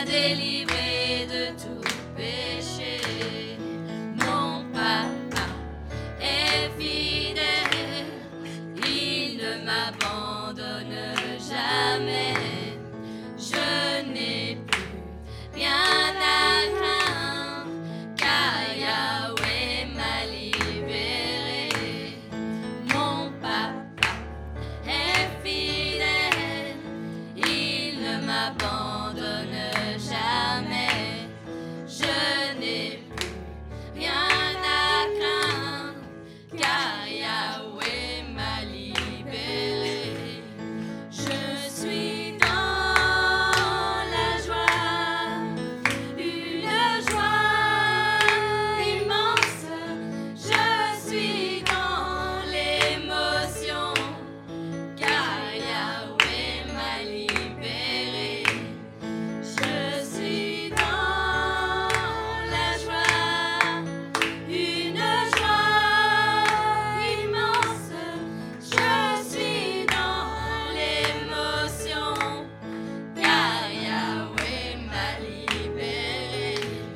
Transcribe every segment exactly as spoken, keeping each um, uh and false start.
m'a délivré de tout péché. Mon papa est fidèle, il ne m'abandonne jamais. Je n'ai plus rien à craindre, car Yahweh m'a libéré. Mon papa est fidèle, il ne m'abandonne jamais. Je n'ai plus rien à craindre, car Yahweh m'a libéré. Je suis dans la joie, une joie immense. Je suis dans l'émotion, car Yahweh m'a libéré. Je suis dans la joie, une joie immense. Je suis dans l'émotion, car Yahweh m'a libéré.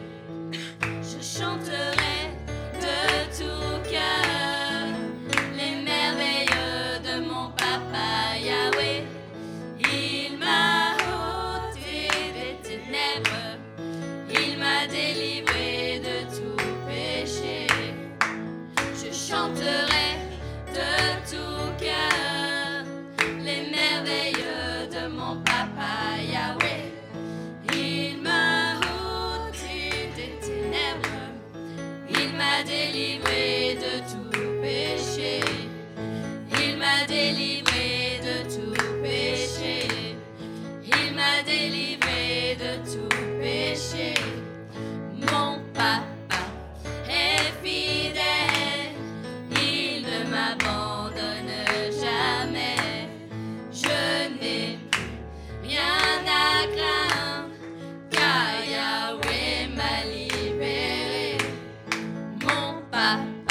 Je chanterai de tout cœur les merveilles de mon papa Yahweh. Il m'a ôté des ténèbres, il m'a délivré de tout péché. Je chanterai de tout cœur les merveilles de mon papa Yahweh. Il m'a ôté des ténèbres, il m'a délivré de tout péché. Il m'a délivré de tout péché. Il m'a délivré de tout péché. Mon papa est fidèle, il ne m'abandonne jamais. Je n'ai plus rien à craindre, car Yahweh m'a libéré. Mon papa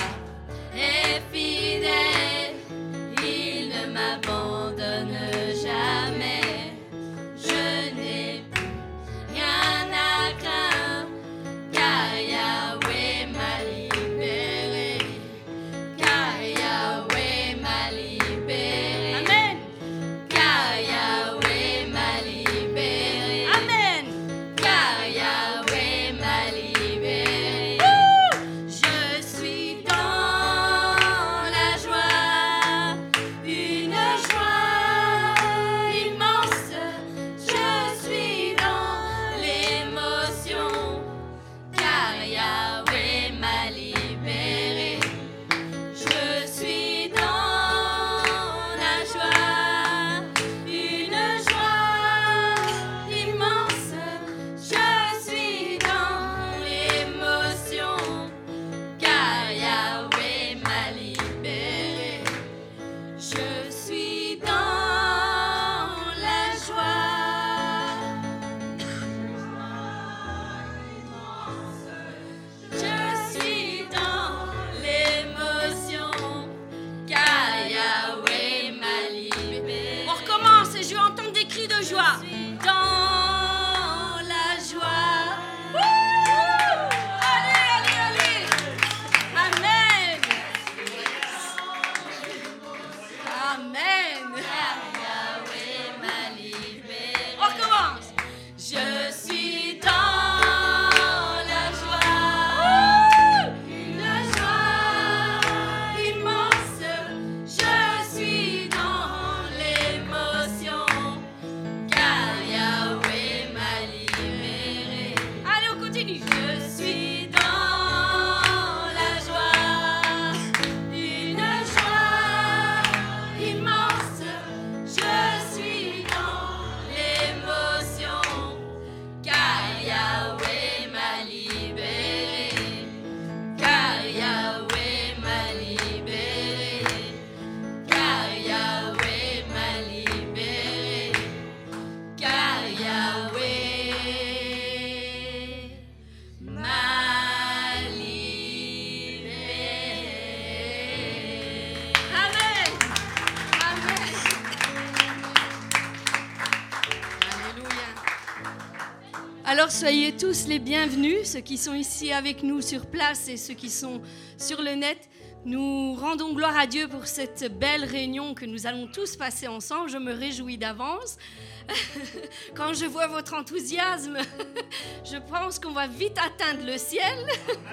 Alors soyez tous les bienvenus, ceux qui sont ici avec nous sur place et ceux qui sont sur le net. Nous rendons gloire à Dieu pour cette belle réunion que nous allons tous passer ensemble. Je me réjouis d'avance. Quand je vois votre enthousiasme, je pense qu'on va vite atteindre le ciel.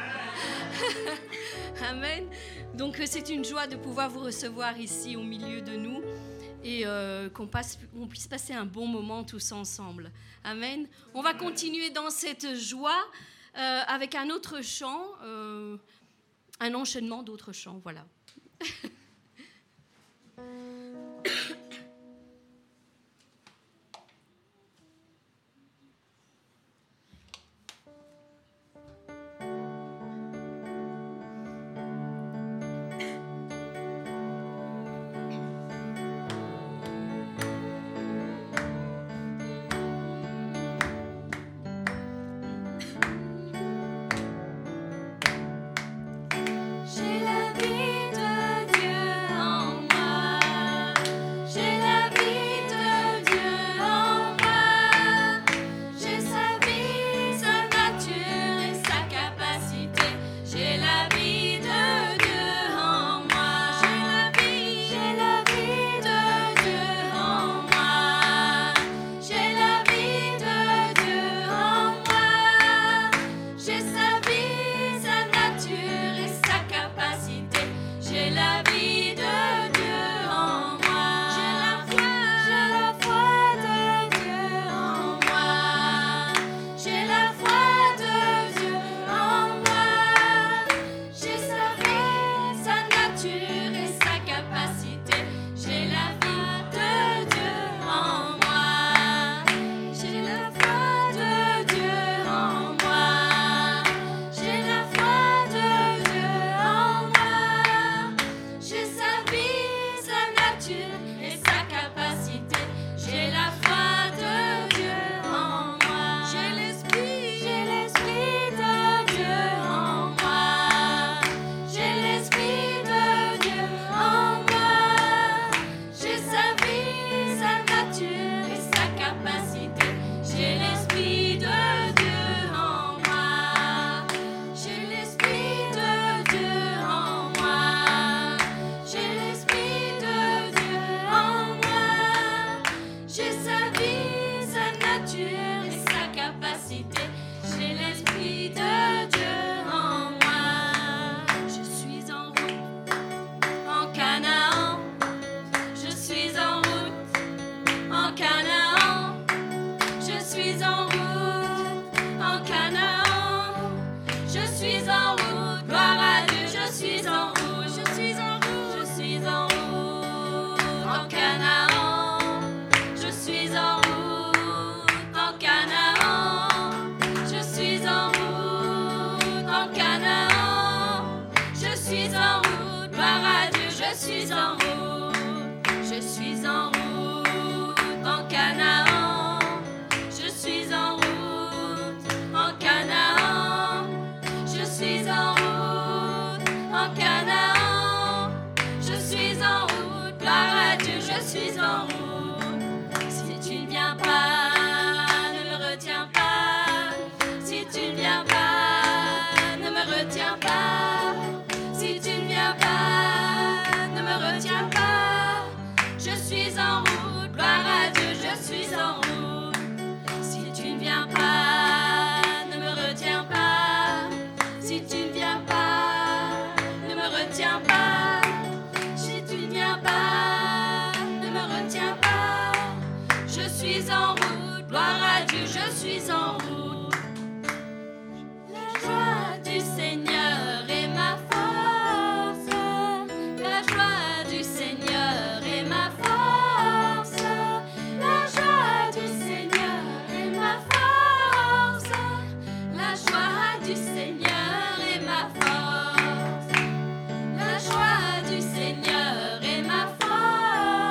Amen. Donc c'est une joie de pouvoir vous recevoir ici au milieu de nous et euh, qu'on, passe, qu'on puisse passer un bon moment tous ensemble. Amen. On va continuer dans cette joie euh, avec un autre chant, euh, un enchaînement d'autres chants. Voilà.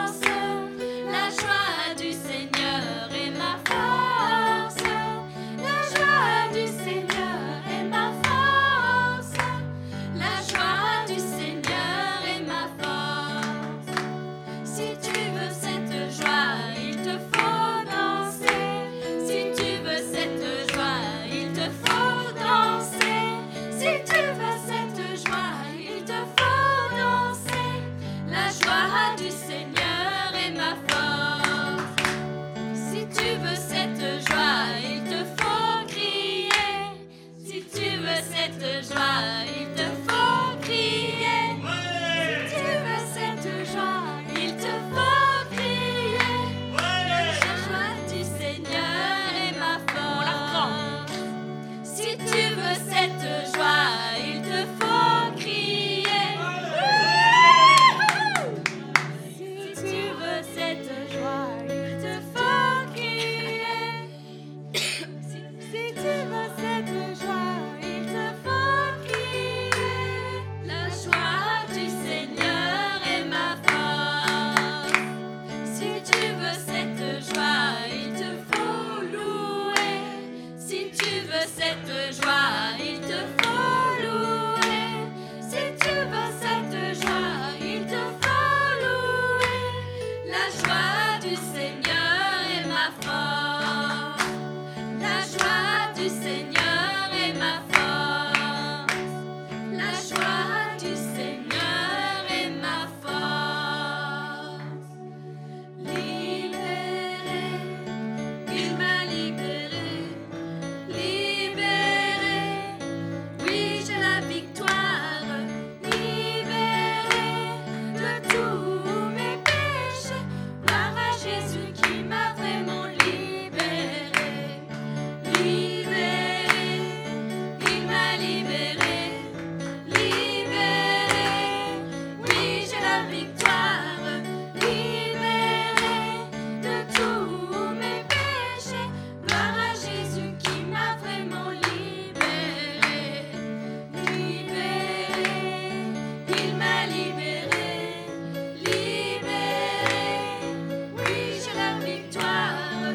La cette joie, il te faut louer. Si tu veux cette joie, il te faut louer. La joie du Seigneur est ma force. La joie du Seigneur est ma force. La joie du Seigneur est ma force. Libéré, il m'a libéré. Libéré, oui j'ai la victoire. Libéré de tous mes péchés. Gloire à Jésus qui m'a vraiment libéré. Libéré, il m'a libéré. Libéré, oui j'ai la victoire. Libéré de tous mes péchés. Gloire à Jésus qui m'a vraiment libéré. Libéré, il m'a libéré. Libéré, oui j'ai la victoire.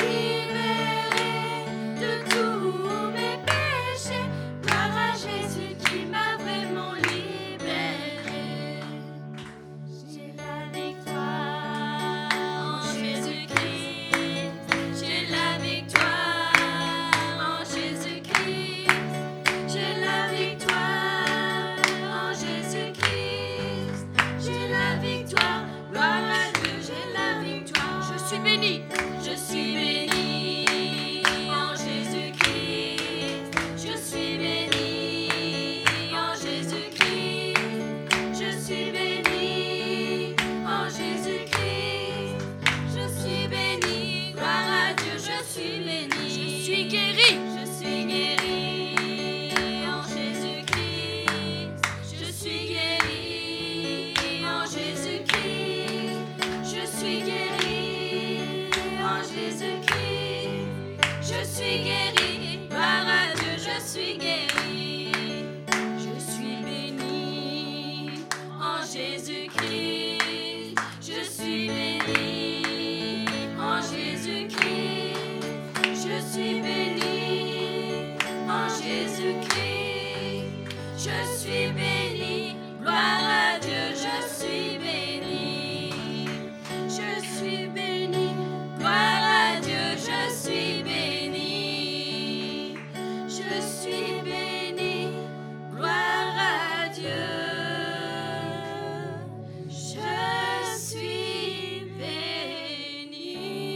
Libéré de tous mes péchés. Gloire à Jésus qui m'a vraiment libéré. J'ai la victoire en Jésus-Christ. J'ai la victoire en Jésus-Christ. J'ai la victoire en Jésus-Christ. J'ai la victoire. Gloire à Dieu, j'ai la victoire. Je suis béni. Je suis béni en Jésus-Christ. Je suis béni en Jésus-Christ. Je suis béni en Jésus-Christ. Je suis béni. Gloire à Dieu, je suis béni. Je suis guéri. Je suis guéri en Jésus-Christ. Je suis guéri en Jésus-Christ. Je suis guéri en Jésus-Christ. Je suis guéri. Gloire à Dieu, je suis guéri. Je suis béni en Jésus-Christ. Je suis béni en Jésus-Christ. Je suis béni en Jésus-Christ. Je suis béni. Gloire à Dieu, je suis béni. Je suis béni. Gloire à Dieu, je suis béni. Je suis béni. Gloire à Dieu. Je suis béni.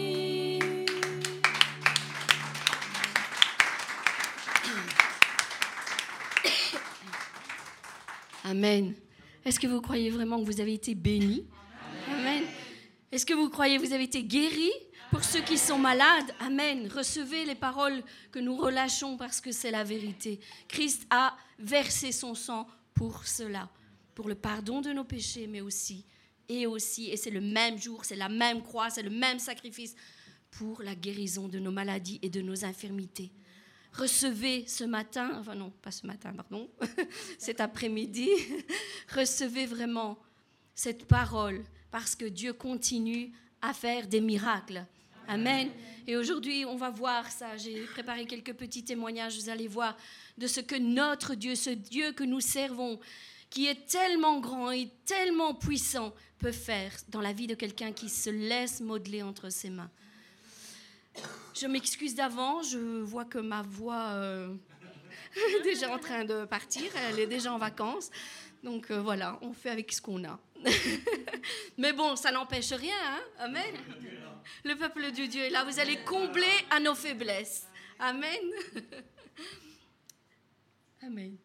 Amen. Est-ce que vous croyez vraiment que vous avez été bénis? Amen. Est-ce que vous croyez que vous avez été guéris? Pour ceux qui sont malades, amen. Recevez les paroles que nous relâchons parce que c'est la vérité. Christ a versé son sang pour cela, pour le pardon de nos péchés, mais aussi, et aussi, et c'est le même jour, c'est la même croix, c'est le même sacrifice pour la guérison de nos maladies et de nos infirmités. Recevez ce matin, enfin non, pas ce matin, pardon, cet après-midi, recevez vraiment cette parole parce que Dieu continue à faire des miracles. Amen. Et aujourd'hui, on va voir ça. J'ai préparé quelques petits témoignages, vous allez voir, de ce que notre Dieu, ce Dieu que nous servons, qui est tellement grand et tellement puissant, peut faire dans la vie de quelqu'un qui se laisse modeler entre ses mains. Je m'excuse d'avance, je vois que ma voix euh, est déjà en train de partir, elle est déjà en vacances. Donc euh, voilà, on fait avec ce qu'on a. Mais bon, ça n'empêche rien, hein? Amen. Le peuple de Dieu est là, vous allez combler à nos faiblesses. Amen. Amen.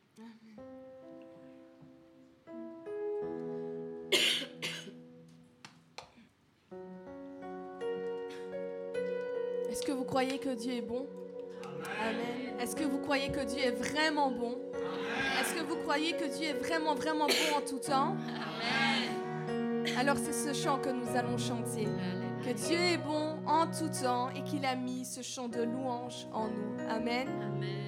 Est-ce que vous croyez que Dieu est bon? Amen. Est-ce que vous croyez que Dieu est vraiment bon? Amen. Est-ce que vous croyez que Dieu est vraiment, vraiment bon en tout temps? Amen. Alors c'est ce chant que nous allons chanter. Que Dieu est bon en tout temps et qu'il a mis ce chant de louange en nous. Amen. Amen.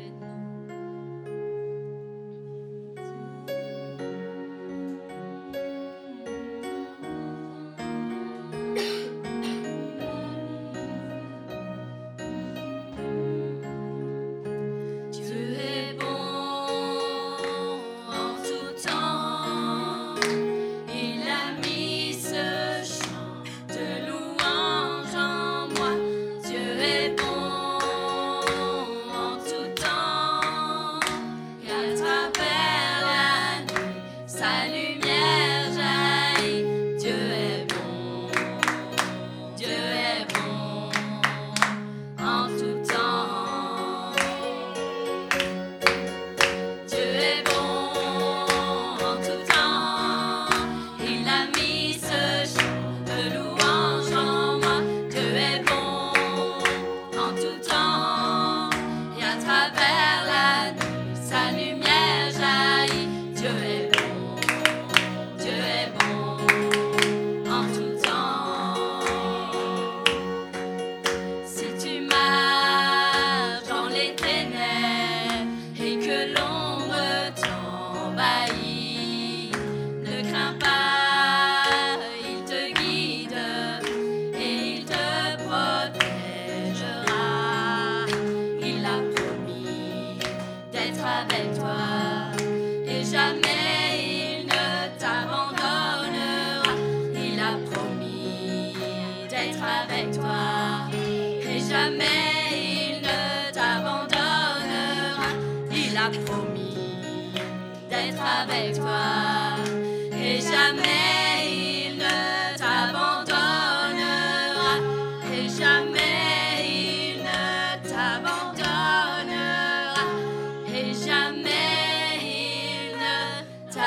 avec toi et jamais il ne t'abandonnera. Il a promis d'être avec toi et jamais il ne t'abandonnera. Il a promis d'être avec toi et jamais il ne t'abandonnera. Et jamais il ne t'abandonnera. Et jamais il ne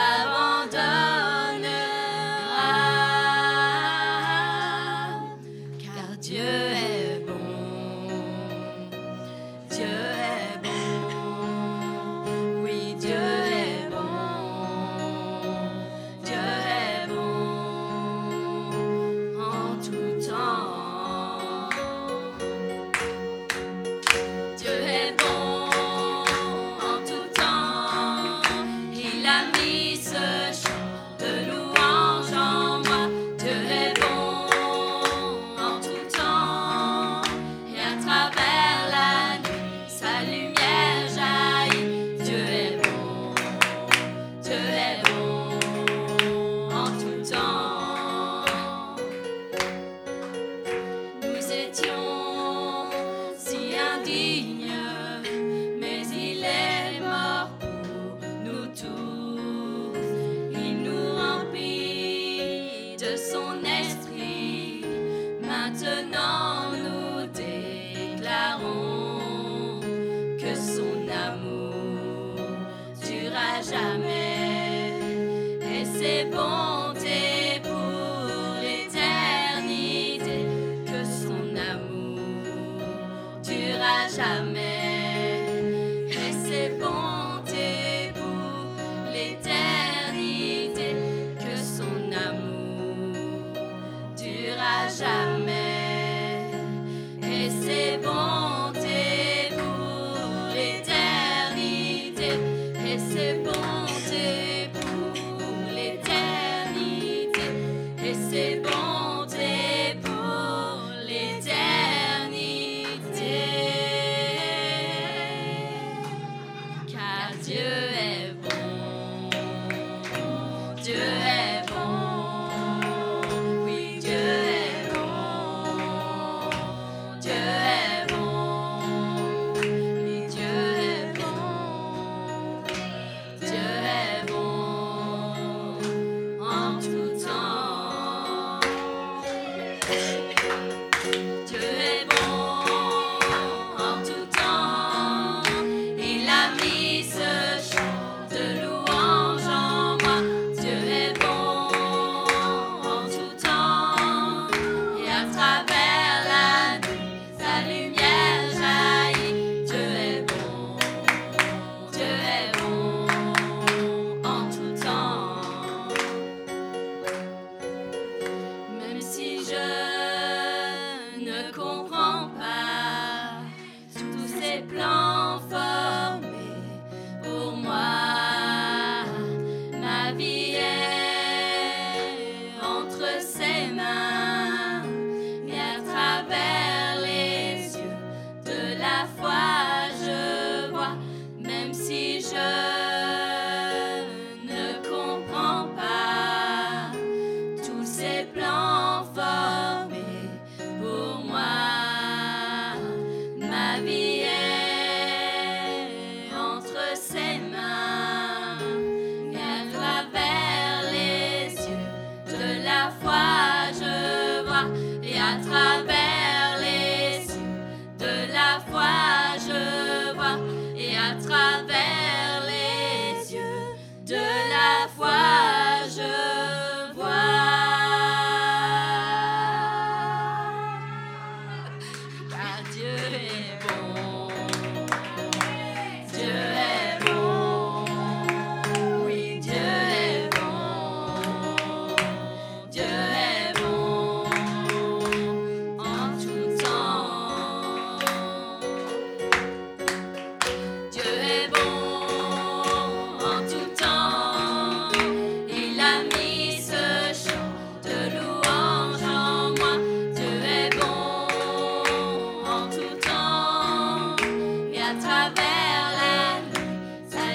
t'abandonnera. Car Dieu est bon. Dieu est bon. Oui, Dieu est bon. Dieu est bon en tout temps. Dieu est bon en tout temps. Il a mis ce chant de louange en moi. Dieu est bon en tout temps. Et à travers la nuit, sa lumière jaillit. Dieu est bon. Dieu est bon en tout temps. Nous étions si indignes, mais il est mort pour nous tous. Il nous remplit de son esprit. Maintenant nous déclarons que son amour durera jamais et ses bontés pour l'éternité. Que son amour durera jamais et ses bontés pour l'éternité. Que son amour durera jamais et ses bontés pour l'éternité. Et ses bontés pour l'éternité. Et ses bontés pour l'éternité. Car Dieu est bon. Dieu est bon. Oui, Dieu est bon. Dieu est bon. Oui, Dieu est bon. Dieu est bon en tout temps. Dieu est bon en tout temps. Il a mis ce chant de louange en moi. Dieu est bon en tout temps. Et à travers la nuit, sa lumière jaillit. Dieu est bon. Dieu est bon en tout temps. Même si je ne comprends pas tous ces plans formés pour moi, ma vie est entre ses mains. Et à travers les yeux de la foi, je vois. Même si je ne comprends pas tous ces plans formés pour moi, ma vie est entre ses mains. Et à travers les yeux de la foi, je vois. Et à travers les yeux de la foi, je vois. Et à travers les yeux de la foi, je vois. Car Dieu est bon. Dieu est bon. Oui, Dieu est bon. Dieu est bon en tout temps. Dieu est bon en tout temps. Il a mis ce chant de louange en moi. Dieu est bon en tout temps. Et à travers la nuit, sa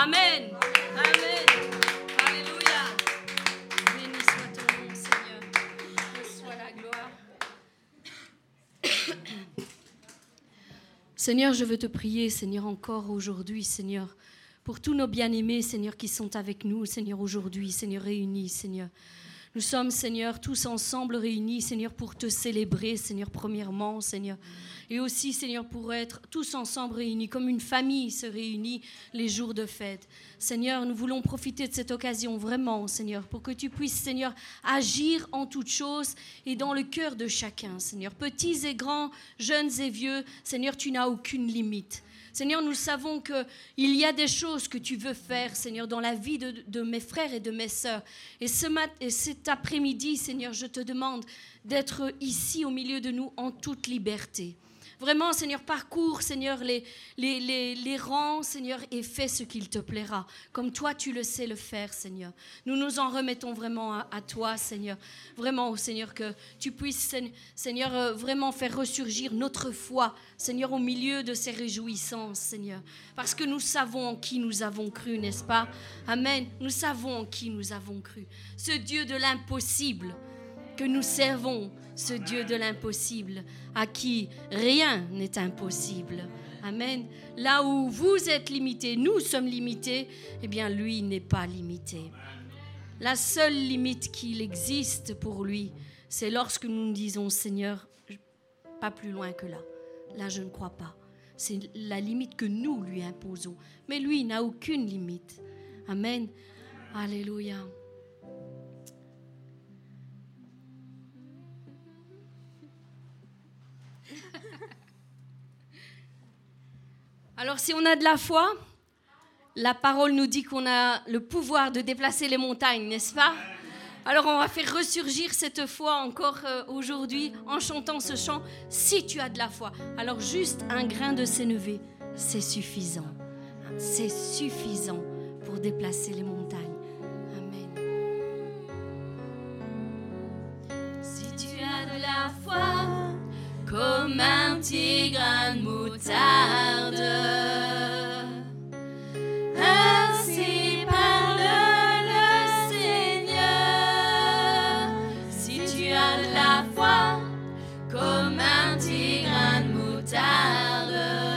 Amen. Amen. Alléluia. Béni soit ton nom, Seigneur. Reçois la gloire. Seigneur, je veux te prier, Seigneur, encore aujourd'hui, Seigneur, pour tous nos bien-aimés, Seigneur, qui sont avec nous, Seigneur, aujourd'hui, Seigneur, réunis, Seigneur. Nous sommes, Seigneur, tous ensemble réunis, Seigneur, pour te célébrer, Seigneur, premièrement, Seigneur. Et aussi, Seigneur, pour être tous ensemble réunis, comme une famille se réunit les jours de fête. Seigneur, nous voulons profiter de cette occasion vraiment, Seigneur, pour que tu puisses, Seigneur, agir en toutes choses et dans le cœur de chacun, Seigneur. Petits et grands, jeunes et vieux, Seigneur, tu n'as aucune limite. Seigneur, nous savons qu'il y a des choses que tu veux faire, Seigneur, dans la vie de, de mes frères et de mes sœurs. Et, ce mat- et cet après-midi, Seigneur, je te demande d'être ici au milieu de nous en toute liberté. Vraiment, Seigneur, parcours, Seigneur, les, les, les, les rangs, Seigneur, et fais ce qu'il te plaira, comme toi, tu le sais le faire, Seigneur. Nous nous en remettons vraiment à, à toi, Seigneur. Vraiment, Seigneur, que tu puisses, Seigneur, euh, vraiment faire ressurgir notre foi, Seigneur, au milieu de ces réjouissances, Seigneur. Parce que nous savons en qui nous avons cru, n'est-ce pas? Amen. Nous savons en qui nous avons cru. Ce Dieu de l'impossible que nous servons, ce Dieu de l'impossible, à qui rien n'est impossible. Amen. Là où vous êtes limités, nous sommes limités, eh bien lui n'est pas limité. La seule limite qu'il existe pour lui, c'est lorsque nous nous disons, Seigneur, pas plus loin que là. Là, je ne crois pas. C'est la limite que nous lui imposons. Mais lui n'a aucune limite. Amen. Alléluia. Alors, si on a de la foi, la parole nous dit qu'on a le pouvoir de déplacer les montagnes, n'est-ce pas? Alors, on va faire ressurgir cette foi encore euh, aujourd'hui en chantant ce chant. Si tu as de la foi, alors juste un grain de sénévé, c'est suffisant. C'est suffisant pour déplacer les montagnes. Amen. Si tu as de la foi, comme un petit grain de moutarde, ainsi parle le Seigneur. Si tu as de la foi, comme un petit grain de moutarde,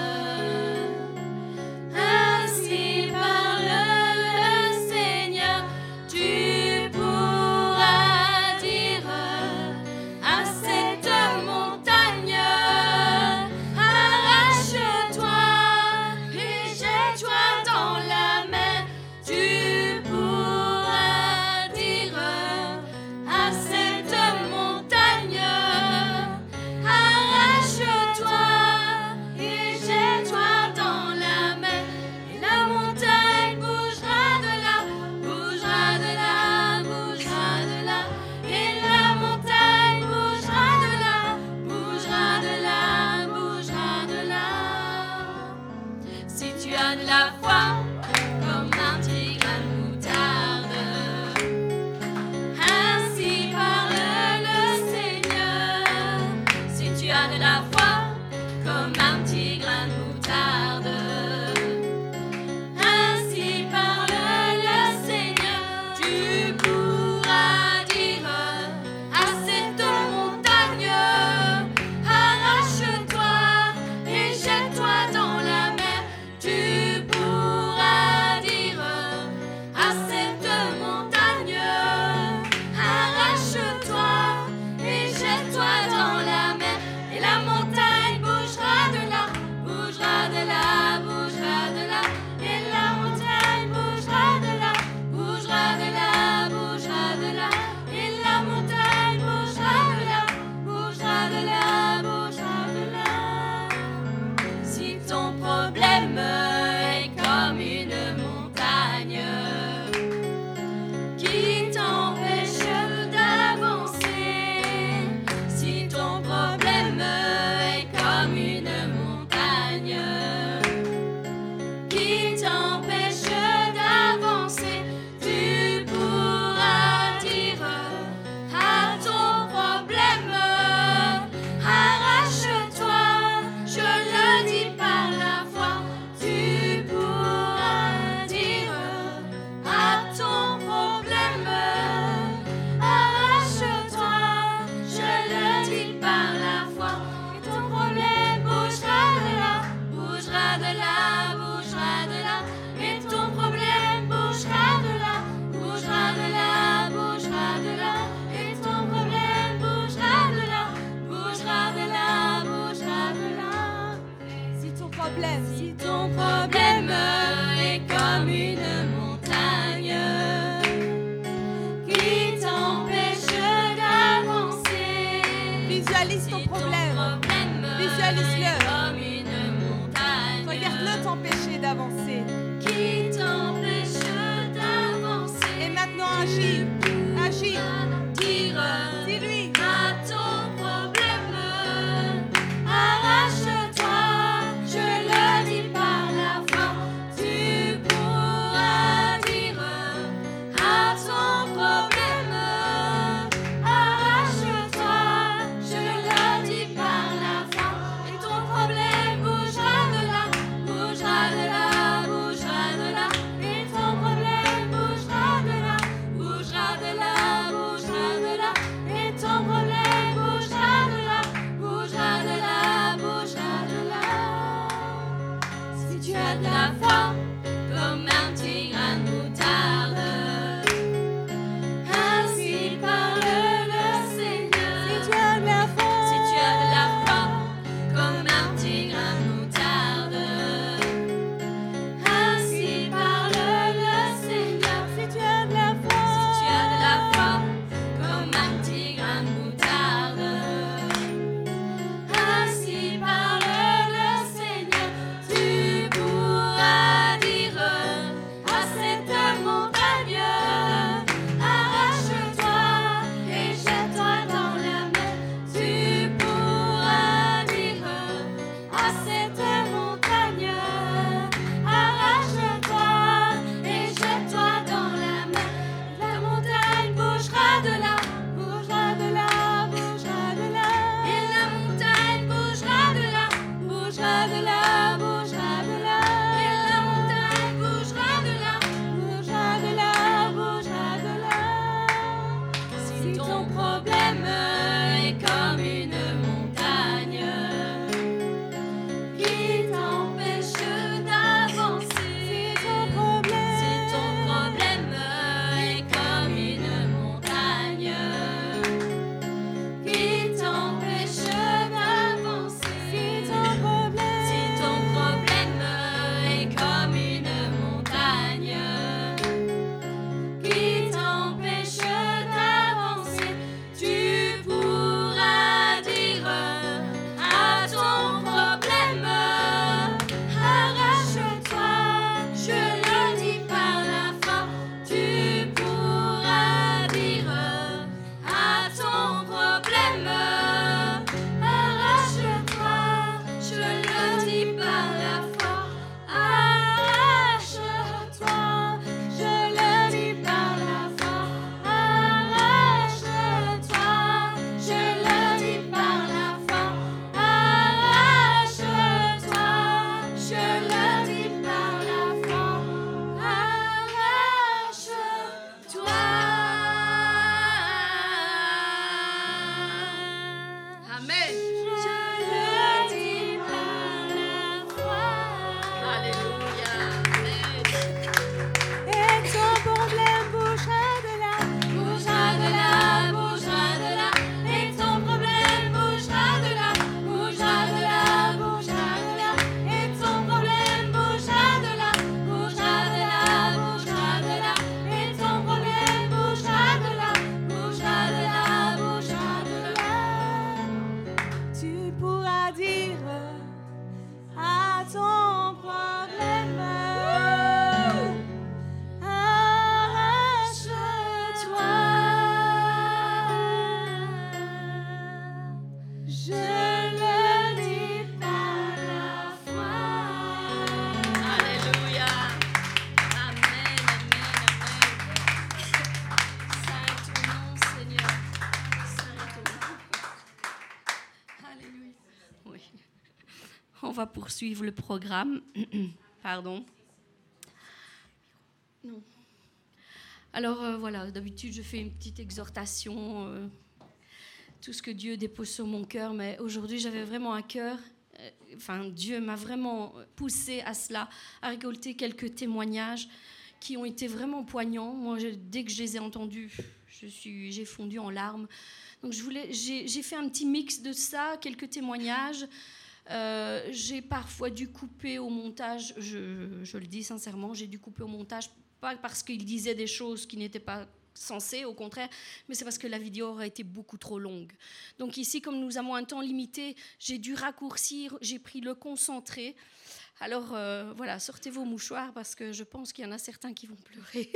ainsi parle le Seigneur, tu pourras dire à cette montagne, arrache-toi et jette-toi dans la mer. Tu pourras dire à cette montagne, arrache-toi et jette-toi dans la mer. Et la montagne bougera de là, bougera de là, bougera de là. Et la montagne bougera de là, bougera de là, bougera de là. Si tu as de la foi, comme un petit grain de moutarde, ainsi parle le Seigneur. Si tu as de la foi, comme un petit grain de moutarde, ainsi parle le Seigneur, tu pourras dire à cette montagne, arrache-toi et jette-toi dans la mer. Tu pourras dire à cette montagne, arrache-toi et jette-toi dans la mer. Et la montagne bougera de là, bougera de là, bougera de là. Et la montagne bougera de là, bougera de là, bougera de là. Et la montagne bougera de là, bougera de là, bougera de là. Si ton problème est comme une montagne qui t'empêche d'avancer, si ton problème est comme une montagne qui t'empêche d'avancer, tu pourras dire à ton problème, arrache-toi, je le dis par la foi, tu bougera de là, bougera de là, et ton problème bougera de là, bougera de là, bougera de là, et ton problème bougera de là, bougera de là, bougera de là. Si ton problème, Si ton problème est comme une montagne qui t'empêche d'avancer, visualise si ton ton problème. problème Visualise-le. est comme une montagne Regarde-le t'empêcher d'avancer. qui t'empêche d'avancer, Et maintenant, agis. Agis. dire Dis-lui. à ton problème, arrache-toi, je le dis par la foi, tu pourras dire à ton problème, arrache-toi, je le dis par la foi, et ton problème bougera de là, bougera de là, bougera de là, et ton problème bougera de là, bougera de là, bougera de là, et ton problème bougera de là, bougera de là, bougera de là. Si tu as de la foi comme un petit grain de moutarde, ainsi parle le Seigneur. Si tu as de la foi. Si tu as de la foi comme un petit grain de moutarde, ainsi parle le Seigneur. Si tu as de la foi. Si tu as de la foi comme un petit grain de moutarde, ainsi parle le Seigneur, tu pourras dire à cette montagne, arrache-toi et jette-toi dans la mer. Tu pourras dire à cette montagne, arrache-toi et jette-toi dans la mer. La montagne bougera de là, bougera de là, bougera de là. Et la montagne bougera de là, bougera de là, bougera de là. Et la montagne bougera de là, bougera de là, bougera de là. Si ton problème est comme une montagne qui t'empêche d'avancer, Si ton problème. si ton problème est comme une montagne qui t'empêche d'avancer, Si ton problème. si ton problème est comme une montagne qui t'empêche d'avancer, tu pourras dire à ton problème, arrache-toi, je le dis par la foi, tu pourras dire à ton problème, arrache-toi, je le dis par la foi, arrache-toi, je le dis par la foi, arrache-toi, je le dis par la foi, arrache-toi, je le dis par la foi, arrache-toi. Amen. Je le dis par la foi. Alléluia. Amen. Et ton problème bougera de là. Bougera de là, bougera de là, et ton problème bougera de là, bougera de là, bougera de là, et ton problème bougera de là, bougera de là, bougera de là, et ton problème bougera de là, bougera de là, bougera de là. Tu pourras dire à ton problème, Arrache-toi, je le dis par la foi. Alléluia. Amen, amen, amen. Saint ton nom, Seigneur. Saint ton nom. Alléluia. Oui. On va poursuivre le programme. Pardon. Non. Alors euh, voilà, d'habitude je fais une petite exhortation, euh, tout ce que Dieu dépose sur mon cœur, mais aujourd'hui j'avais vraiment à cœur enfin, Dieu m'a vraiment poussé à cela, à récolter quelques témoignages qui ont été vraiment poignants. Moi, je, dès que je les ai entendus, je suis, j'ai fondu en larmes. Donc, je voulais, j'ai, j'ai fait un petit mix de ça, quelques témoignages. Euh, j'ai parfois dû couper au montage, je, je le dis sincèrement, j'ai dû couper au montage, pas parce qu'il disait des choses qui n'étaient pas censées, au contraire, mais c'est parce que la vidéo aurait été beaucoup trop longue. Donc ici, comme nous avons un temps limité, j'ai dû raccourcir, j'ai pris le concentré. Alors euh, voilà, sortez vos mouchoirs parce que je pense qu'il y en a certains qui vont pleurer.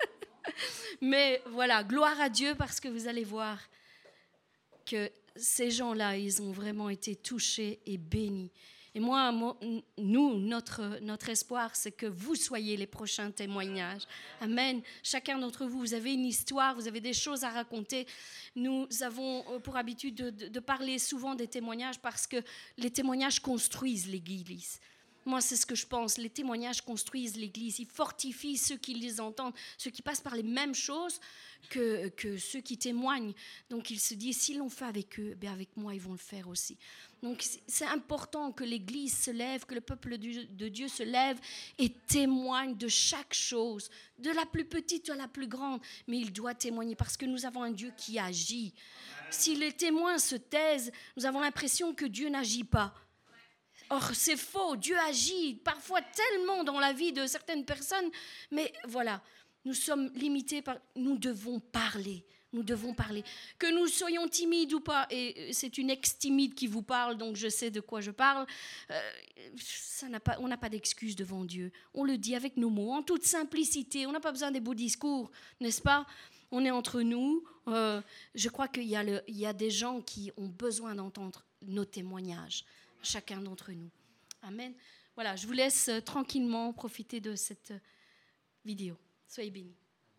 Mais voilà, gloire à Dieu parce que vous allez voir que ces gens-là, ils ont vraiment été touchés et bénis. Et moi, moi nous, notre, notre espoir, c'est que vous soyez les prochains témoignages. Amen. Chacun d'entre vous, vous avez une histoire, vous avez des choses à raconter. Nous avons pour habitude de, de, de parler souvent des témoignages parce que les témoignages construisent l'Église. Moi, c'est ce que je pense. Les témoignages construisent l'Église. Ils fortifient ceux qui les entendent, ceux qui passent par les mêmes choses que, que ceux qui témoignent. Donc, ils se disent, s'ils l'ont fait avec eux, bien avec moi, ils vont le faire aussi. Donc, c'est important que l'Église se lève, que le peuple de Dieu se lève et témoigne de chaque chose, de la plus petite à la plus grande. Mais il doit témoigner parce que nous avons un Dieu qui agit. Si les témoins se taisent, nous avons l'impression que Dieu n'agit pas. Or, c'est faux, Dieu agit parfois tellement dans la vie de certaines personnes, mais voilà, nous sommes limités par... Nous devons parler, nous devons parler. Que nous soyons timides ou pas, et c'est une ex-timide qui vous parle, donc je sais de quoi je parle, euh, ça n'a pas, on n'a pas d'excuse devant Dieu. On le dit avec nos mots, en toute simplicité, on n'a pas besoin des beaux discours, n'est-ce pas ? On est entre nous, euh, je crois qu'il y a le, il y a des gens qui ont besoin d'entendre nos témoignages. Chacun d'entre nous. Amen. Voilà, je vous laisse tranquillement profiter de cette vidéo. Soyez bénis.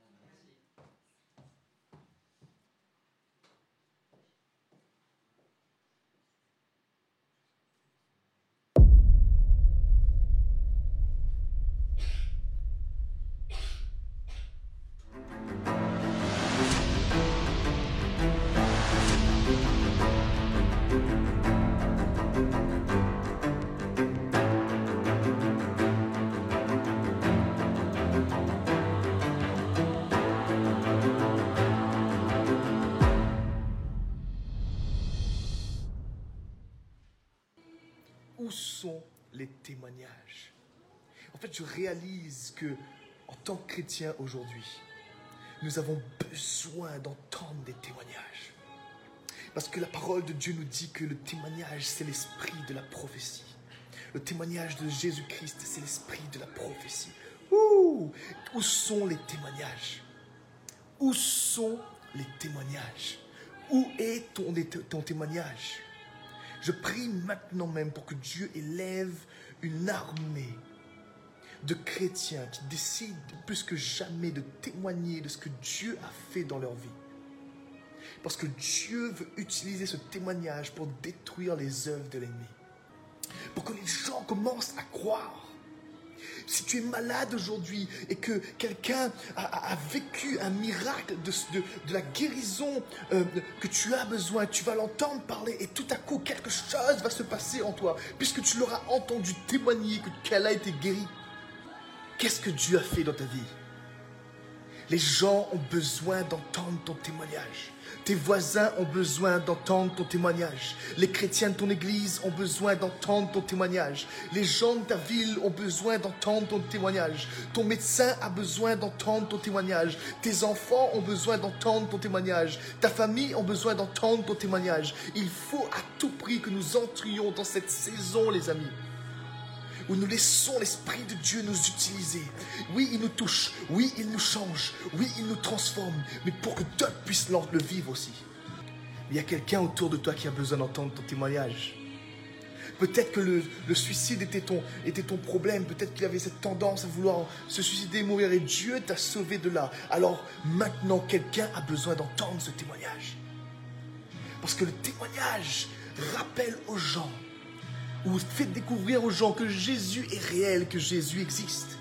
Où sont les témoignages? En fait, je réalise que, en tant que chrétien aujourd'hui, nous avons besoin d'entendre des témoignages. Parce que la parole de Dieu nous dit que le témoignage, c'est l'esprit de la prophétie. Le témoignage de Jésus-Christ, c'est l'esprit de la prophétie. Ouh! Où sont les témoignages? Où sont les témoignages? Où est ton, ton témoignage? Je prie maintenant même pour que Dieu élève une armée de chrétiens qui décident plus que jamais de témoigner de ce que Dieu a fait dans leur vie. Parce que Dieu veut utiliser ce témoignage pour détruire les œuvres de l'ennemi. Pour que les gens commencent à croire. Si tu es malade aujourd'hui et que quelqu'un a, a, a vécu un miracle de, de, de la guérison euh, que tu as besoin, tu vas l'entendre parler et tout à coup quelque chose va se passer en toi puisque tu l'auras entendu témoigner qu'elle a été guérie. Qu'est-ce que Dieu a fait dans ta vie? Les gens ont besoin d'entendre ton témoignage. Tes voisins ont besoin d'entendre ton témoignage. Les chrétiens de ton église ont besoin d'entendre ton témoignage. Les gens de ta ville ont besoin d'entendre ton témoignage. Ton médecin a besoin d'entendre ton témoignage. Tes enfants ont besoin d'entendre ton témoignage. Ta famille a besoin d'entendre ton témoignage. Il faut à tout prix que nous entrions dans cette saison, les amis, où nous laissons l'Esprit de Dieu nous utiliser. Oui, il nous touche. Oui, il nous change. Oui, il nous transforme. Mais pour que d'autres puissent le vivre aussi. Il y a quelqu'un autour de toi qui a besoin d'entendre ton témoignage. Peut-être que le, le suicide était ton, était ton problème. Peut-être qu'il avait cette tendance à vouloir se suicider, mourir. Et Dieu t'a sauvé de là. Alors maintenant, quelqu'un a besoin d'entendre ce témoignage. Parce que le témoignage rappelle aux gens, ou faites découvrir aux gens que Jésus est réel, que Jésus existe.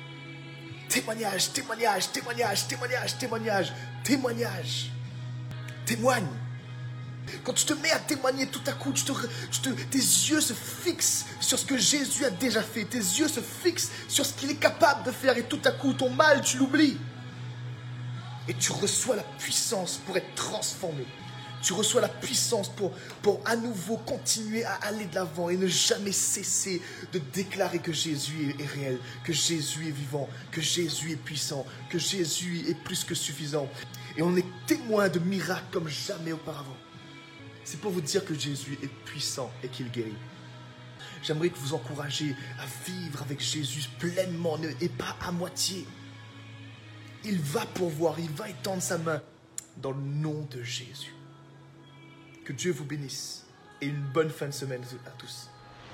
Témoignage, témoignage, témoignage, témoignage, témoignage, témoignage. Témoigne. Quand tu te mets à témoigner, tout à coup, tu te, tu te, tes yeux se fixent sur ce que Jésus a déjà fait. Tes yeux se fixent sur ce qu'il est capable de faire. Et tout à coup, ton mal, tu l'oublies. Et tu reçois la puissance pour être transformé. Tu reçois la puissance pour, pour à nouveau continuer à aller de l'avant et ne jamais cesser de déclarer que Jésus est, est réel, que Jésus est vivant, que Jésus est puissant, que Jésus est plus que suffisant. Et on est témoin de miracles comme jamais auparavant. C'est pour vous dire que Jésus est puissant et qu'il guérit. J'aimerais que vous encouragiez à vivre avec Jésus pleinement et pas à moitié. Il va pourvoir, il va étendre sa main dans le nom de Jésus. Que Dieu vous bénisse et une bonne fin de semaine à tous.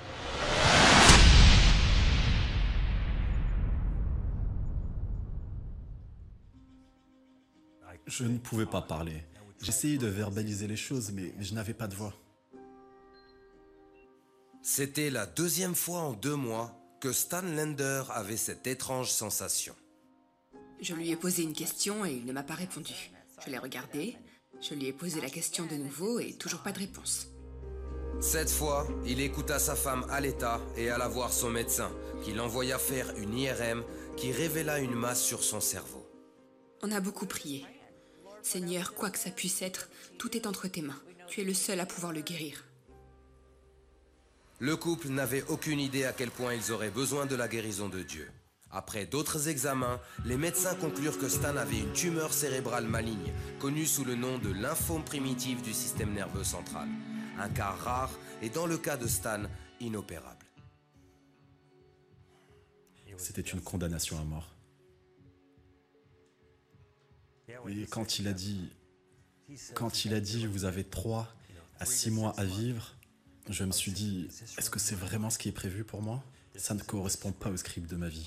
Je ne pouvais pas parler. J'essayais de verbaliser les choses, mais je n'avais pas de voix. C'était la deuxième fois en deux mois que Stan Lander avait cette étrange sensation. Je lui ai posé une question et il ne m'a pas répondu. Je l'ai regardé, je lui ai posé la question de nouveau et toujours pas de réponse. Cette fois, il écouta sa femme à l'état et alla voir son médecin, qui l'envoya faire une I R M qui révéla une masse sur son cerveau. On a beaucoup prié. Seigneur, quoi que ça puisse être, tout est entre tes mains. Tu es le seul à pouvoir le guérir. Le couple n'avait aucune idée à quel point ils auraient besoin de la guérison de Dieu. Après d'autres examens, les médecins conclurent que Stan avait une tumeur cérébrale maligne, connue sous le nom de lymphome primitif du système nerveux central. Un cas rare et, dans le cas de Stan, inopérable. C'était une condamnation à mort. Et quand il a dit, quand il a dit, vous avez trois à six mois à vivre, je me suis dit, est-ce que c'est vraiment ce qui est prévu pour moi? Ça ne correspond pas au script de ma vie.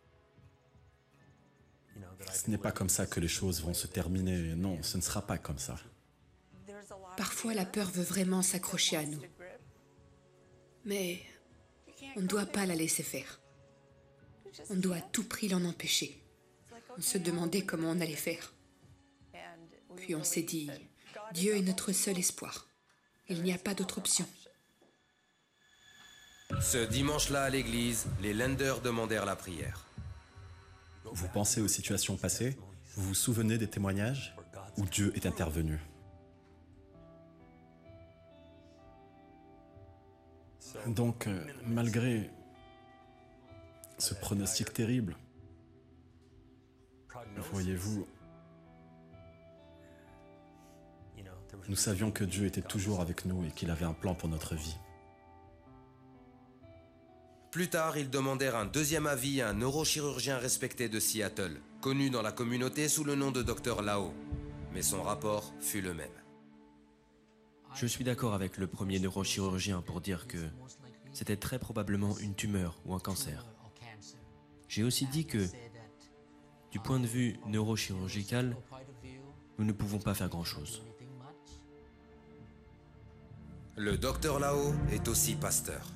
Ce n'est pas comme ça que les choses vont se terminer. Non, ce ne sera pas comme ça. Parfois, la peur veut vraiment s'accrocher à nous. Mais on ne doit pas la laisser faire. On doit à tout prix l'en empêcher. On se demandait comment on allait faire. Puis on s'est dit, Dieu est notre seul espoir. Il n'y a pas d'autre option. Ce dimanche-là à l'église, les Lander demandèrent la prière. Vous pensez aux situations passées? Vous vous souvenez des témoignages où Dieu est intervenu? Donc, euh, malgré ce pronostic terrible, voyez-vous, nous savions que Dieu était toujours avec nous et qu'il avait un plan pour notre vie. Plus tard, ils demandèrent un deuxième avis à un neurochirurgien respecté de Seattle, connu dans la communauté sous le nom de docteur Lao. Mais son rapport fut le même. Je suis d'accord avec le premier neurochirurgien pour dire que c'était très probablement une tumeur ou un cancer. J'ai aussi dit que, du point de vue neurochirurgical, nous ne pouvons pas faire grand-chose. Le docteur Lao est aussi pasteur.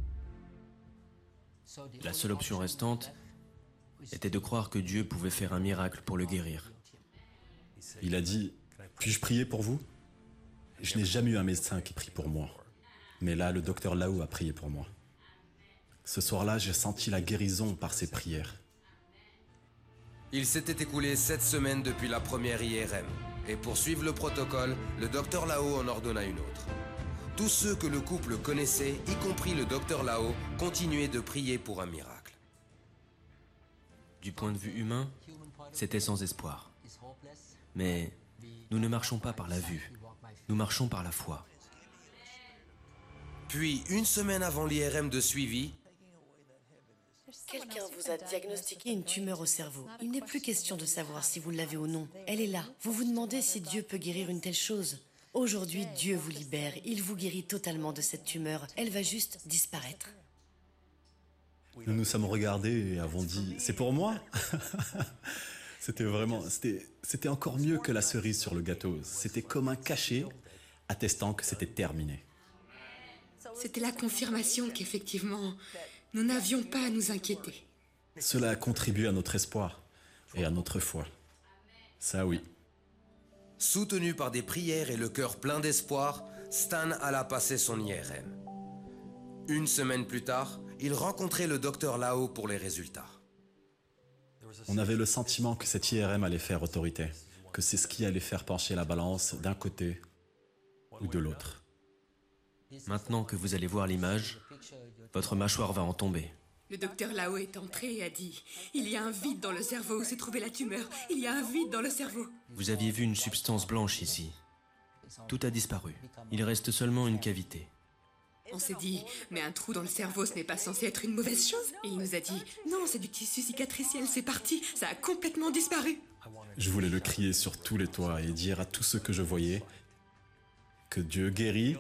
La seule option restante était de croire que Dieu pouvait faire un miracle pour le guérir. Il a dit, puis-je prier pour vous? Je n'ai jamais eu un médecin qui prie pour moi. Mais là, le docteur Lao a prié pour moi. Ce soir-là, j'ai senti la guérison par ses prières. Il s'était écoulé sept semaines depuis la première I R M. Et pour suivre le protocole, le docteur Lao en ordonna une autre. Tous ceux que le couple connaissait, y compris le docteur Lao, continuaient de prier pour un miracle. Du point de vue humain, c'était sans espoir. Mais nous ne marchons pas par la vue, nous marchons par la foi. Puis, une semaine avant l'I R M de suivi, quelqu'un vous a diagnostiqué une tumeur au cerveau. Il n'est plus question de savoir si vous l'avez ou non. Elle est là. Vous vous demandez si Dieu peut guérir une telle chose. Aujourd'hui, Dieu vous libère. Il vous guérit totalement de cette tumeur. Elle va juste disparaître. Nous nous sommes regardés et avons dit, c'est pour moi? C'était vraiment, c'était, c'était encore mieux que la cerise sur le gâteau. C'était comme un cachet attestant que c'était terminé. C'était la confirmation qu'effectivement, nous n'avions pas à nous inquiéter. Cela a contribué à notre espoir et à notre foi. Ça oui. Soutenu par des prières et le cœur plein d'espoir, Stan alla passer son I R M. Une semaine plus tard, il rencontrait le docteur Lao pour les résultats. On avait le sentiment que cet I R M allait faire autorité, que c'est ce qui allait faire pencher la balance d'un côté ou de l'autre. Maintenant que vous allez voir l'image, votre mâchoire va en tomber. Le docteur Lao est entré et a dit « Il y a un vide dans le cerveau où s'est trouvée la tumeur. Il y a un vide dans le cerveau. » Vous aviez vu une substance blanche ici. Tout a disparu. Il reste seulement une cavité. On s'est dit « Mais un trou dans le cerveau, ce n'est pas censé être une mauvaise chose. » Et il nous a dit « Non, c'est du tissu cicatriciel, c'est parti. Ça a complètement disparu. » Je voulais le crier sur tous les toits et dire à tous ceux que je voyais que Dieu guérit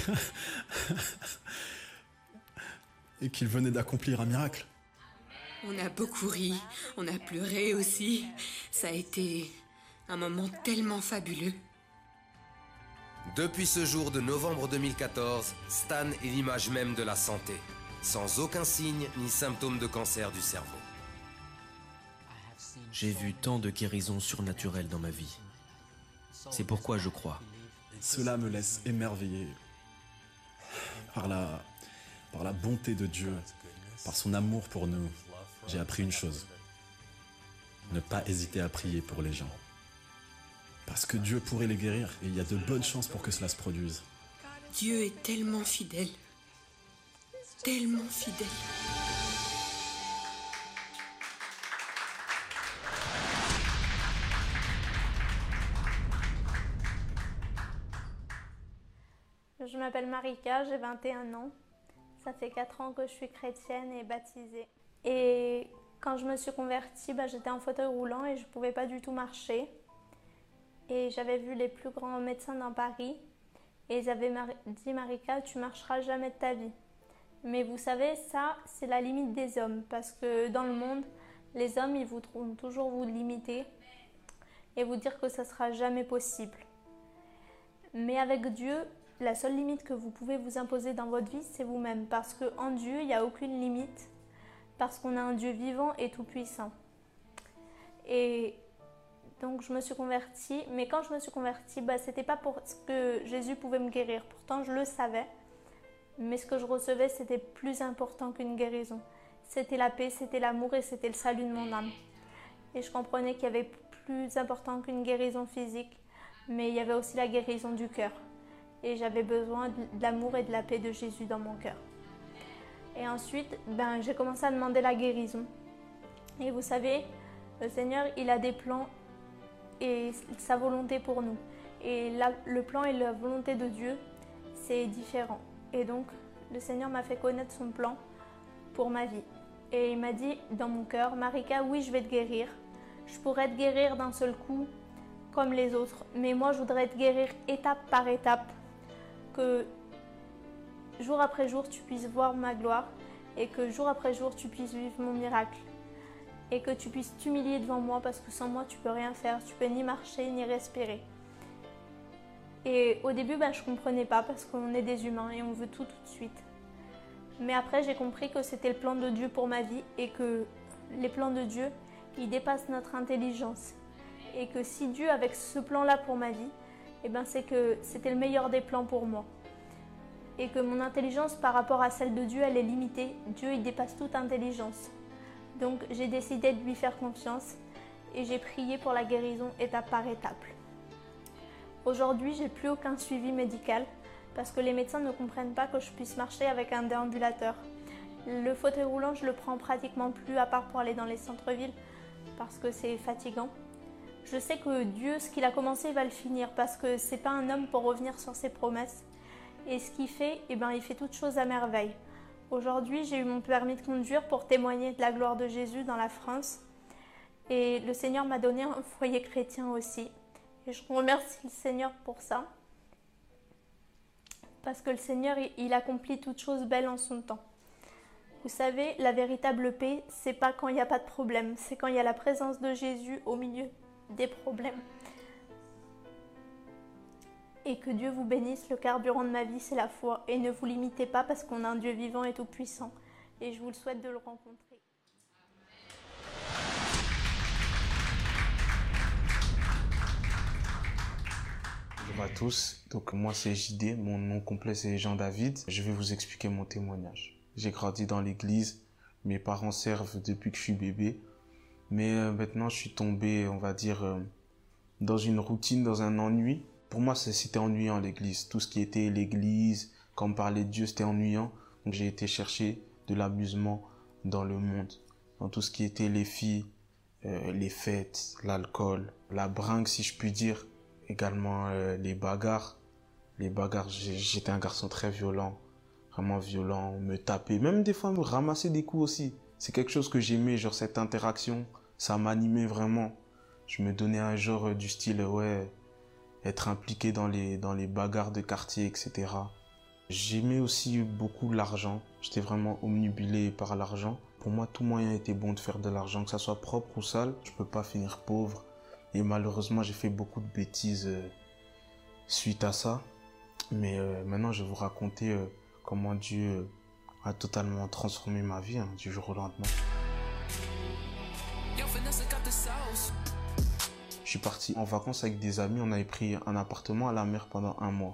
et qu'il venait d'accomplir un miracle. On a beaucoup ri, on a pleuré aussi. Ça a été un moment tellement fabuleux. Depuis ce jour de novembre deux mille quatorze, Stan est l'image même de la santé, sans aucun signe ni symptôme de cancer du cerveau. J'ai vu tant de guérisons surnaturelles dans ma vie. C'est pourquoi je crois. Cela me laisse émerveillé par la, par la bonté de Dieu, par son amour pour nous. J'ai appris une chose, ne pas hésiter à prier pour les gens. Parce que Dieu pourrait les guérir et il y a de bonnes chances pour que cela se produise. Dieu est tellement fidèle, tellement fidèle. Je m'appelle Marika, j'ai vingt et un ans. Ça fait quatre ans que je suis chrétienne et baptisée. Et quand je me suis convertie, bah, j'étais en fauteuil roulant et je ne pouvais pas du tout marcher. Et j'avais vu les plus grands médecins dans Paris. Et ils avaient dit « Marika, tu ne marcheras jamais de ta vie ». Mais vous savez, ça, c'est la limite des hommes. Parce que dans le monde, les hommes, ils voudront toujours vous limiter et vous dire que ça ne sera jamais possible. Mais avec Dieu, la seule limite que vous pouvez vous imposer dans votre vie, c'est vous-même. Parce qu'en Dieu, il n'y a aucune limite. Parce qu'on a un Dieu vivant et tout-puissant. Et donc, je me suis convertie. Mais quand je me suis convertie, bah, ce n'était pas parce que Jésus pouvait me guérir. Pourtant, je le savais. Mais ce que je recevais, c'était plus important qu'une guérison. C'était la paix, c'était l'amour et c'était le salut de mon âme. Et je comprenais qu'il y avait plus important qu'une guérison physique. Mais il y avait aussi la guérison du cœur. Et j'avais besoin de l'amour et de la paix de Jésus dans mon cœur. Et ensuite, ben, j'ai commencé à demander la guérison. Et vous savez, le Seigneur, il a des plans et sa volonté pour nous. Et la, le plan et la volonté de Dieu, c'est différent. Et donc, le Seigneur m'a fait connaître son plan pour ma vie. Et il m'a dit dans mon cœur, Marika, oui, je vais te guérir. Je pourrais te guérir d'un seul coup, comme les autres. Mais moi, je voudrais te guérir étape par étape. Que jour après jour, tu puisses voir ma gloire et que jour après jour, tu puisses vivre mon miracle et que tu puisses t'humilier devant moi parce que sans moi, tu peux rien faire, tu peux ni marcher ni respirer. Et au début, ben, je ne comprenais pas parce qu'on est des humains et on veut tout tout de suite. Mais après, j'ai compris que c'était le plan de Dieu pour ma vie et que les plans de Dieu, ils dépassent notre intelligence. Et que si Dieu, avec ce plan-là pour ma vie, eh ben c'est que c'était le meilleur des plans pour moi. Et que mon intelligence par rapport à celle de Dieu, elle est limitée. Dieu, il dépasse toute intelligence. Donc j'ai décidé de lui faire confiance et j'ai prié pour la guérison étape par étape. Aujourd'hui, j'ai plus aucun suivi médical parce que les médecins ne comprennent pas que je puisse marcher avec un déambulateur. Le fauteuil roulant, je le prends pratiquement plus à part pour aller dans les centres-villes parce que c'est fatigant. Je sais que Dieu, ce qu'il a commencé, il va le finir parce que c'est pas un homme pour revenir sur ses promesses. Et ce qu'il fait, eh ben, il fait toutes choses à merveille. Aujourd'hui, j'ai eu mon permis de conduire pour témoigner de la gloire de Jésus dans la France. Et le Seigneur m'a donné un foyer chrétien aussi. Et je remercie le Seigneur pour ça. Parce que le Seigneur, il accomplit toutes choses belles en son temps. Vous savez, la véritable paix, c'est pas quand il n'y a pas de problème. C'est quand il y a la présence de Jésus au milieu des problèmes. Et que Dieu vous bénisse. Le carburant de ma vie, c'est la foi. Et ne vous limitez pas parce qu'on a un Dieu vivant et tout puissant. Et je vous le souhaite de le rencontrer. Bonjour à tous, donc moi c'est J D, mon nom complet c'est Jean David. Je vais vous expliquer mon témoignage. J'ai grandi dans l'église, mes parents servent depuis que je suis bébé, mais euh, maintenant je suis tombé, on va dire, euh, dans une routine, dans un ennui. Pour moi c'était ennuyant l'église, tout ce qui était l'église, quand on parlait de Dieu c'était ennuyant, donc j'ai été chercher de l'amusement dans le monde, dans tout ce qui était les filles, euh, les fêtes, l'alcool, la bringue si je puis dire. Également euh, les bagarres. Les bagarres, j'étais un garçon très violent, vraiment violent, me taper, même des fois me ramasser des coups aussi. C'est quelque chose que j'aimais, genre cette interaction, ça m'animait vraiment. Je me donnais un genre euh, du style, ouais, être impliqué dans les, dans les bagarres de quartier, et cetera. J'aimais aussi beaucoup l'argent, j'étais vraiment omnibulé par l'argent. Pour moi, tout moyen était bon de faire de l'argent, que ça soit propre ou sale, je peux pas finir pauvre. Et malheureusement, j'ai fait beaucoup de bêtises euh, suite à ça. Mais euh, maintenant, je vais vous raconter euh, comment Dieu euh, a totalement transformé ma vie hein, du jour au lendemain. Je suis parti en vacances avec des amis. On avait pris un appartement à la mer pendant un mois.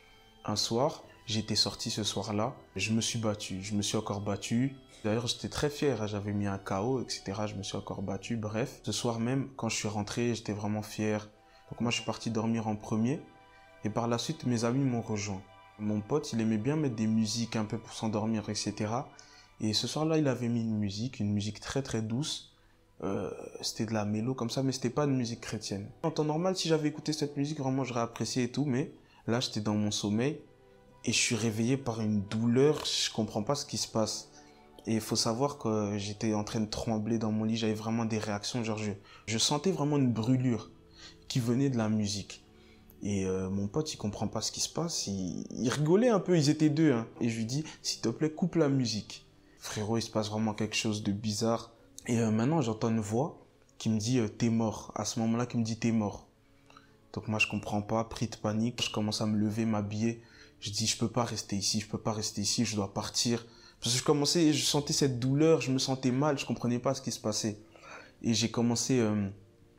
Un soir, j'étais sorti ce soir-là. Je me suis battu. Je me suis encore battu. D'ailleurs, j'étais très fier, j'avais mis un K O, et cetera. Je me suis encore battu, bref. Ce soir même, quand je suis rentré, j'étais vraiment fier. Donc moi, je suis parti dormir en premier. Et par la suite, mes amis m'ont rejoint. Mon pote, il aimait bien mettre des musiques un peu pour s'endormir, et cetera. Et ce soir-là, il avait mis une musique, une musique très très douce. Euh, c'était de la mélo comme ça, mais c'était pas de musique chrétienne. En temps normal, si j'avais écouté cette musique, vraiment, j'aurais apprécié et tout. Mais là, j'étais dans mon sommeil et je suis réveillé par une douleur. Je comprends pas ce qui se passe. Et il faut savoir que j'étais en train de trembler dans mon lit, j'avais vraiment des réactions, genre je, je sentais vraiment une brûlure qui venait de la musique. Et euh, mon pote, il comprend pas ce qui se passe, il, il rigolait un peu, ils étaient deux. Hein. Et je lui dis, s'il te plaît, coupe la musique. Frérot, il se passe vraiment quelque chose de bizarre. Et euh, maintenant, j'entends une voix qui me dit, euh, t'es mort. À ce moment-là, qui me dit, t'es mort. Donc moi, je comprends pas, pris de panique, je commence à me lever, m'habiller. Je dis, je peux pas rester ici, je peux pas rester ici, je dois partir. Parce que je commençais, je sentais cette douleur, je me sentais mal, je comprenais pas ce qui se passait. Et j'ai commencé euh,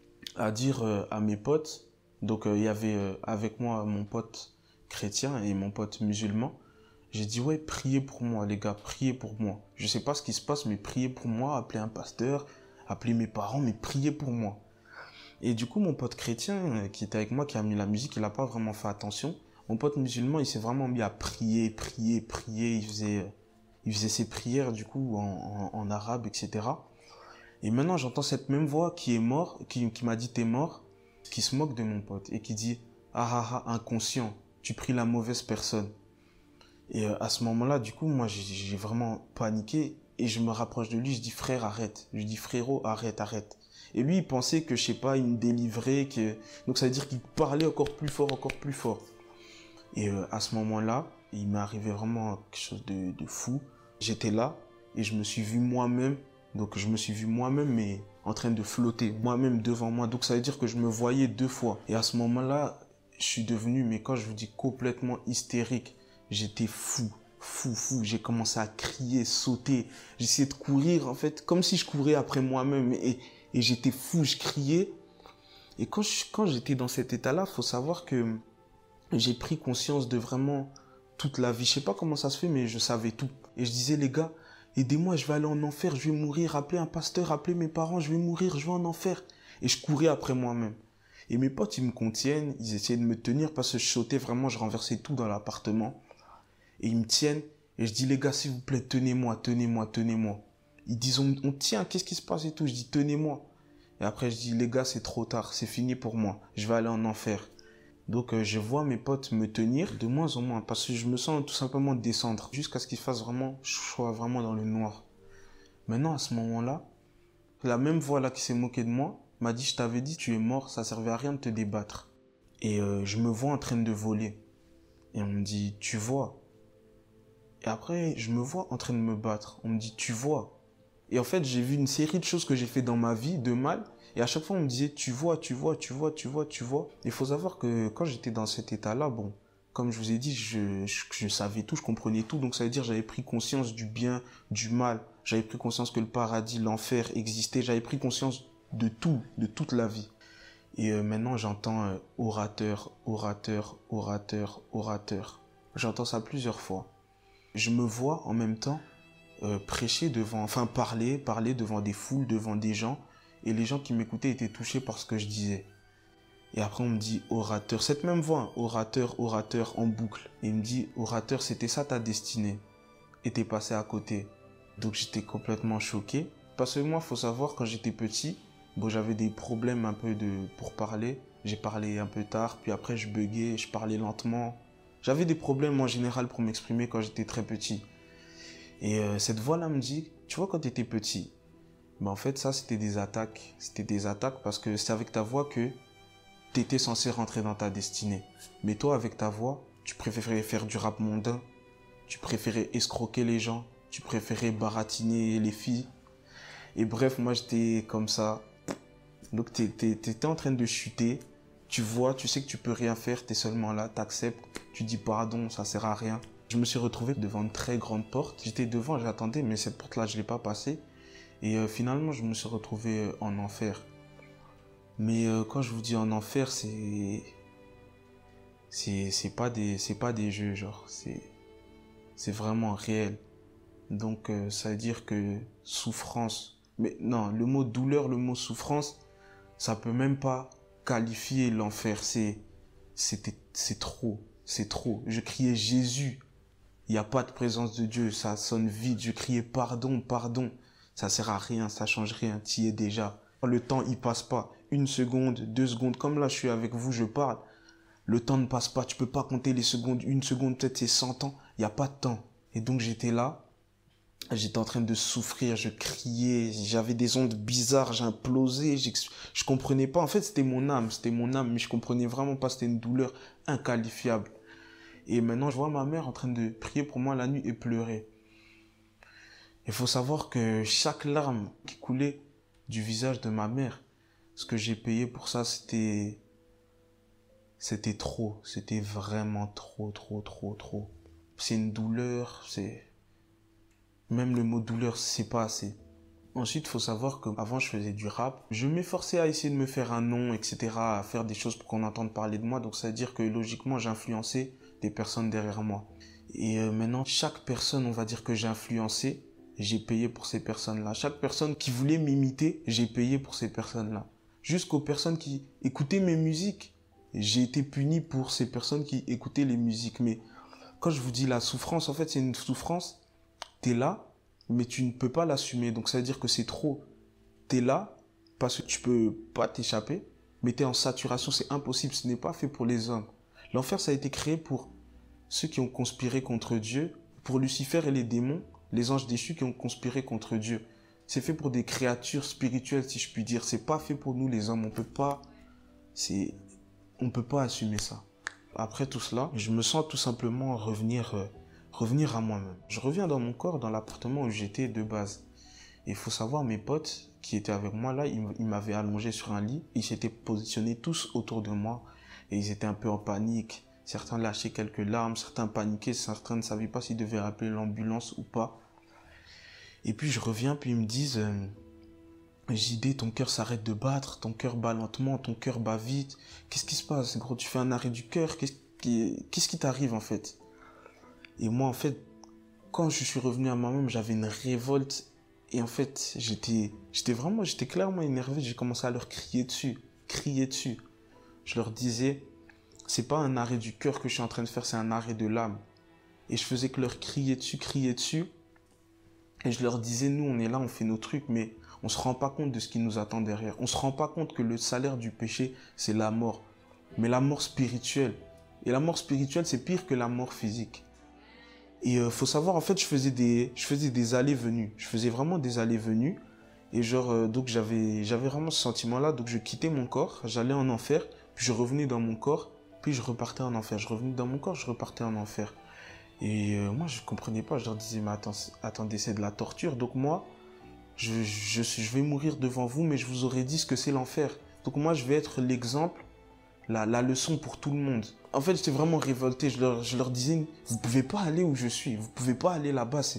à dire euh, à mes potes, donc euh, il y avait euh, avec moi mon pote chrétien et mon pote musulman. J'ai dit ouais, priez pour moi les gars, priez pour moi. Je sais pas ce qui se passe, mais priez pour moi, appelez un pasteur, appelez mes parents, mais priez pour moi. Et du coup mon pote chrétien euh, qui était avec moi, qui a mis la musique, il a pas vraiment fait attention. Mon pote musulman, il s'est vraiment mis à prier, prier, prier, il faisait... Euh, Il faisait ses prières du coup en, en, en arabe, et cetera. Et maintenant j'entends cette même voix qui est mort, qui, qui m'a dit t'es mort, qui se moque de mon pote et qui dit ah ah ah inconscient, tu pries la mauvaise personne. Et euh, à ce moment-là du coup moi j'ai, j'ai vraiment paniqué et je me rapproche de lui, je dis frère arrête, je dis frérot arrête arrête. Et lui il pensait que je sais pas il me délivrait, que donc ça veut dire qu'il parlait encore plus fort, encore plus fort. Et euh, à ce moment-là il m'est arrivé vraiment quelque chose de, de fou. J'étais là et je me suis vu moi-même, donc je me suis vu moi-même mais en train de flotter, moi-même devant moi. Donc ça veut dire que je me voyais deux fois. Et à ce moment-là, je suis devenu, mais quand je vous dis complètement hystérique, j'étais fou, fou, fou. J'ai commencé à crier, sauter, j'essayais de courir en fait, comme si je courais après moi-même et, et j'étais fou, je criais. Et quand, je, quand j'étais dans cet état-là, il faut savoir que j'ai pris conscience de vraiment toute la vie. Je sais pas comment ça se fait, mais je savais tout. Et je disais, les gars, aidez-moi, je vais aller en enfer, je vais mourir. Appelez un pasteur, appelez mes parents, je vais mourir, je vais en enfer. Et je courais après moi-même. Et mes potes, ils me contiennent, ils essayaient de me tenir parce que je sautais vraiment, je renversais tout dans l'appartement. Et ils me tiennent. Et je dis, les gars, s'il vous plaît, tenez-moi, tenez-moi, tenez-moi. Ils disent, on, on tient, qu'est-ce qui se passe et tout. Je dis, tenez-moi. Et après, je dis, les gars, c'est trop tard, c'est fini pour moi. Je vais aller en enfer. Donc euh, je vois mes potes me tenir de moins en moins parce que je me sens tout simplement descendre jusqu'à ce qu'il fasse vraiment, je sois vraiment dans le noir. Maintenant à ce moment-là, la même voix là qui s'est moquée de moi m'a dit je t'avais dit tu es mort, ça servait à rien de te débattre. Et euh, je me vois en train de voler. Et on me dit tu vois. Et après je me vois en train de me battre. On me dit tu vois. Et en fait j'ai vu une série de choses que j'ai fait dans ma vie de mal. Et à chaque fois, on me disait, tu vois, tu vois, tu vois, tu vois, tu vois. Il faut savoir que quand j'étais dans cet état-là, bon, comme je vous ai dit, je, je, je savais tout, je comprenais tout. Donc ça veut dire que j'avais pris conscience du bien, du mal. J'avais pris conscience que le paradis, l'enfer existait. J'avais pris conscience de tout, de toute la vie. Et euh, maintenant, j'entends euh, orateur, orateur, orateur, orateur. J'entends ça plusieurs fois. Je me vois en même temps euh, prêcher devant, enfin parler, parler devant des foules, devant des gens. Et les gens qui m'écoutaient étaient touchés par ce que je disais. Et après, on me dit orateur. Cette même voix, orateur, orateur, en boucle. Et il me dit, orateur, c'était ça ta destinée. Et t'es passé à côté. Donc j'étais complètement choqué. Parce que moi, il faut savoir, quand j'étais petit, bon, j'avais des problèmes un peu de, pour parler. J'ai parlé un peu tard, puis après je buguais, je parlais lentement. J'avais des problèmes en général pour m'exprimer quand j'étais très petit. Et euh, cette voix-là me dit, tu vois, quand tu étais petit, ben en fait, ça, c'était des attaques. C'était des attaques parce que c'est avec ta voix que tu étais censé rentrer dans ta destinée. Mais toi, avec ta voix, tu préférais faire du rap mondain, tu préférais escroquer les gens, tu préférais baratiner les filles. Et bref, moi, j'étais comme ça. Donc, tu étais en train de chuter. Tu vois, tu sais que tu peux rien faire, tu es seulement là, tu acceptes, tu dis pardon, ça sert à rien. Je me suis retrouvé devant une très grande porte. J'étais devant, j'attendais, mais cette porte-là, je ne l'ai pas passée. Et euh, finalement, je me suis retrouvé euh, en enfer. Mais euh, quand je vous dis en enfer, c'est... C'est pas des, c'est pas des jeux, genre. C'est vraiment réel. Donc, euh, ça veut dire que souffrance... Mais non, le mot douleur, le mot souffrance, ça peut même pas qualifier l'enfer. C'est c'est trop, c'est trop. Je criais Jésus. Il n'y a pas de présence de Dieu, ça sonne vide. Je criais pardon, pardon. Ça sert à rien, ça change rien, tu y es déjà. Le temps, il passe pas. Une seconde, deux secondes, comme là je suis avec vous, je parle. Le temps ne passe pas, tu peux pas compter les secondes. Une seconde, peut-être c'est cent ans. Il n'y a pas de temps. Et donc j'étais là, j'étais en train de souffrir, je criais, j'avais des ondes bizarres, j'implosais, je comprenais pas. En fait, c'était mon âme, c'était mon âme, mais je comprenais vraiment pas, c'était une douleur inqualifiable. Et maintenant, je vois ma mère en train de prier pour moi la nuit et pleurer. Il faut savoir que chaque larme qui coulait du visage de ma mère, ce que j'ai payé pour ça, c'était... C'était trop, c'était vraiment trop, trop, trop, trop. C'est une douleur, c'est... Même le mot douleur, c'est pas assez. Ensuite, il faut savoir qu'avant, je faisais du rap. Je m'efforçais à essayer de me faire un nom, et cetera, à faire des choses pour qu'on entende parler de moi. Donc, ça veut dire que logiquement, j'influençais des personnes derrière moi. Et euh, maintenant, chaque personne, on va dire que j'ai influencé, j'ai payé pour ces personnes-là. Chaque personne qui voulait m'imiter, j'ai payé pour ces personnes-là. Jusqu'aux personnes qui écoutaient mes musiques, j'ai été puni pour ces personnes qui écoutaient les musiques. Mais quand je vous dis la souffrance, en fait, c'est une souffrance. T'es là, mais tu ne peux pas l'assumer. Donc, ça veut dire que c'est trop. T'es là parce que tu peux pas t'échapper, mais t'es en saturation. C'est impossible. Ce n'est pas fait pour les hommes. L'enfer, ça a été créé pour ceux qui ont conspiré contre Dieu, pour Lucifer et les démons, les anges déchus qui ont conspiré contre Dieu. C'est fait pour des créatures spirituelles, si je puis dire. C'est pas fait pour nous, les hommes. On peut pas... C'est... On peut pas assumer ça. Après tout cela, je me sens tout simplement revenir... Euh, revenir à moi-même. Je reviens dans mon corps, dans l'appartement où j'étais de base. Et il faut savoir, mes potes qui étaient avec moi là, ils m'avaient allongé sur un lit. Ils s'étaient positionnés tous autour de moi. Et ils étaient un peu en panique. Certains lâchaient quelques larmes, certains paniquaient, certains ne savaient pas s'ils devaient appeler l'ambulance ou pas. Et puis je reviens, puis ils me disent euh, « J D, ton cœur s'arrête de battre, ton cœur bat lentement, ton cœur bat vite. Qu'est-ce qui se passe, gros? Tu fais un arrêt du cœur, qu'est-ce qui, qu'est-ce qui t'arrive en fait ?» Et moi, en fait, quand je suis revenu à moi-même, j'avais une révolte. Et en fait, j'étais j'étais vraiment, j'étais clairement énervé. J'ai commencé à leur crier dessus, crier dessus. Je leur disais, c'est pas un arrêt du cœur que je suis en train de faire, c'est un arrêt de l'âme. Et je faisais que leur crier dessus, crier dessus. Et je leur disais, nous, on est là, on fait nos trucs, mais on se rend pas compte de ce qui nous attend derrière. On se rend pas compte que le salaire du péché, c'est la mort. Mais la mort spirituelle. Et la mort spirituelle, c'est pire que la mort physique. Et il euh, faut savoir, en fait, je faisais des, je faisais des allées-venues. Je faisais vraiment des allées-venues. Et genre, euh, donc j'avais, j'avais vraiment ce sentiment-là. Donc je quittais mon corps, j'allais en enfer, puis je revenais dans mon corps, puis je repartais en enfer. Je revenais dans mon corps, je repartais en enfer. Et euh, moi, je comprenais pas. Je leur disais, mais attends, attendez, c'est de la torture. Donc moi, je, je, je vais mourir devant vous, mais je vous aurais dit ce que c'est l'enfer. Donc moi, je vais être l'exemple, la, la leçon pour tout le monde. En fait, j'étais vraiment révolté. Je leur, je leur disais, vous pouvez pas aller où je suis. Vous pouvez pas aller là-bas.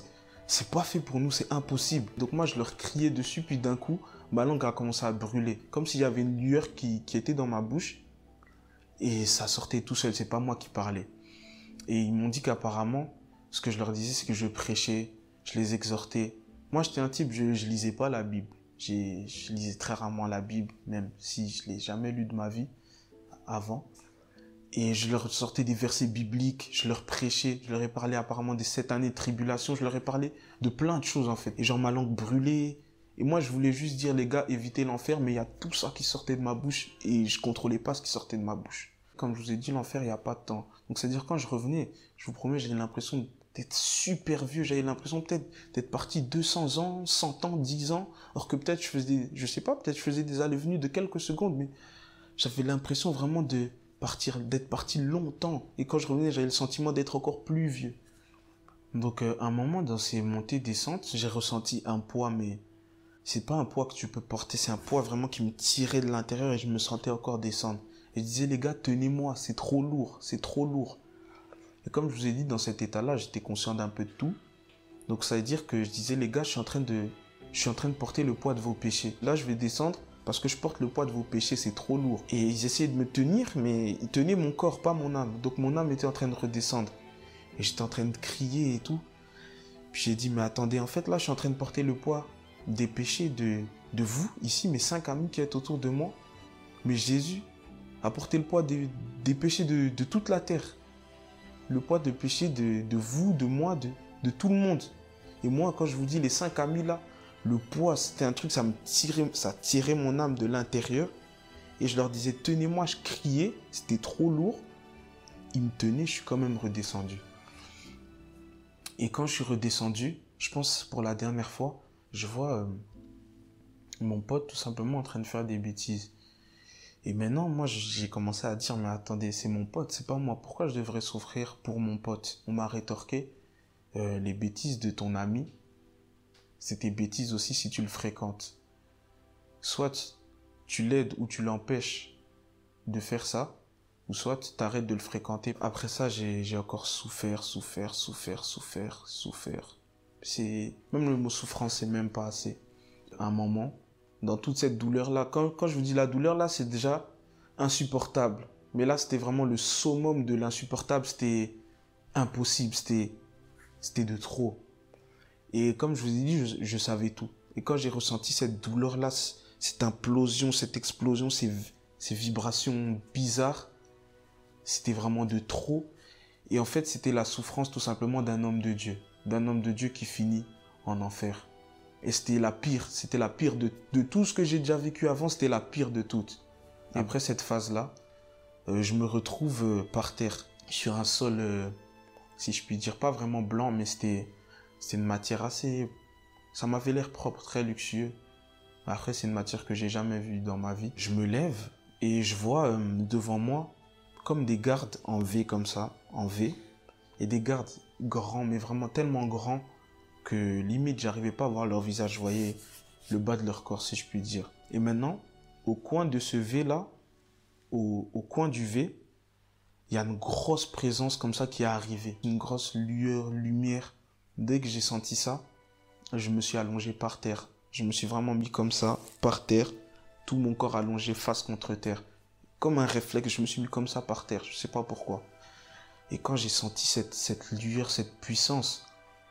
c'est pas fait pour nous, c'est impossible. Donc moi, je leur criais dessus, puis d'un coup, ma langue a commencé à brûler. Comme s'il y avait une lueur qui, qui était dans ma bouche. Et ça sortait tout seul, c'est pas moi qui parlais. Et ils m'ont dit qu'apparemment, ce que je leur disais, c'est que je prêchais, je les exhortais. Moi, j'étais un type, je, je lisais pas la Bible. J'ai, je lisais très rarement la Bible, même si je l'ai jamais lu de ma vie avant. Et je leur sortais des versets bibliques, je leur prêchais, je leur ai parlé apparemment des sept années de tribulation, je leur ai parlé de plein de choses en fait. Et genre ma langue brûlait. Et moi, je voulais juste dire, les gars, évitez l'enfer, mais il y a tout ça qui sortait de ma bouche et je contrôlais pas ce qui sortait de ma bouche. Comme je vous ai dit, l'enfer, il n'y a pas de temps. Donc, c'est-à-dire, quand je revenais, je vous promets, j'avais l'impression d'être super vieux. J'avais l'impression peut-être d'être parti deux cents ans, cent ans, dix ans. Alors que peut-être je faisais, je sais pas, peut-être je faisais des allées-venues de quelques secondes, mais j'avais l'impression vraiment de partir, d'être parti longtemps. Et quand je revenais, j'avais le sentiment d'être encore plus vieux. Donc, euh, à un moment, dans ces montées-descentes, j'ai ressenti un poids, mais c'est pas un poids que tu peux porter, c'est un poids vraiment qui me tirait de l'intérieur et je me sentais encore descendre. Et je disais, les gars, tenez-moi, c'est trop lourd, c'est trop lourd. Et comme je vous ai dit, dans cet état-là, j'étais conscient d'un peu de tout. Donc ça veut dire que je disais, les gars, je suis en train de, je suis en train de porter le poids de vos péchés. Là, je vais descendre parce que je porte le poids de vos péchés, c'est trop lourd. Et ils essayaient de me tenir, mais ils tenaient mon corps, pas mon âme. Donc mon âme était en train de redescendre. Et j'étais en train de crier et tout. Puis j'ai dit, mais attendez, en fait, là, je suis en train de porter le poids des péchés de, de vous, ici, mes cinq amis qui êtes autour de moi. Mais Jésus a porté le poids des, des péchés de, de toute la terre. Le poids des péchés de, de vous, de moi, de, de tout le monde. Et moi, quand je vous dis les cinq amis là, le poids, c'était un truc, ça me tirait, ça tirait mon âme de l'intérieur. Et je leur disais, tenez-moi, je criais, c'était trop lourd. Ils me tenaient, je suis quand même redescendu. Et quand je suis redescendu, je pense pour la dernière fois, je vois euh, mon pote tout simplement en train de faire des bêtises. Et maintenant, moi, j'ai commencé à dire, mais attendez, c'est mon pote, c'est pas moi. Pourquoi je devrais souffrir pour mon pote? On m'a rétorqué, euh, les bêtises de ton ami, c'est tes bêtises aussi si tu le fréquentes. Soit tu l'aides ou tu l'empêches de faire ça, ou soit tu arrêtes de le fréquenter. Après ça, j'ai, j'ai encore souffert, souffert, souffert, souffert, souffert. C'est, même le mot souffrance, c'est même pas assez. À un moment, dans toute cette douleur-là, quand, quand je vous dis la douleur, là, c'est déjà insupportable. Mais là, c'était vraiment le summum de l'insupportable. C'était impossible, c'était, c'était de trop. Et comme je vous ai dit, je, je savais tout. Et quand j'ai ressenti cette douleur-là, cette implosion, cette explosion, ces, ces vibrations bizarres, c'était vraiment de trop. Et en fait, c'était la souffrance tout simplement d'un homme de Dieu. D'un homme de Dieu qui finit en enfer. Et c'était la pire, c'était la pire de, de tout ce que j'ai déjà vécu avant, c'était la pire de toutes. Et après cette phase-là, euh, je me retrouve euh, par terre, sur un sol, euh, si je puis dire, pas vraiment blanc, mais c'était, c'était une matière assez... Ça m'avait l'air propre, très luxueux. Après, c'est une matière que j'ai jamais vue dans ma vie. Je me lève et je vois euh, devant moi comme des gardes en V comme ça, en V. Et des gardes grands, mais vraiment tellement grands que limite, j'arrivais pas à voir leur visage. Je voyais le bas de leur corps, si je puis dire. Et maintenant, au coin de ce V-là, au, au coin du V, il y a une grosse présence comme ça qui est arrivée. Une grosse lueur, lumière. Dès que j'ai senti ça, je me suis allongé par terre. Je me suis vraiment mis comme ça, par terre, tout mon corps allongé face contre terre. Comme un réflexe, je me suis mis comme ça par terre, je sais pas pourquoi. Et quand j'ai senti cette, cette lueur, cette puissance,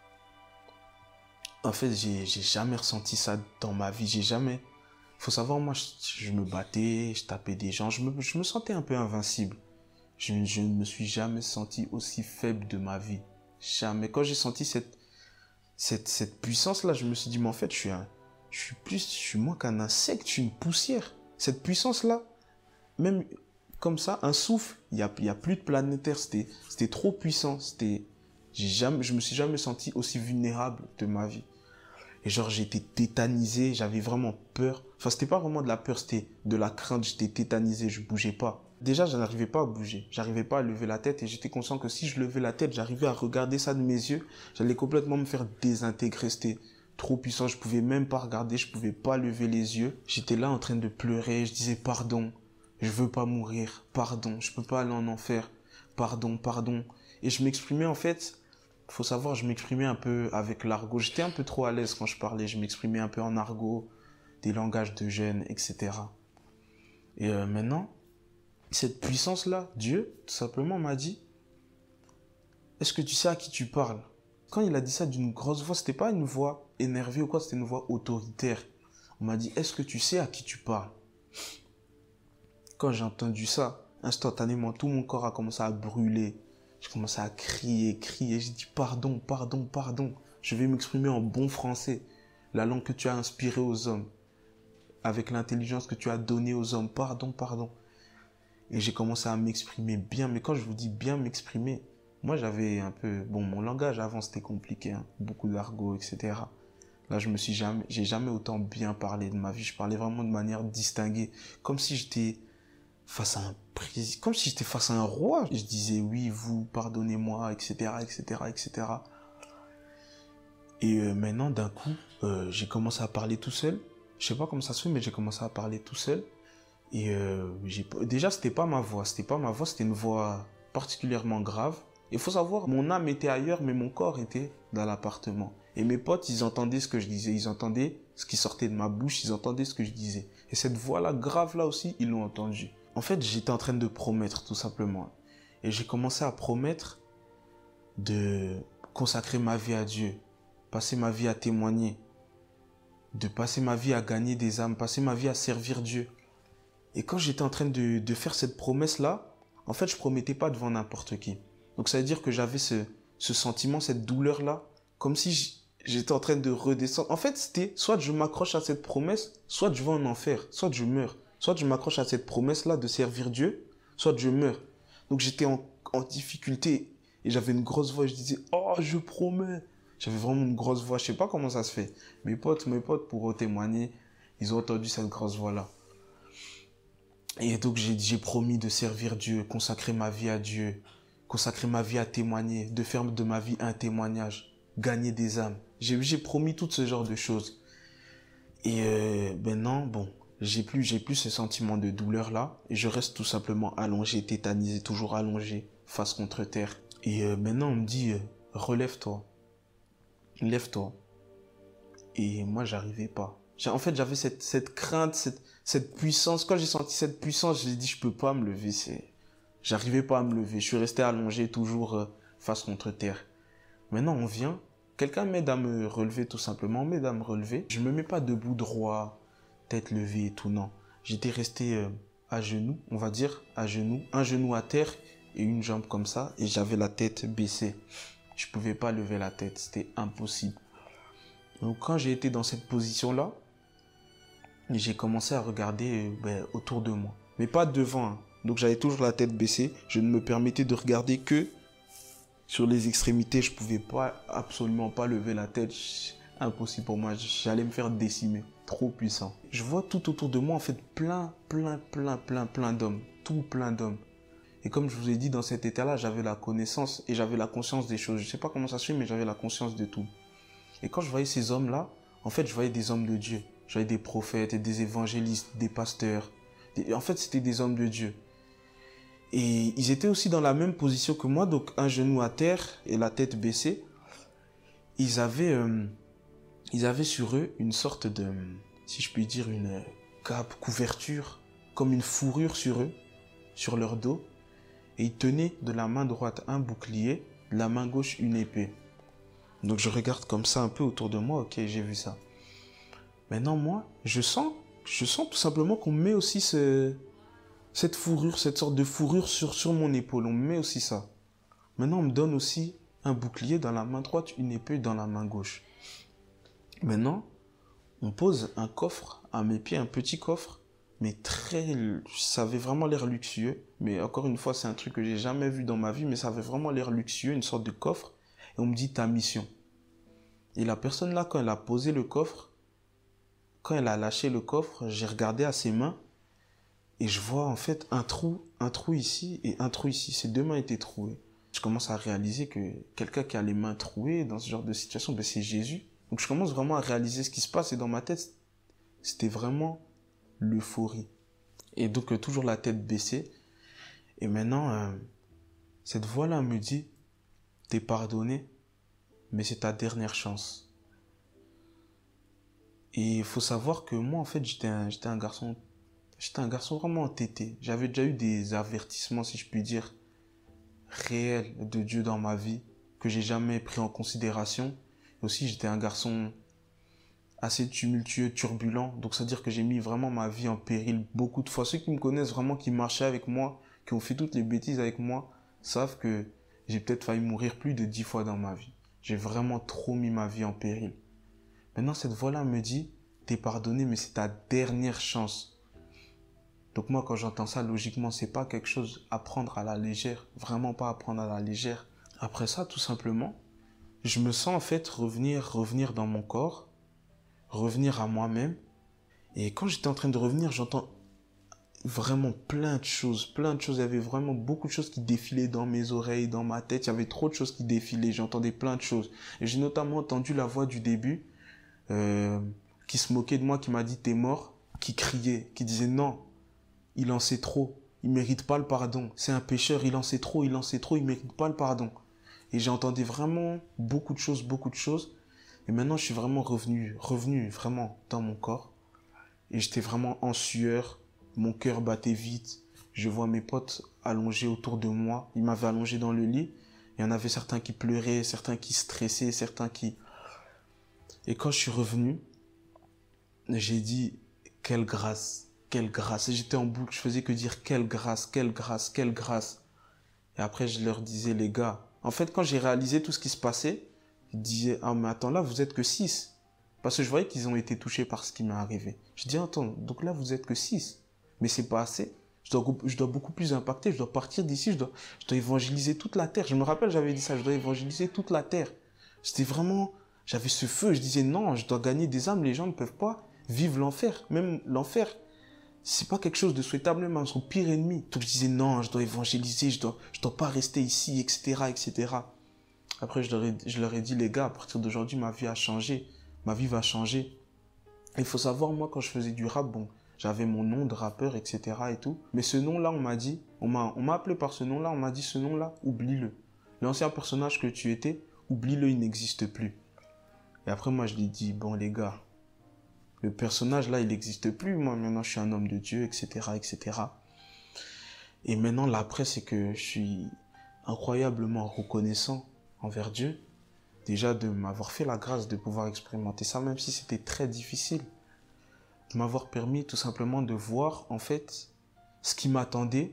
en fait, j'ai, j'ai jamais ressenti ça dans ma vie, j'ai jamais... Faut savoir, moi, je, je me battais, je tapais des gens, je me, je me sentais un peu invincible. Je, je ne me suis jamais senti aussi faible de ma vie. Jamais. Quand j'ai senti cette, cette, cette puissance-là, je me suis dit, mais en fait, je suis, un, je suis plus, je suis moins qu'un insecte, je suis une poussière. Cette puissance-là, même comme ça, un souffle, il n'y a, y a plus de planétaire, c'était, c'était trop puissant. C'était, j'ai jamais, je me suis jamais senti aussi vulnérable de ma vie. Et genre, j'étais tétanisé, j'avais vraiment peur. Enfin, c'était pas vraiment de la peur, c'était de la crainte, j'étais tétanisé, je bougeais pas. Déjà, je n'arrivais pas à bouger, j'arrivais pas à lever la tête et j'étais conscient que si je levais la tête, j'arrivais à regarder ça de mes yeux, j'allais complètement me faire désintégrer, c'était trop puissant, je pouvais même pas regarder, je pouvais pas lever les yeux. J'étais là en train de pleurer, je disais pardon, je veux pas mourir, pardon, je peux pas aller en enfer, pardon, pardon. Et je m'exprimais en fait faut savoir, je m'exprimais un peu avec l'argot. J'étais un peu trop à l'aise quand je parlais. Je m'exprimais un peu en argot, des langages de jeunes, et cetera. Et euh, maintenant, cette puissance-là, Dieu, tout simplement, m'a dit, est-ce que tu sais à qui tu parles? Quand il a dit ça d'une grosse voix, c'était pas une voix énervée ou quoi, c'était une voix autoritaire. On m'a dit, est-ce que tu sais à qui tu parles? Quand j'ai entendu ça, instantanément, tout mon corps a commencé à brûler. J'ai commencé à crier, crier. J'ai dit, pardon, pardon, pardon. Je vais m'exprimer en bon français. La langue que tu as inspirée aux hommes. Avec l'intelligence que tu as donnée aux hommes. Pardon, pardon. Et j'ai commencé à m'exprimer bien. Mais quand je vous dis bien m'exprimer, moi j'avais un peu... Bon, mon langage avant c'était compliqué. Hein, beaucoup d'argot, et cetera. Là, je me suis jamais... J'ai jamais autant bien parlé de ma vie. Je parlais vraiment de manière distinguée. Comme si j'étais face à un président. Comme si j'étais face à un roi. Je disais oui, vous, pardonnez-moi, et cetera, et cetera, et cetera. Et euh, maintenant, d'un coup, euh, j'ai commencé à parler tout seul. Je sais pas comment ça se fait, mais j'ai commencé à parler tout seul. Et euh, j'ai... déjà, c'était pas ma voix. C'était pas ma voix, c'était une voix particulièrement grave. Il faut savoir, mon âme était ailleurs, mais mon corps était dans l'appartement. Et mes potes, ils entendaient ce que je disais. Ils entendaient ce qui sortait de ma bouche. Ils entendaient ce que je disais. Et cette voix-là, grave-là aussi, ils l'ont entendu. En fait, j'étais en train de promettre, tout simplement. Et j'ai commencé à promettre de consacrer ma vie à Dieu. Passer ma vie à témoigner. De passer ma vie à gagner des âmes. Passer ma vie à servir Dieu. Et quand j'étais en train de, de faire cette promesse-là, en fait, je promettais pas devant n'importe qui. Donc ça veut dire que j'avais ce, ce sentiment, cette douleur-là, comme si j'étais en train de redescendre. En fait, c'était soit je m'accroche à cette promesse, soit je vais en enfer, soit je meurs. Soit je m'accroche à cette promesse-là de servir Dieu, soit je meurs. Donc j'étais en, en difficulté et j'avais une grosse voix et je disais « Oh, je promets !» J'avais vraiment une grosse voix, je sais pas comment ça se fait. Mes potes, mes potes pourront témoigner, ils ont entendu cette grosse voix-là. Et donc j'ai, j'ai promis de servir Dieu, consacrer ma vie à Dieu, consacrer ma vie à témoigner, de faire de ma vie un témoignage, gagner des âmes. J'ai, j'ai promis tout ce genre de choses. Et euh, maintenant, bon, j'ai plus, j'ai plus ce sentiment de douleur-là. Et je reste tout simplement allongé, tétanisé, toujours allongé, face contre terre. Et euh, maintenant, on me dit, euh, relève-toi, lève-toi. Et moi, j'arrivais pas. En fait, j'avais cette, cette crainte, cette, cette puissance. Quand j'ai senti cette puissance, j'ai dit, je peux pas me lever. C'est... J'arrivais pas à me lever. Je suis resté allongé, toujours euh, face contre terre. Maintenant, on vient. Quelqu'un m'aide à me relever, tout simplement. On m'aide à me relever. Je me mets pas debout droit, tête levée et tout, non. J'étais resté euh, à genoux, on va dire, à genoux. Un genou à terre et une jambe comme ça. Et j'avais la tête baissée. Je pouvais pas lever la tête. C'était impossible. Donc, quand j'ai été dans cette position-là, j'ai commencé à regarder ben, autour de moi. Mais pas devant. Hein. Donc j'avais toujours la tête baissée. Je ne me permettais de regarder que sur les extrémités. Je ne pouvais pas, absolument pas lever la tête. Impossible pour moi. J'allais me faire décimer. Trop puissant. Je vois tout autour de moi en fait plein, plein, plein, plein, plein d'hommes. Tout plein d'hommes. Et comme je vous ai dit, dans cet état-là, j'avais la connaissance et j'avais la conscience des choses. Je ne sais pas comment ça se fait, mais j'avais la conscience de tout. Et quand je voyais ces hommes-là, en fait, je voyais des hommes de Dieu. Je voyais des prophètes, des évangélistes, des pasteurs. Des... En fait, c'était des hommes de Dieu. Et ils étaient aussi dans la même position que moi, donc un genou à terre et la tête baissée. Ils avaient, euh, ils avaient sur eux une sorte de, si je puis dire, une cape, couverture, comme une fourrure sur eux, sur leur dos. Et ils tenaient de la main droite un bouclier, de la main gauche une épée. Donc je regarde comme ça un peu autour de moi, ok, j'ai vu ça. Maintenant, moi, je sens, je sens tout simplement qu'on met aussi ce, cette fourrure, cette sorte de fourrure sur, sur mon épaule. On met aussi ça. Maintenant, on me donne aussi un bouclier dans la main droite, une épée dans la main gauche. Maintenant, on pose un coffre à mes pieds, un petit coffre, mais très... Ça avait vraiment l'air luxueux. Mais encore une fois, c'est un truc que j'ai jamais vu dans ma vie, mais ça avait vraiment l'air luxueux, une sorte de coffre. Et on me dit ta mission. Et la personne là, quand elle a posé le coffre, quand elle a lâché le coffre, j'ai regardé à ses mains et je vois en fait un trou, un trou ici et un trou ici. Ses deux mains étaient trouées. Je commence à réaliser que quelqu'un qui a les mains trouées dans ce genre de situation, ben c'est Jésus. Donc je commence vraiment à réaliser ce qui se passe et dans ma tête, c'était vraiment l'euphorie. Et donc euh, toujours la tête baissée. Et maintenant, euh, cette voix-là me dit, t'es pardonné, mais c'est ta dernière chance. Et il faut savoir que moi, en fait, j'étais un, j'étais un garçon, j'étais un garçon vraiment entêté. J'avais déjà eu des avertissements, si je puis dire, réels de Dieu dans ma vie, que j'ai jamais pris en considération. Et aussi, j'étais un garçon assez tumultueux, turbulent. Donc, c'est-à-dire que j'ai mis vraiment ma vie en péril beaucoup de fois. Ceux qui me connaissent vraiment, qui marchaient avec moi, qui ont fait toutes les bêtises avec moi, savent que j'ai peut-être failli mourir plus de dix fois dans ma vie. J'ai vraiment trop mis ma vie en péril. Maintenant, cette voix-là me dit, t'es pardonné, mais c'est ta dernière chance. Donc moi, quand j'entends ça, logiquement, c'est pas quelque chose à prendre à la légère. Vraiment pas à prendre à la légère. Après ça, tout simplement, je me sens en fait revenir, revenir dans mon corps, revenir à moi-même. Et quand j'étais en train de revenir, j'entends vraiment plein de choses, plein de choses. Il y avait vraiment beaucoup de choses qui défilaient dans mes oreilles, dans ma tête. Il y avait trop de choses qui défilaient. J'entendais plein de choses. Et j'ai notamment entendu la voix du début, euh, qui se moquait de moi, qui m'a dit t'es mort, qui criait, qui disait non, il en sait trop, il mérite pas le pardon. C'est un pécheur, il en sait trop, il en sait trop, il mérite pas le pardon. Et j'ai entendu vraiment beaucoup de choses, beaucoup de choses. Et maintenant, je suis vraiment revenu, revenu vraiment dans mon corps. Et j'étais vraiment en sueur. Mon cœur battait vite. Je vois mes potes allongés autour de moi. Ils m'avaient allongé dans le lit. Il y en avait certains qui pleuraient, certains qui stressaient, certains qui... Et quand je suis revenu, j'ai dit, quelle grâce, quelle grâce. Et j'étais en boucle, je faisais que dire, quelle grâce, quelle grâce, quelle grâce. Et après, je leur disais, les gars, en fait, quand j'ai réalisé tout ce qui se passait, je disais, ah mais attends, là, vous êtes que six. Parce que je voyais qu'ils ont été touchés par ce qui m'est arrivé. Je dis, attends, donc là, vous êtes que six. Mais c'est pas assez. Je dois, je dois beaucoup plus impacter. Je dois partir d'ici. Je dois, je dois évangéliser toute la terre. Je me rappelle, j'avais dit ça. Je dois évangéliser toute la terre. C'était vraiment... J'avais ce feu. Je disais, non, je dois gagner des âmes. Les gens ne peuvent pas vivre l'enfer. Même l'enfer, c'est pas quelque chose de souhaitable. Même à son pire ennemi. Donc je disais, non, je dois évangéliser. Je dois, je dois pas rester ici, et cetera, et cetera. Après, je leur ai, je leur ai dit, les gars, à partir d'aujourd'hui, ma vie a changé. Ma vie va changer. Il faut savoir, moi, quand je faisais du rap, bon... J'avais mon nom de rappeur, et cetera et tout. Mais ce nom-là, on m'a dit, on m'a, on m'a appelé par ce nom-là, on m'a dit, ce nom-là, oublie-le. L'ancien personnage que tu étais, oublie-le, il n'existe plus. Et après, moi, je lui ai dit, bon, les gars, le personnage là, il n'existe plus. Moi, maintenant, je suis un homme de Dieu, et cetera, et cetera. Et maintenant, l'après, c'est que je suis incroyablement reconnaissant envers Dieu. Déjà, de m'avoir fait la grâce de pouvoir expérimenter ça, même si c'était très difficile. De m'avoir permis tout simplement de voir en fait ce qui m'attendait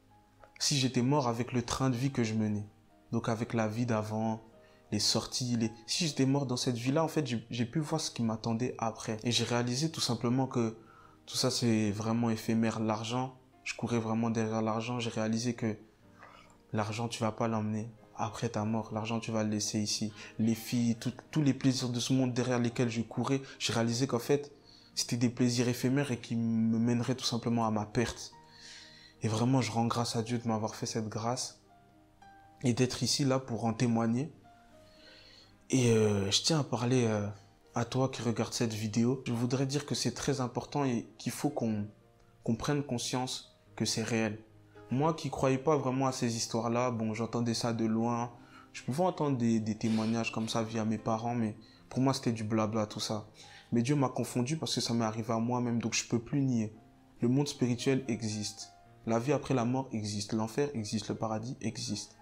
si j'étais mort avec le train de vie que je menais. Donc avec la vie d'avant, les sorties, les... si j'étais mort dans cette vie-là, en fait, j'ai, j'ai pu voir ce qui m'attendait après. Et j'ai réalisé tout simplement que tout ça c'est vraiment éphémère. L'argent, je courais vraiment derrière l'argent. J'ai réalisé que l'argent, tu vas pas l'emmener après ta mort. L'argent, tu vas le laisser ici. Les filles, tout, tous les plaisirs de ce monde derrière lesquels je courais, j'ai réalisé qu'en fait, c'était des plaisirs éphémères et qui me mèneraient tout simplement à ma perte. Et vraiment, je rends grâce à Dieu de m'avoir fait cette grâce et d'être ici, là, pour en témoigner. Et euh, je tiens à parler euh, à toi qui regarde cette vidéo. Je voudrais dire que c'est très important et qu'il faut qu'on qu'on prenne conscience que c'est réel. Moi qui ne croyais pas vraiment à ces histoires-là, bon, j'entendais ça de loin. Je pouvais entendre des, des témoignages comme ça via mes parents, mais pour moi, c'était du blabla, tout ça. Mais Dieu m'a confondu parce que ça m'est arrivé à moi-même, donc je ne peux plus nier. Le monde spirituel existe. La vie après la mort existe. L'enfer existe. Le paradis existe.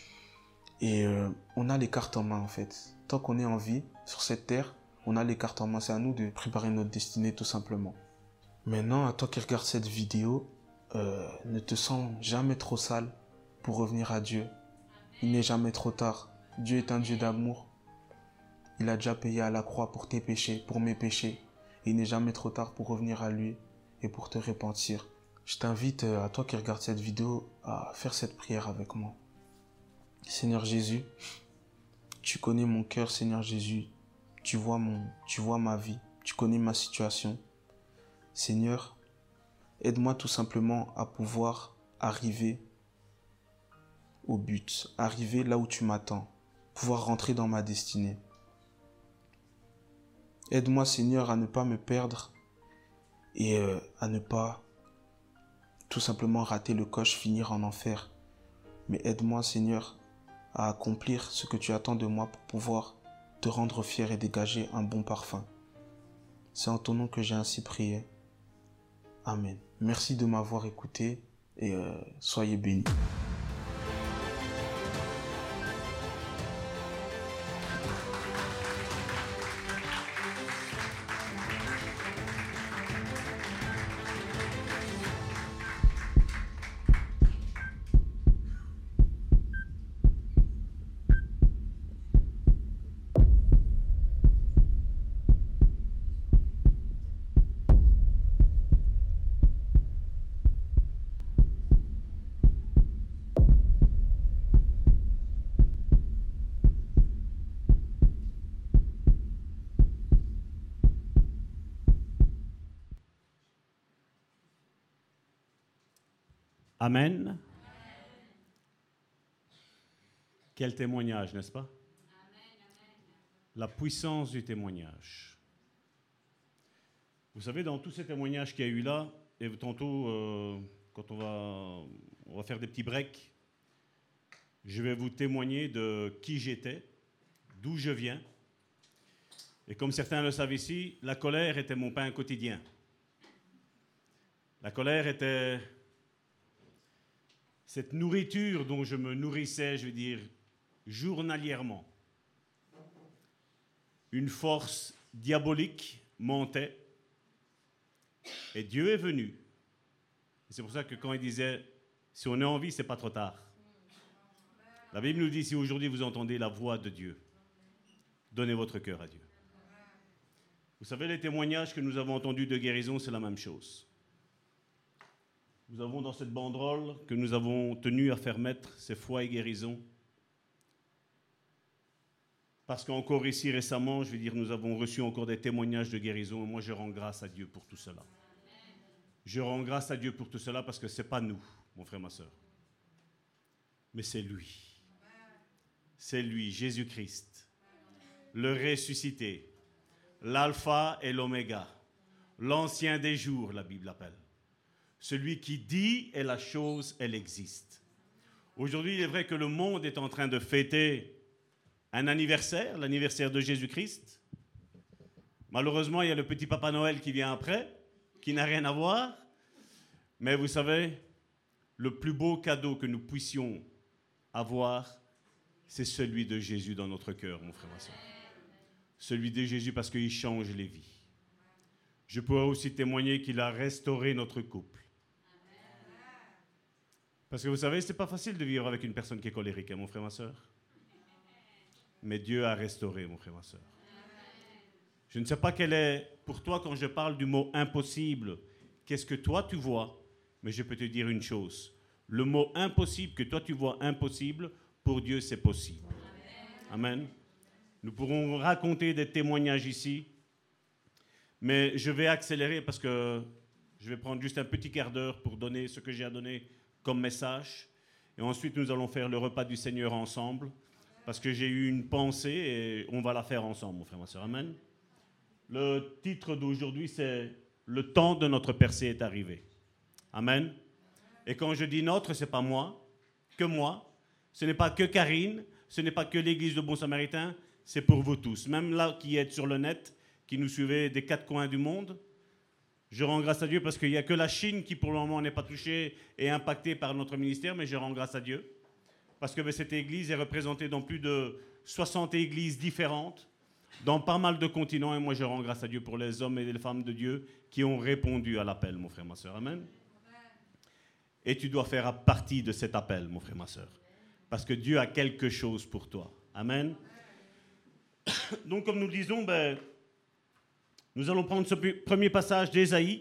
Et euh, on a les cartes en main, en fait. Tant qu'on est en vie, sur cette terre, on a les cartes en main. C'est à nous de préparer notre destinée, tout simplement. Maintenant, à toi qui regardes cette vidéo, euh, ne te sens jamais trop sale pour revenir à Dieu. Il n'est jamais trop tard. Dieu est un Dieu d'amour. Il a déjà payé à la croix pour tes péchés, pour mes péchés. Et il n'est jamais trop tard pour revenir à lui et pour te repentir. Je t'invite, à toi qui regardes cette vidéo, à faire cette prière avec moi. Seigneur Jésus, tu connais mon cœur, Seigneur Jésus. Tu vois, mon, tu vois ma vie, tu connais ma situation. Seigneur, aide-moi tout simplement à pouvoir arriver au but, arriver là où tu m'attends, pouvoir rentrer dans ma destinée. Aide-moi, Seigneur, à ne pas me perdre et euh, à ne pas tout simplement rater le coche, finir en enfer. Mais aide-moi, Seigneur, à accomplir ce que tu attends de moi pour pouvoir te rendre fier et dégager un bon parfum. C'est en ton nom que j'ai ainsi prié. Amen. Merci de m'avoir écouté et euh, soyez bénis. Amen. Quel témoignage, n'est-ce pas? La puissance du témoignage. Vous savez, dans tous ces témoignages qu'il y a eu là, et tantôt, euh, quand on va, on va faire des petits breaks, je vais vous témoigner de qui j'étais, d'où je viens. Et comme certains le savent ici, la colère était mon pain quotidien. La colère était cette nourriture dont je me nourrissais, je veux dire, journalièrement. Une force diabolique montait et Dieu est venu. Et c'est pour ça que quand il disait, si on est en vie, c'est pas trop tard. La Bible nous dit, si aujourd'hui vous entendez la voix de Dieu, donnez votre cœur à Dieu. Vous savez, les témoignages que nous avons entendus de guérison, c'est la même chose. Nous avons dans cette banderole que nous avons tenu à faire mettre, c'est foi et guérison. Parce qu'encore ici récemment, je veux dire, nous avons reçu encore des témoignages de guérison. Et moi, je rends grâce à Dieu pour tout cela. Je rends grâce à Dieu pour tout cela parce que ce n'est pas nous, mon frère, ma soeur. Mais c'est lui. C'est lui, Jésus-Christ, le ressuscité, l'alpha et l'oméga, l'ancien des jours, la Bible l'appelle. Celui qui dit et la chose, elle existe. Aujourd'hui, il est vrai que le monde est en train de fêter un anniversaire, l'anniversaire de Jésus-Christ. Malheureusement, il y a le petit Papa Noël qui vient après, qui n'a rien à voir. Mais vous savez, le plus beau cadeau que nous puissions avoir, c'est celui de Jésus dans notre cœur, mon frère, ma soeur. Celui de Jésus parce qu'il change les vies. Je pourrais aussi témoigner qu'il a restauré notre couple. Parce que vous savez, ce n'est pas facile de vivre avec une personne qui est colérique, hein, mon frère, ma soeur. Mais Dieu a restauré, mon frère, ma soeur. Je ne sais pas quel est, pour toi, quand je parle du mot impossible, qu'est-ce que toi tu vois, mais je peux te dire une chose. Le mot impossible, que toi tu vois impossible, pour Dieu c'est possible. Amen. Nous pourrons raconter des témoignages ici, mais je vais accélérer parce que je vais prendre juste un petit quart d'heure pour donner ce que j'ai à donner comme message. Et ensuite, nous allons faire le repas du Seigneur ensemble, parce que j'ai eu une pensée et on va la faire ensemble, mon frère, ma soeur. Amen. Le titre d'aujourd'hui, c'est « Le temps de notre percée est arrivé ». Amen. Et quand je dis « notre », ce n'est pas moi, que moi. Ce n'est pas que Karine, ce n'est pas que l'Église de Bon Samaritain, c'est pour vous tous. Même là qui êtes sur le net, qui nous suivez des quatre coins du monde, je rends grâce à Dieu parce qu'il n'y a que la Chine qui pour le moment n'est pas touchée et impactée par notre ministère, mais je rends grâce à Dieu. Parce que cette église est représentée dans plus de soixante églises différentes, dans pas mal de continents, et moi je rends grâce à Dieu pour les hommes et les femmes de Dieu qui ont répondu à l'appel, mon frère, ma soeur. Amen. Et tu dois faire partie de cet appel, mon frère, ma soeur. Parce que Dieu a quelque chose pour toi. Amen. Donc comme nous le disons, ben, nous allons prendre ce premier passage d'Ésaïe.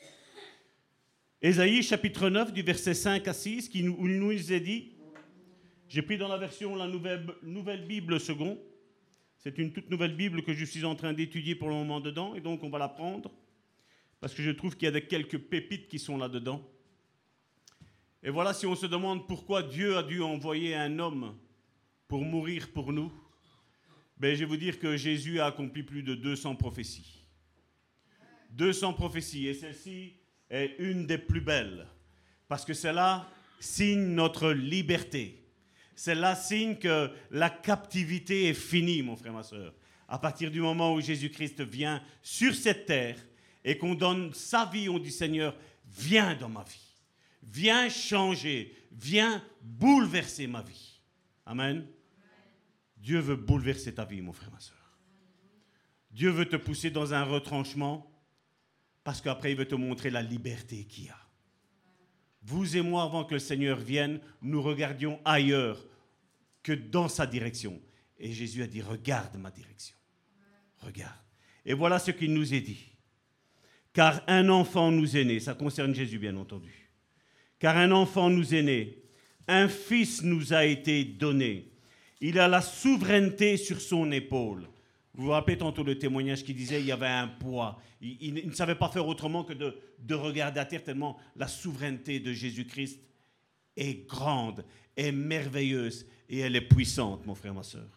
Ésaïe, chapitre neuf, du verset cinq à six, qui nous, où il nous est dit, j'ai pris dans la version la nouvelle, nouvelle Bible second. C'est une toute nouvelle Bible que je suis en train d'étudier pour le moment dedans, et donc on va la prendre, parce que je trouve qu'il y a des quelques pépites qui sont là-dedans. Et voilà, si on se demande pourquoi Dieu a dû envoyer un homme pour mourir pour nous, ben, je vais vous dire que Jésus a accompli plus de deux cents prophéties. deux cents prophéties, et celle-ci est une des plus belles, parce que cela signe notre liberté. c'est là signe que la captivité est finie, mon frère, ma soeur. À partir du moment où Jésus-Christ vient sur cette terre et qu'on donne sa vie, on dit Seigneur, viens dans ma vie. Viens changer, viens bouleverser ma vie. Amen. Dieu veut bouleverser ta vie, mon frère, ma soeur. Dieu veut te pousser dans un retranchement parce qu'après, il veut te montrer la liberté qu'il y a. Vous et moi, avant que le Seigneur vienne, nous regardions ailleurs que dans sa direction. Et Jésus a dit, regarde ma direction. Regarde. Et voilà ce qu'il nous est dit. Car un enfant nous est né, ça concerne Jésus bien entendu. Car un enfant nous est né, un fils nous a été donné. Il a la souveraineté sur son épaule. Vous vous rappelez tantôt le témoignage qui disait qu'il y avait un poids. Il, il, il ne savait pas faire autrement que de, de regarder à terre tellement la souveraineté de Jésus-Christ est grande, est merveilleuse et elle est puissante, mon frère, ma soeur.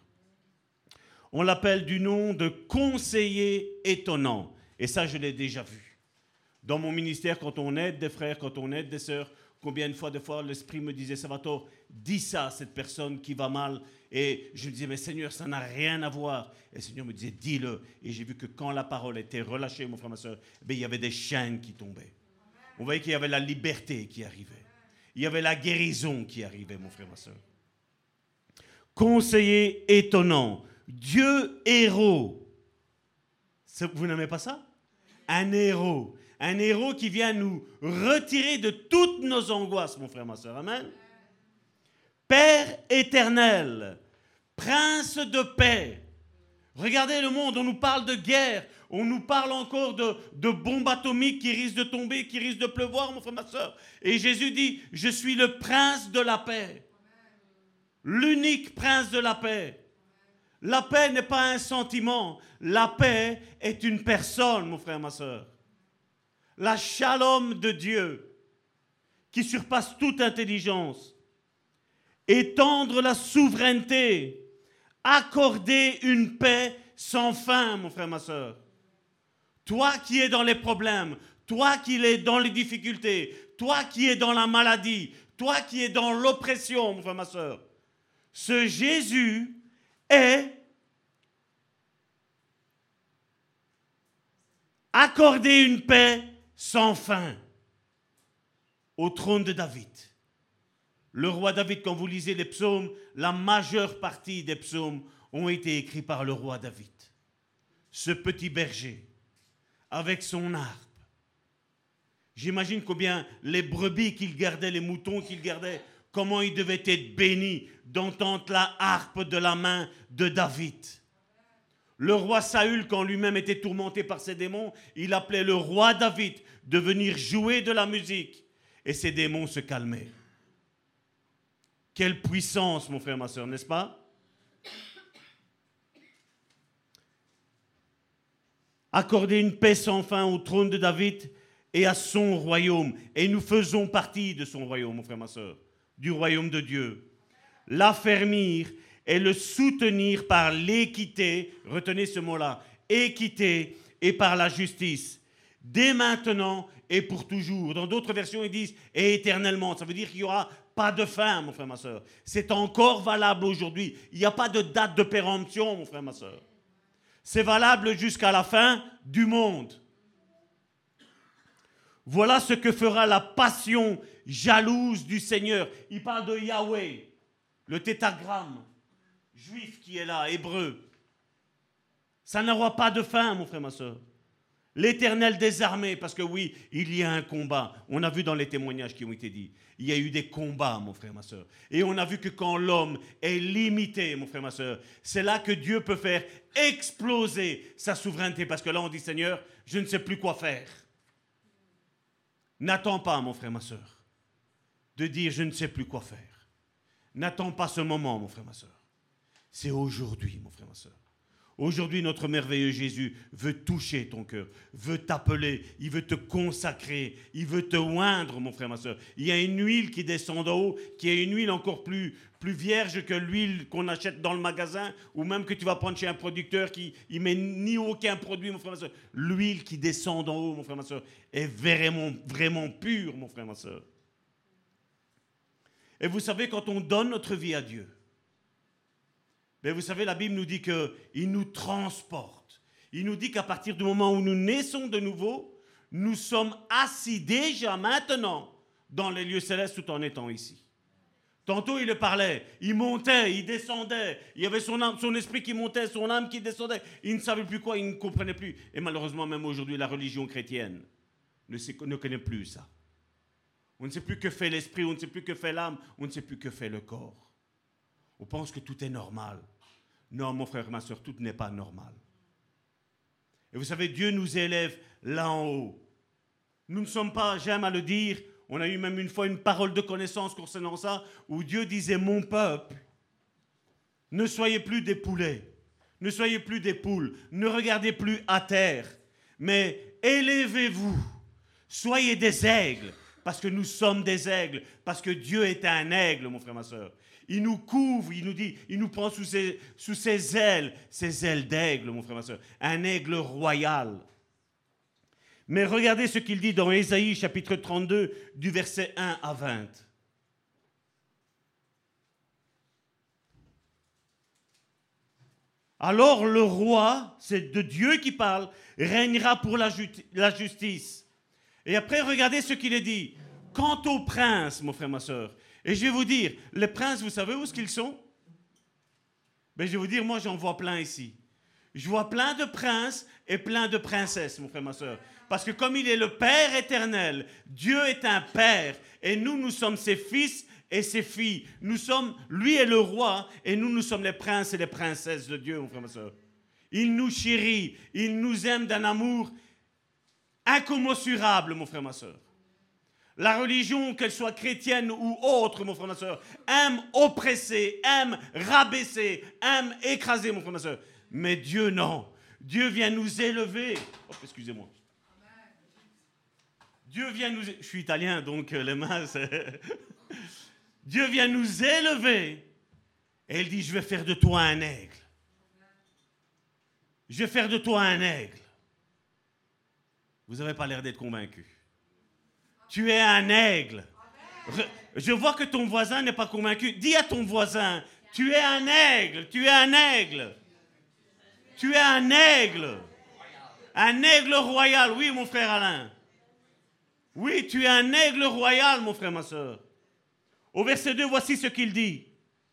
On l'appelle du nom de conseiller étonnant. Et ça, je l'ai déjà vu. Dans mon ministère, quand on aide des frères, quand on aide des sœurs, combien de fois, de fois, l'Esprit me disait, Salvatore, dis ça à cette personne qui va mal. Et je me disais, mais Seigneur, ça n'a rien à voir. Et le Seigneur me disait, dis-le. Et j'ai vu que quand la parole était relâchée, mon frère, ma soeur, ben, il y avait des chaînes qui tombaient. On voyait qu'il y avait la liberté qui arrivait. Il y avait la guérison qui arrivait, mon frère, ma soeur. Conseiller étonnant. Dieu héros. Vous n'aimez pas ça? Un héros. Un héros qui vient nous retirer de toutes nos angoisses, mon frère, ma soeur. Amen. Père éternel, prince de paix. Regardez le monde, on nous parle de guerre, on nous parle encore de, de bombes atomiques qui risquent de tomber, qui risquent de pleuvoir, mon frère, ma soeur. Et Jésus dit, je suis le prince de la paix. L'unique prince de la paix. La paix n'est pas un sentiment, la paix est une personne, mon frère, ma soeur. La shalom de Dieu, qui surpasse toute intelligence. Étendre la souveraineté, accorder une paix sans fin, mon frère, ma soeur. Toi qui es dans les problèmes, toi qui es dans les difficultés, toi qui es dans la maladie, toi qui es dans l'oppression, mon frère, ma soeur. Ce Jésus est accorder une paix sans fin au trône de David. Le roi David, quand vous lisez les psaumes, la majeure partie des psaumes ont été écrits par le roi David. Ce petit berger, avec son harpe. J'imagine combien les brebis qu'il gardait, les moutons qu'il gardait, comment ils devaient être bénis d'entendre la harpe de la main de David. Le roi Saül, quand lui-même était tourmenté par ses démons, il appelait le roi David de venir jouer de la musique. Et ses démons se calmaient. Quelle puissance, mon frère, ma soeur, n'est-ce pas? Accorder une paix sans fin au trône de David et à son royaume. Et nous faisons partie de son royaume, mon frère, ma soeur, du royaume de Dieu. L'affermir et le soutenir par l'équité, retenez ce mot-là, équité et par la justice, dès maintenant et pour toujours. Dans d'autres versions, ils disent « et éternellement ». Ça veut dire qu'il n'y aura pas de fin, mon frère, ma soeur. C'est encore valable aujourd'hui. Il n'y a pas de date de péremption, mon frère, ma soeur. C'est valable jusqu'à la fin du monde. Voilà ce que fera la passion jalouse du Seigneur. Il parle de Yahweh, le tétragramme juif qui est là, hébreu. Ça n'aura pas de fin, mon frère, ma soeur. L'Éternel des armées, parce que oui, il y a un combat. On a vu dans les témoignages qui ont été dits, il y a eu des combats, mon frère, ma soeur. Et on a vu que quand l'homme est limité, mon frère, ma soeur, c'est là que Dieu peut faire exploser sa souveraineté. Parce que là, on dit, Seigneur, je ne sais plus quoi faire. N'attends pas, mon frère, ma soeur, de dire, je ne sais plus quoi faire. N'attends pas ce moment, mon frère, ma soeur. C'est aujourd'hui, mon frère, ma soeur. Aujourd'hui, notre merveilleux Jésus veut toucher ton cœur, veut t'appeler, il veut te consacrer, il veut te oindre, mon frère, ma soeur. Il y a une huile qui descend d'en haut, qui est une huile encore plus, plus vierge que l'huile qu'on achète dans le magasin, ou même que tu vas prendre chez un producteur qui ne met ni aucun produit, mon frère, ma soeur. L'huile qui descend d'en haut, mon frère, ma soeur, est vraiment, vraiment pure, mon frère, ma soeur. Et vous savez, quand on donne notre vie à Dieu, mais vous savez, la Bible nous dit qu'il nous transporte. Il nous dit qu'à partir du moment où nous naissons de nouveau, nous sommes assis déjà maintenant dans les lieux célestes tout en étant ici. Tantôt, il parlait, il montait, il descendait, il y avait son âme, son esprit qui montait, son âme qui descendait. Il ne savait plus quoi, il ne comprenait plus. Et malheureusement, même aujourd'hui, la religion chrétienne ne, sait, ne connaît plus ça. On ne sait plus que fait l'esprit, on ne sait plus que fait l'âme, on ne sait plus que fait le corps. On pense que tout est normal. Non, mon frère, ma soeur, tout n'est pas normal. Et vous savez, Dieu nous élève là en haut. Nous ne sommes pas, j'aime à le dire, on a eu même une fois une parole de connaissance concernant ça, où Dieu disait, mon peuple, ne soyez plus des poulets, ne soyez plus des poules, ne regardez plus à terre, mais élevez-vous, soyez des aigles, parce que nous sommes des aigles, parce que Dieu est un aigle, mon frère, ma soeur. Il nous couvre, il nous dit, il nous prend sous ses, sous ses ailes, ses ailes d'aigle, mon frère, ma soeur, un aigle royal. Mais regardez ce qu'il dit dans Ésaïe chapitre trente-deux, du verset un à vingt. Alors le roi, c'est de Dieu qui parle, régnera pour la, ju- la justice. Et après, regardez ce qu'il est dit. Quant aux princes, mon frère, ma soeur, et je vais vous dire, les princes, vous savez où est-ce qu'ils sont? Ben, je vais vous dire, moi j'en vois plein ici. Je vois plein de princes et plein de princesses, mon frère, ma soeur. Parce que comme il est le Père éternel, Dieu est un Père, et nous, nous sommes ses fils et ses filles. Nous sommes, lui est le roi, et nous, nous sommes les princes et les princesses de Dieu, mon frère, ma soeur. Il nous chérit, il nous aime d'un amour incommensurable, mon frère, ma soeur. La religion, qu'elle soit chrétienne ou autre, mon frère, ma soeur, aime oppresser, aime rabaisser, aime écraser, mon frère, ma soeur. Mais Dieu, non. Dieu vient nous élever. Oh, excusez-moi. Dieu vient nous... Je suis italien, donc les mains, c'est... Dieu vient nous élever. Et il dit, je vais faire de toi un aigle. Je vais faire de toi un aigle. Vous n'avez pas l'air d'être convaincu. Tu es un aigle. Je vois que ton voisin n'est pas convaincu. Dis à ton voisin, tu es un aigle, tu es un aigle. Tu es un aigle. Un aigle royal, oui, mon frère Alain. Oui, tu es un aigle royal, mon frère, ma soeur. Au verset deux, voici ce qu'il dit.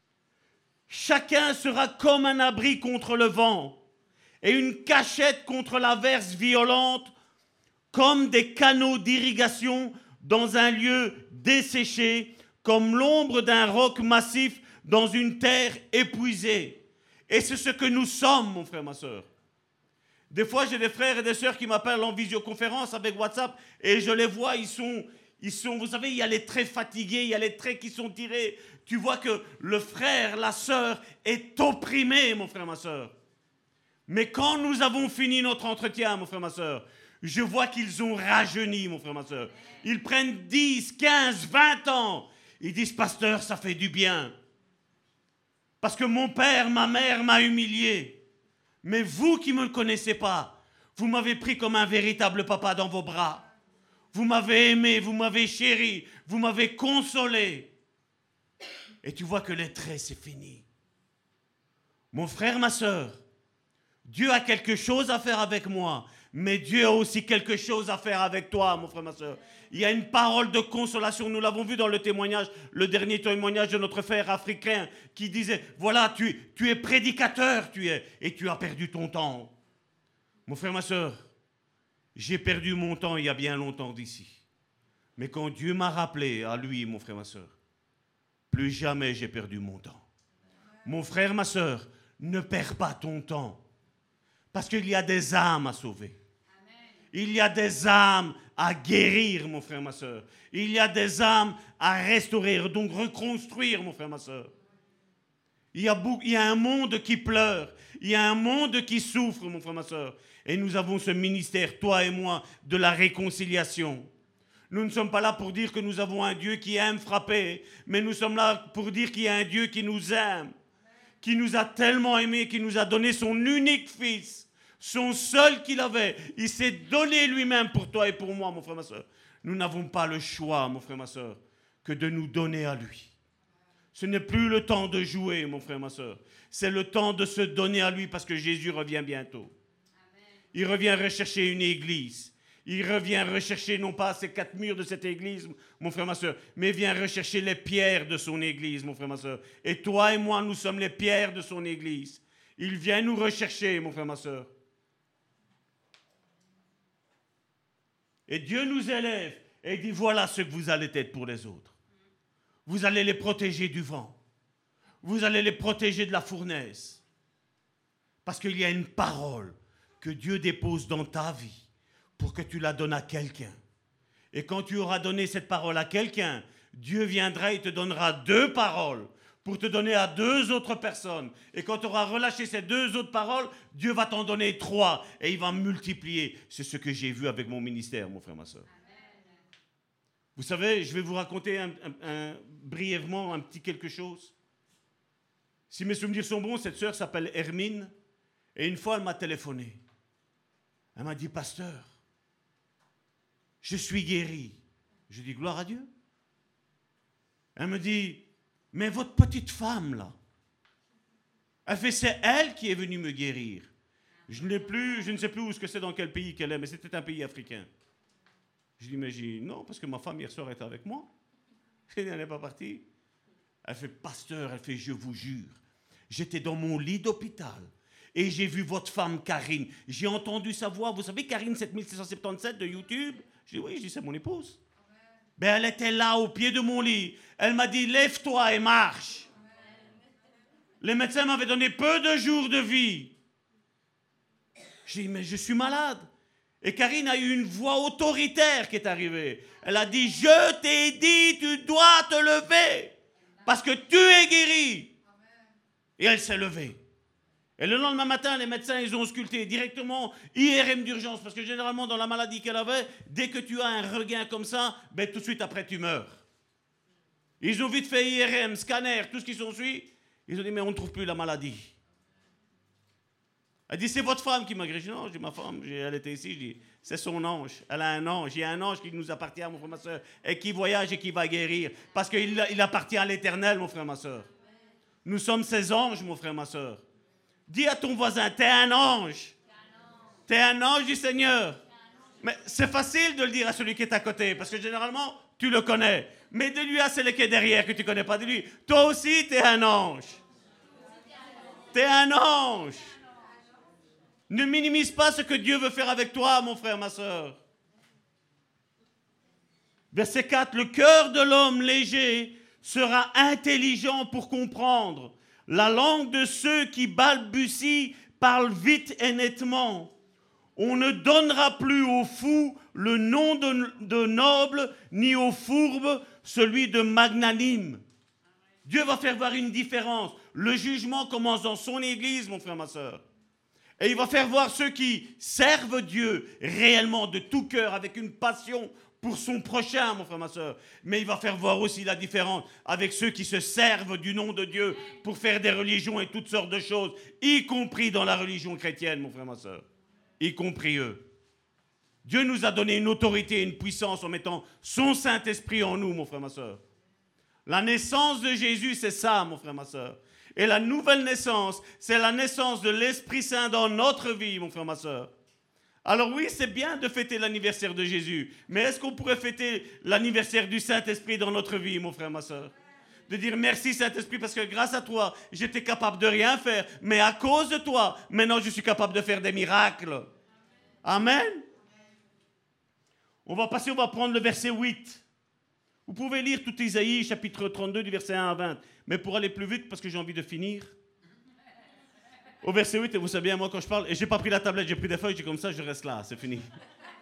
Chacun sera comme un abri contre le vent et une cachette contre l'averse violente, comme des canaux d'irrigation dans un lieu desséché, comme l'ombre d'un roc massif dans une terre épuisée. Et c'est ce que nous sommes, mon frère, ma soeur. Des fois, j'ai des frères et des sœurs qui m'appellent en visioconférence avec WhatsApp et je les vois, ils sont, ils sont, vous savez, il y a les traits fatigués, il y a les traits qui sont tirés. Tu vois que le frère, la sœur est opprimé, mon frère, ma sœur. Mais quand nous avons fini notre entretien, mon frère, ma sœur, je vois qu'ils ont rajeuni, mon frère, ma sœur. Ils prennent dix, quinze, vingt ans. Ils disent, pasteur, ça fait du bien. Parce que mon père, ma mère m'a humilié. Mais vous qui ne me connaissez pas, vous m'avez pris comme un véritable papa dans vos bras. Vous m'avez aimé, vous m'avez chéri, vous m'avez consolé. Et tu vois que les traits, c'est fini. Mon frère, ma sœur, Dieu a quelque chose à faire avec moi, mais Dieu a aussi quelque chose à faire avec toi, mon frère, ma sœur. Il y a une parole de consolation. Nous l'avons vu dans le témoignage, le dernier témoignage de notre frère africain qui disait, voilà, tu, tu es prédicateur, tu es, et tu as perdu ton temps. Mon frère, ma sœur, j'ai perdu mon temps il y a bien longtemps d'ici. Mais quand Dieu m'a rappelé à lui, mon frère, ma sœur, plus jamais j'ai perdu mon temps. Mon frère, ma sœur, ne perds pas ton temps. Parce qu'il y a des âmes à sauver. Il y a des âmes à guérir, mon frère, ma soeur. Il y a des âmes à restaurer, donc reconstruire, mon frère, ma soeur. Il y a, beaucoup, il y a un monde qui pleure. Il y a un monde qui souffre, mon frère, ma soeur. Et nous avons ce ministère, toi et moi, de la réconciliation. Nous ne sommes pas là pour dire que nous avons un Dieu qui aime frapper, mais nous sommes là pour dire qu'il y a un Dieu qui nous aime, qui nous a tellement aimés, qui nous a donné son unique fils. Son seul qu'il avait, il s'est donné lui-même pour toi et pour moi, mon frère, ma soeur. Nous n'avons pas le choix, mon frère, ma soeur, que de nous donner à lui. Ce n'est plus le temps de jouer, mon frère, ma soeur. C'est le temps de se donner à lui parce que Jésus revient bientôt. Il revient rechercher une église. Il revient rechercher non pas ces quatre murs de cette église, mon frère, ma soeur, mais il vient rechercher les pierres de son église, mon frère, ma soeur. Et toi et moi, nous sommes les pierres de son église. Il vient nous rechercher, mon frère, ma soeur. Et Dieu nous élève et dit, voilà ce que vous allez être pour les autres. Vous allez les protéger du vent. Vous allez les protéger de la fournaise. Parce qu'il y a une parole que Dieu dépose dans ta vie pour que tu la donnes à quelqu'un. Et quand tu auras donné cette parole à quelqu'un, Dieu viendra et te donnera deux paroles pour te donner à deux autres personnes. Et quand tu auras relâché ces deux autres paroles, Dieu va t'en donner trois et il va multiplier. C'est ce que j'ai vu avec mon ministère, mon frère, ma soeur. Vous savez, je vais vous raconter un, un, un, brièvement un petit quelque chose. Si mes souvenirs sont bons, cette sœur s'appelle Hermine. Et une fois, elle m'a téléphoné. Elle m'a dit, pasteur, je suis guéri. Je dis, gloire à Dieu. Elle me dit, mais votre petite femme, là, elle fait, c'est elle qui est venue me guérir. Je n'ai plus, je ne sais plus où ce que c'est, dans quel pays qu'elle est, mais c'était un pays africain. Je dis, mais j'ai non, parce que ma femme hier soir était avec moi. Elle n'est pas partie. Elle fait, pasteur, elle fait, je vous jure, j'étais dans mon lit d'hôpital et j'ai vu votre femme Karine. J'ai entendu sa voix. Vous savez, Karine sept mille six cent soixante-dix-sept de YouTube? Je dis, oui, je dis, c'est mon épouse. Ben, elle était là, au pied de mon lit. Elle m'a dit, lève-toi et marche. Les médecins m'avaient donné peu de jours de vie. J'ai dit, mais je suis malade. Et Karine a eu une voix autoritaire qui est arrivée. Elle a dit, je t'ai dit, tu dois te lever. Parce que tu es guéri. Et elle s'est levée. Et le lendemain matin, les médecins, ils ont ausculté directement I R M d'urgence. Parce que généralement, dans la maladie qu'elle avait, dès que tu as un regain comme ça, ben, tout de suite après, tu meurs. Ils ont vite fait I R M, scanner, tout ce qui s'ensuit. Ils ont dit, mais on ne trouve plus la maladie. Elle dit, c'est votre femme qui m'a guéri. Je dis, non, je dis, ma femme, elle était ici. Je dis, c'est son ange. Elle a un ange. Il y a un ange qui nous appartient, mon frère, ma soeur, et qui voyage et qui va guérir. Parce qu'il il appartient à l'Éternel, mon frère, ma soeur. Nous sommes ses anges, mon frère, ma soeur. Dis à ton voisin, t'es un ange. T'es un ange du Seigneur. Mais c'est facile de le dire à celui qui est à côté, parce que généralement, tu le connais. Mais dis-lui à celui qui est derrière, que tu ne connais pas, dis-lui, toi aussi, t'es un ange. T'es un ange. Ne minimise pas ce que Dieu veut faire avec toi, mon frère, ma soeur. Verset quatre, le cœur de l'homme léger sera intelligent pour comprendre. La langue de ceux qui balbutient parle vite et nettement. On ne donnera plus aux fous le nom de, de noble, ni aux fourbes celui de magnanime. Dieu va faire voir une différence. Le jugement commence dans son église, mon frère, ma soeur. Et il va faire voir ceux qui servent Dieu réellement de tout cœur, avec une passion pour son prochain, mon frère, ma soeur. Mais il va faire voir aussi la différence avec ceux qui se servent du nom de Dieu pour faire des religions et toutes sortes de choses, y compris dans la religion chrétienne, mon frère, ma soeur. Y compris eux. Dieu nous a donné une autorité et une puissance en mettant son Saint-Esprit en nous, mon frère, ma soeur. La naissance de Jésus, c'est ça, mon frère, ma soeur. Et la nouvelle naissance, c'est la naissance de l'Esprit Saint dans notre vie, mon frère, ma soeur. Alors oui, c'est bien de fêter l'anniversaire de Jésus, mais est-ce qu'on pourrait fêter l'anniversaire du Saint-Esprit dans notre vie, mon frère, ma soeur? De dire merci, Saint-Esprit, parce que grâce à toi, j'étais capable de rien faire, mais à cause de toi, maintenant je suis capable de faire des miracles. Amen. On va passer, on va prendre le verset huit. Vous pouvez lire tout Isaïe, chapitre trente-deux, du verset un à vingt. Mais pour aller plus vite, parce que j'ai envie de finir. Au verset huit, et vous savez bien, moi, quand je parle, et j'ai pas pris la tablette, j'ai pris des feuilles, j'ai comme ça, je reste là, c'est fini.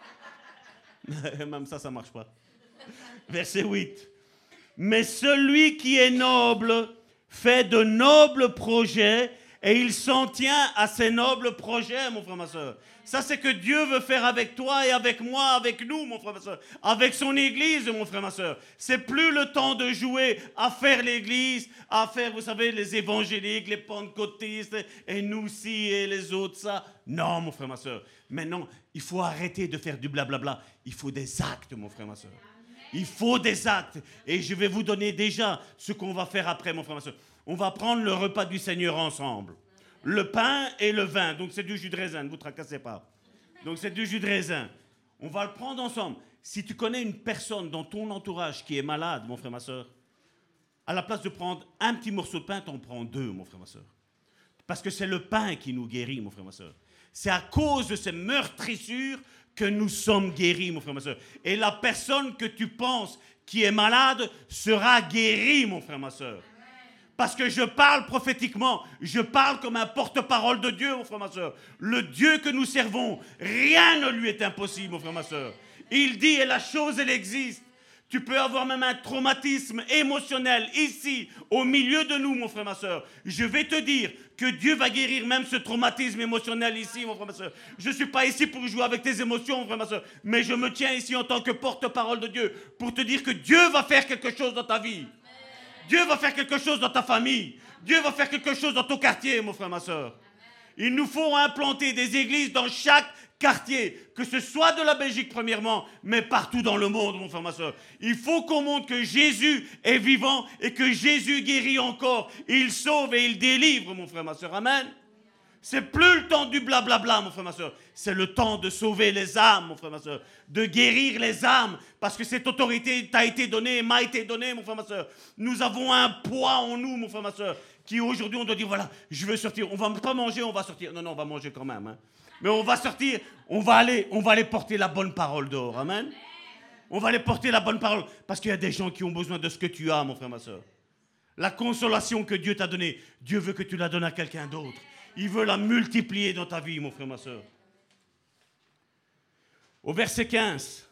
Même ça, ça marche pas. Verset huit. Mais celui qui est noble fait de nobles projets, et il s'en tient à ses nobles projets, mon frère, ma soeur. Ça, c'est que Dieu veut faire avec toi et avec moi, avec nous, mon frère, ma soeur. Avec son église, mon frère, ma soeur. C'est plus le temps de jouer à faire l'église, à faire, vous savez, les évangéliques, les pentecôtistes, et nous ci et les autres ça. Non, mon frère, ma soeur. Maintenant, il faut arrêter de faire du blablabla. Il faut des actes, mon frère, ma soeur. Il faut des actes. Et je vais vous donner déjà ce qu'on va faire après, mon frère, ma soeur. On va prendre le repas du Seigneur ensemble. Le pain et le vin. Donc c'est du jus de raisin, ne vous tracassez pas. Donc c'est du jus de raisin. On va le prendre ensemble. Si tu connais une personne dans ton entourage qui est malade, mon frère, ma soeur, à la place de prendre un petit morceau de pain, t'en prends deux, mon frère, ma soeur. Parce que c'est le pain qui nous guérit, mon frère, ma soeur. C'est à cause de ces meurtrissures que nous sommes guéris, mon frère, ma soeur. Et la personne que tu penses qui est malade sera guérie, mon frère, ma soeur. Parce que je parle prophétiquement, je parle comme un porte-parole de Dieu, mon frère, ma soeur. Le Dieu que nous servons, rien ne lui est impossible, mon frère, ma soeur. Il dit, et la chose, elle existe. Tu peux avoir même un traumatisme émotionnel ici, au milieu de nous, mon frère, ma soeur. Je vais te dire que Dieu va guérir même ce traumatisme émotionnel ici, mon frère, ma soeur. Je ne suis pas ici pour jouer avec tes émotions, mon frère, ma soeur, mais je me tiens ici en tant que porte-parole de Dieu pour te dire que Dieu va faire quelque chose dans ta vie. Dieu va faire quelque chose dans ta famille. Dieu va faire quelque chose dans ton quartier, mon frère, ma soeur. Il nous faut implanter des églises dans chaque quartier, que ce soit de la Belgique premièrement, mais partout dans le monde, mon frère, ma soeur. Il faut qu'on montre que Jésus est vivant et que Jésus guérit encore. Il sauve et il délivre, mon frère, ma soeur. Amen. C'est plus le temps du blablabla, mon frère, ma soeur. C'est le temps de sauver les âmes, mon frère, ma soeur. De guérir les âmes. Parce que cette autorité t'a été donnée, m'a été donnée, mon frère, ma soeur. Nous avons un poids en nous, mon frère, ma soeur, qui aujourd'hui, on doit dire, voilà, je veux sortir. On ne va pas manger, on va sortir. Non, non, on va manger quand même. Hein. Mais on va sortir, on va aller, on va aller porter la bonne parole dehors. Amen. On va aller porter la bonne parole. Parce qu'il y a des gens qui ont besoin de ce que tu as, mon frère, ma soeur. La consolation que Dieu t'a donnée, Dieu veut que tu la donnes à quelqu'un d'autre. Il veut la multiplier dans ta vie, mon frère, ma soeur. Au verset quinze,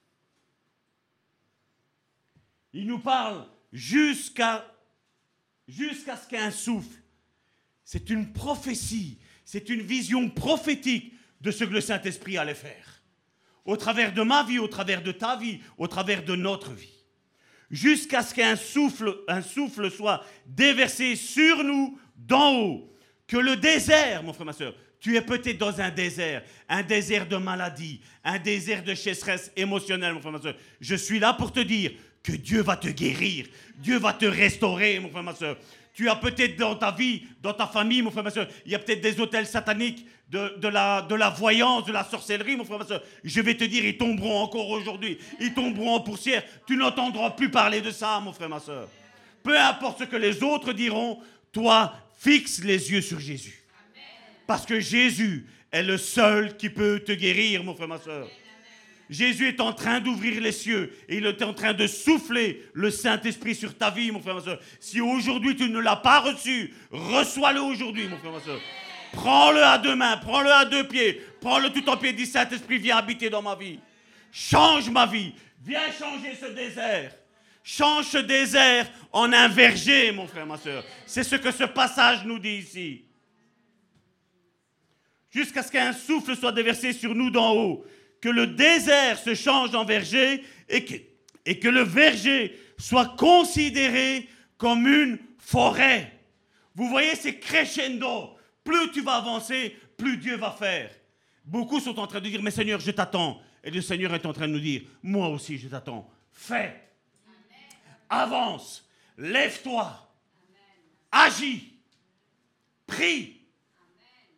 il nous parle jusqu'à jusqu'à ce qu'un souffle. C'est une prophétie, c'est une vision prophétique de ce que le Saint-Esprit allait faire. Au travers de ma vie, au travers de ta vie, au travers de notre vie. Jusqu'à ce qu'un souffle, un souffle soit déversé sur nous d'en haut. Que le désert, mon frère, ma soeur, tu es peut-être dans un désert, un désert de maladie, un désert de sécheresse émotionnelle, mon frère, ma soeur. Je suis là pour te dire que Dieu va te guérir, Dieu va te restaurer, mon frère, ma soeur. Tu as peut-être dans ta vie, dans ta famille, mon frère, ma soeur, il y a peut-être des hôtels sataniques, de, de, la, de la voyance, de la sorcellerie, mon frère, ma soeur. Je vais te dire, ils tomberont encore aujourd'hui, ils tomberont en poussière. Tu n'entendras plus parler de ça, mon frère, ma soeur. Peu importe ce que les autres diront, toi, fixe les yeux sur Jésus. Amen. Parce que Jésus est le seul qui peut te guérir, mon frère, ma soeur. Amen. Jésus est en train d'ouvrir les cieux et il est en train de souffler le Saint-Esprit sur ta vie, mon frère, ma soeur. Si aujourd'hui tu ne l'as pas reçu, reçois-le aujourd'hui, mon frère, ma soeur. Prends-le à deux mains, prends-le à deux pieds, prends-le tout en pied, dis Saint-Esprit, viens habiter dans ma vie. Change ma vie, viens changer ce désert. Change ce désert en un verger, mon frère, ma soeur. C'est ce que ce passage nous dit ici. Jusqu'à ce qu'un souffle soit déversé sur nous d'en haut, que le désert se change en verger et que, et que le verger soit considéré comme une forêt. Vous voyez, c'est crescendo. Plus tu vas avancer, plus Dieu va faire. Beaucoup sont en train de dire, mais Seigneur, je t'attends. Et le Seigneur est en train de nous dire, moi aussi, je t'attends. Fais. Avance, lève-toi, Amen. Agis, prie. Amen.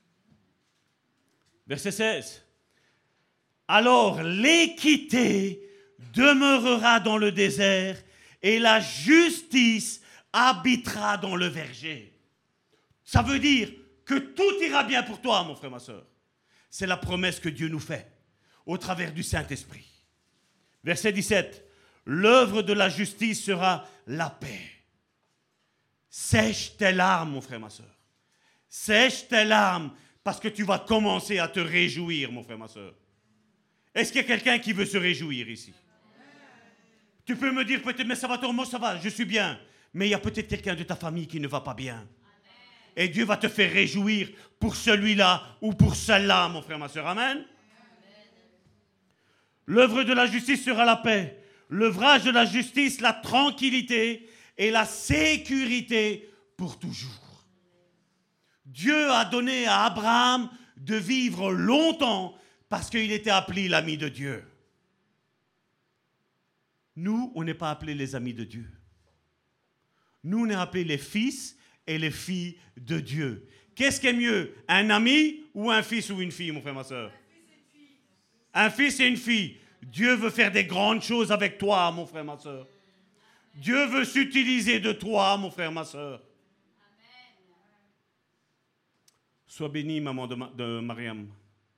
Verset seize. Alors l'équité demeurera dans le désert et la justice habitera dans le verger. Ça veut dire que tout ira bien pour toi, mon frère, ma soeur. C'est la promesse que Dieu nous fait au travers du Saint-Esprit. Verset dix-sept. L'œuvre de la justice sera la paix. Sèche tes larmes, mon frère, ma soeur. Sèche tes larmes parce que tu vas commencer à te réjouir, mon frère, ma soeur. Est-ce qu'il y a quelqu'un qui veut se réjouir ici? Tu peux me dire peut-être, mais ça va, moi ça va, je suis bien. Mais il y a peut-être quelqu'un de ta famille qui ne va pas bien. Et Dieu va te faire réjouir pour celui-là ou pour celle-là, mon frère, ma soeur. Amen. L'œuvre de la justice sera la paix. L'œuvrage de la justice, la tranquillité et la sécurité pour toujours. Dieu a donné à Abraham de vivre longtemps parce qu'il était appelé l'ami de Dieu. Nous, on n'est pas appelés les amis de Dieu. Nous, on est appelés les fils et les filles de Dieu. Qu'est-ce qui est mieux, un ami ou un fils ou une fille, mon frère, ma soeur? Un fils et une fille. Dieu veut faire des grandes choses avec toi, mon frère, ma soeur. Dieu veut s'utiliser de toi, mon frère, ma soeur. Sois bénie, maman de, Ma- de Mariam.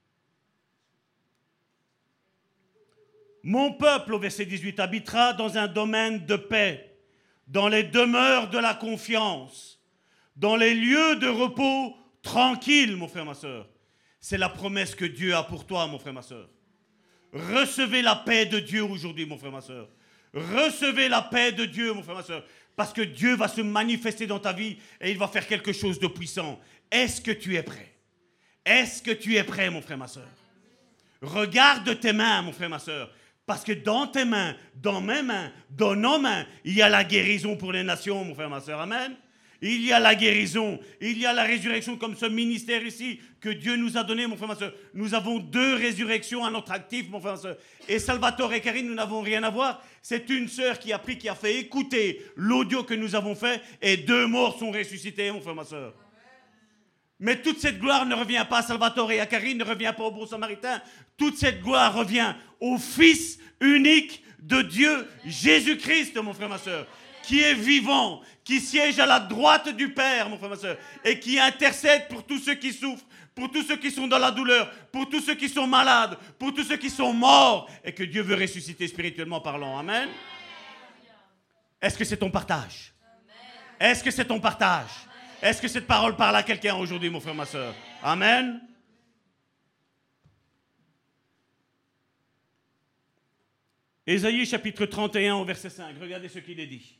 Mon peuple, au verset dix-huit, habitera dans un domaine de paix, dans les demeures de la confiance, dans les lieux de repos tranquilles, mon frère, ma soeur. C'est la promesse que Dieu a pour toi, mon frère, ma soeur. Recevez la paix de Dieu aujourd'hui, mon frère, ma soeur. Recevez la paix de Dieu, mon frère, ma soeur. Parce que Dieu va se manifester dans ta vie et il va faire quelque chose de puissant. Est-ce que tu es prêt? Est-ce que tu es prêt, mon frère, ma soeur? Regarde tes mains, mon frère, ma soeur. Parce que dans tes mains, dans mes mains, dans nos mains, il y a la guérison pour les nations, mon frère, ma soeur. Amen. Il y a la guérison, il y a la résurrection comme ce ministère ici que Dieu nous a donné, mon frère, ma soeur. Nous avons deux résurrections à notre actif, mon frère, ma soeur. Et Salvatore et Karine, nous n'avons rien à voir. C'est une sœur qui a pris, qui a fait écouter l'audio que nous avons fait et deux morts sont ressuscités, mon frère, ma soeur. Mais toute cette gloire ne revient pas à Salvatore et à Karine, ne revient pas au bon samaritain. Toute cette gloire revient au Fils unique de Dieu, Jésus-Christ, mon frère, ma soeur, qui est vivant, qui siège à la droite du Père, mon frère, ma soeur, et qui intercède pour tous ceux qui souffrent, pour tous ceux qui sont dans la douleur, pour tous ceux qui sont malades, pour tous ceux qui sont morts, et que Dieu veut ressusciter spirituellement parlant. Amen. Est-ce que c'est ton partage? Est-ce que c'est ton partage? Est-ce que cette parole parle à quelqu'un aujourd'hui, mon frère, ma soeur? Amen. Ésaïe chapitre trente et un au verset cinq. Regardez ce qu'il est dit.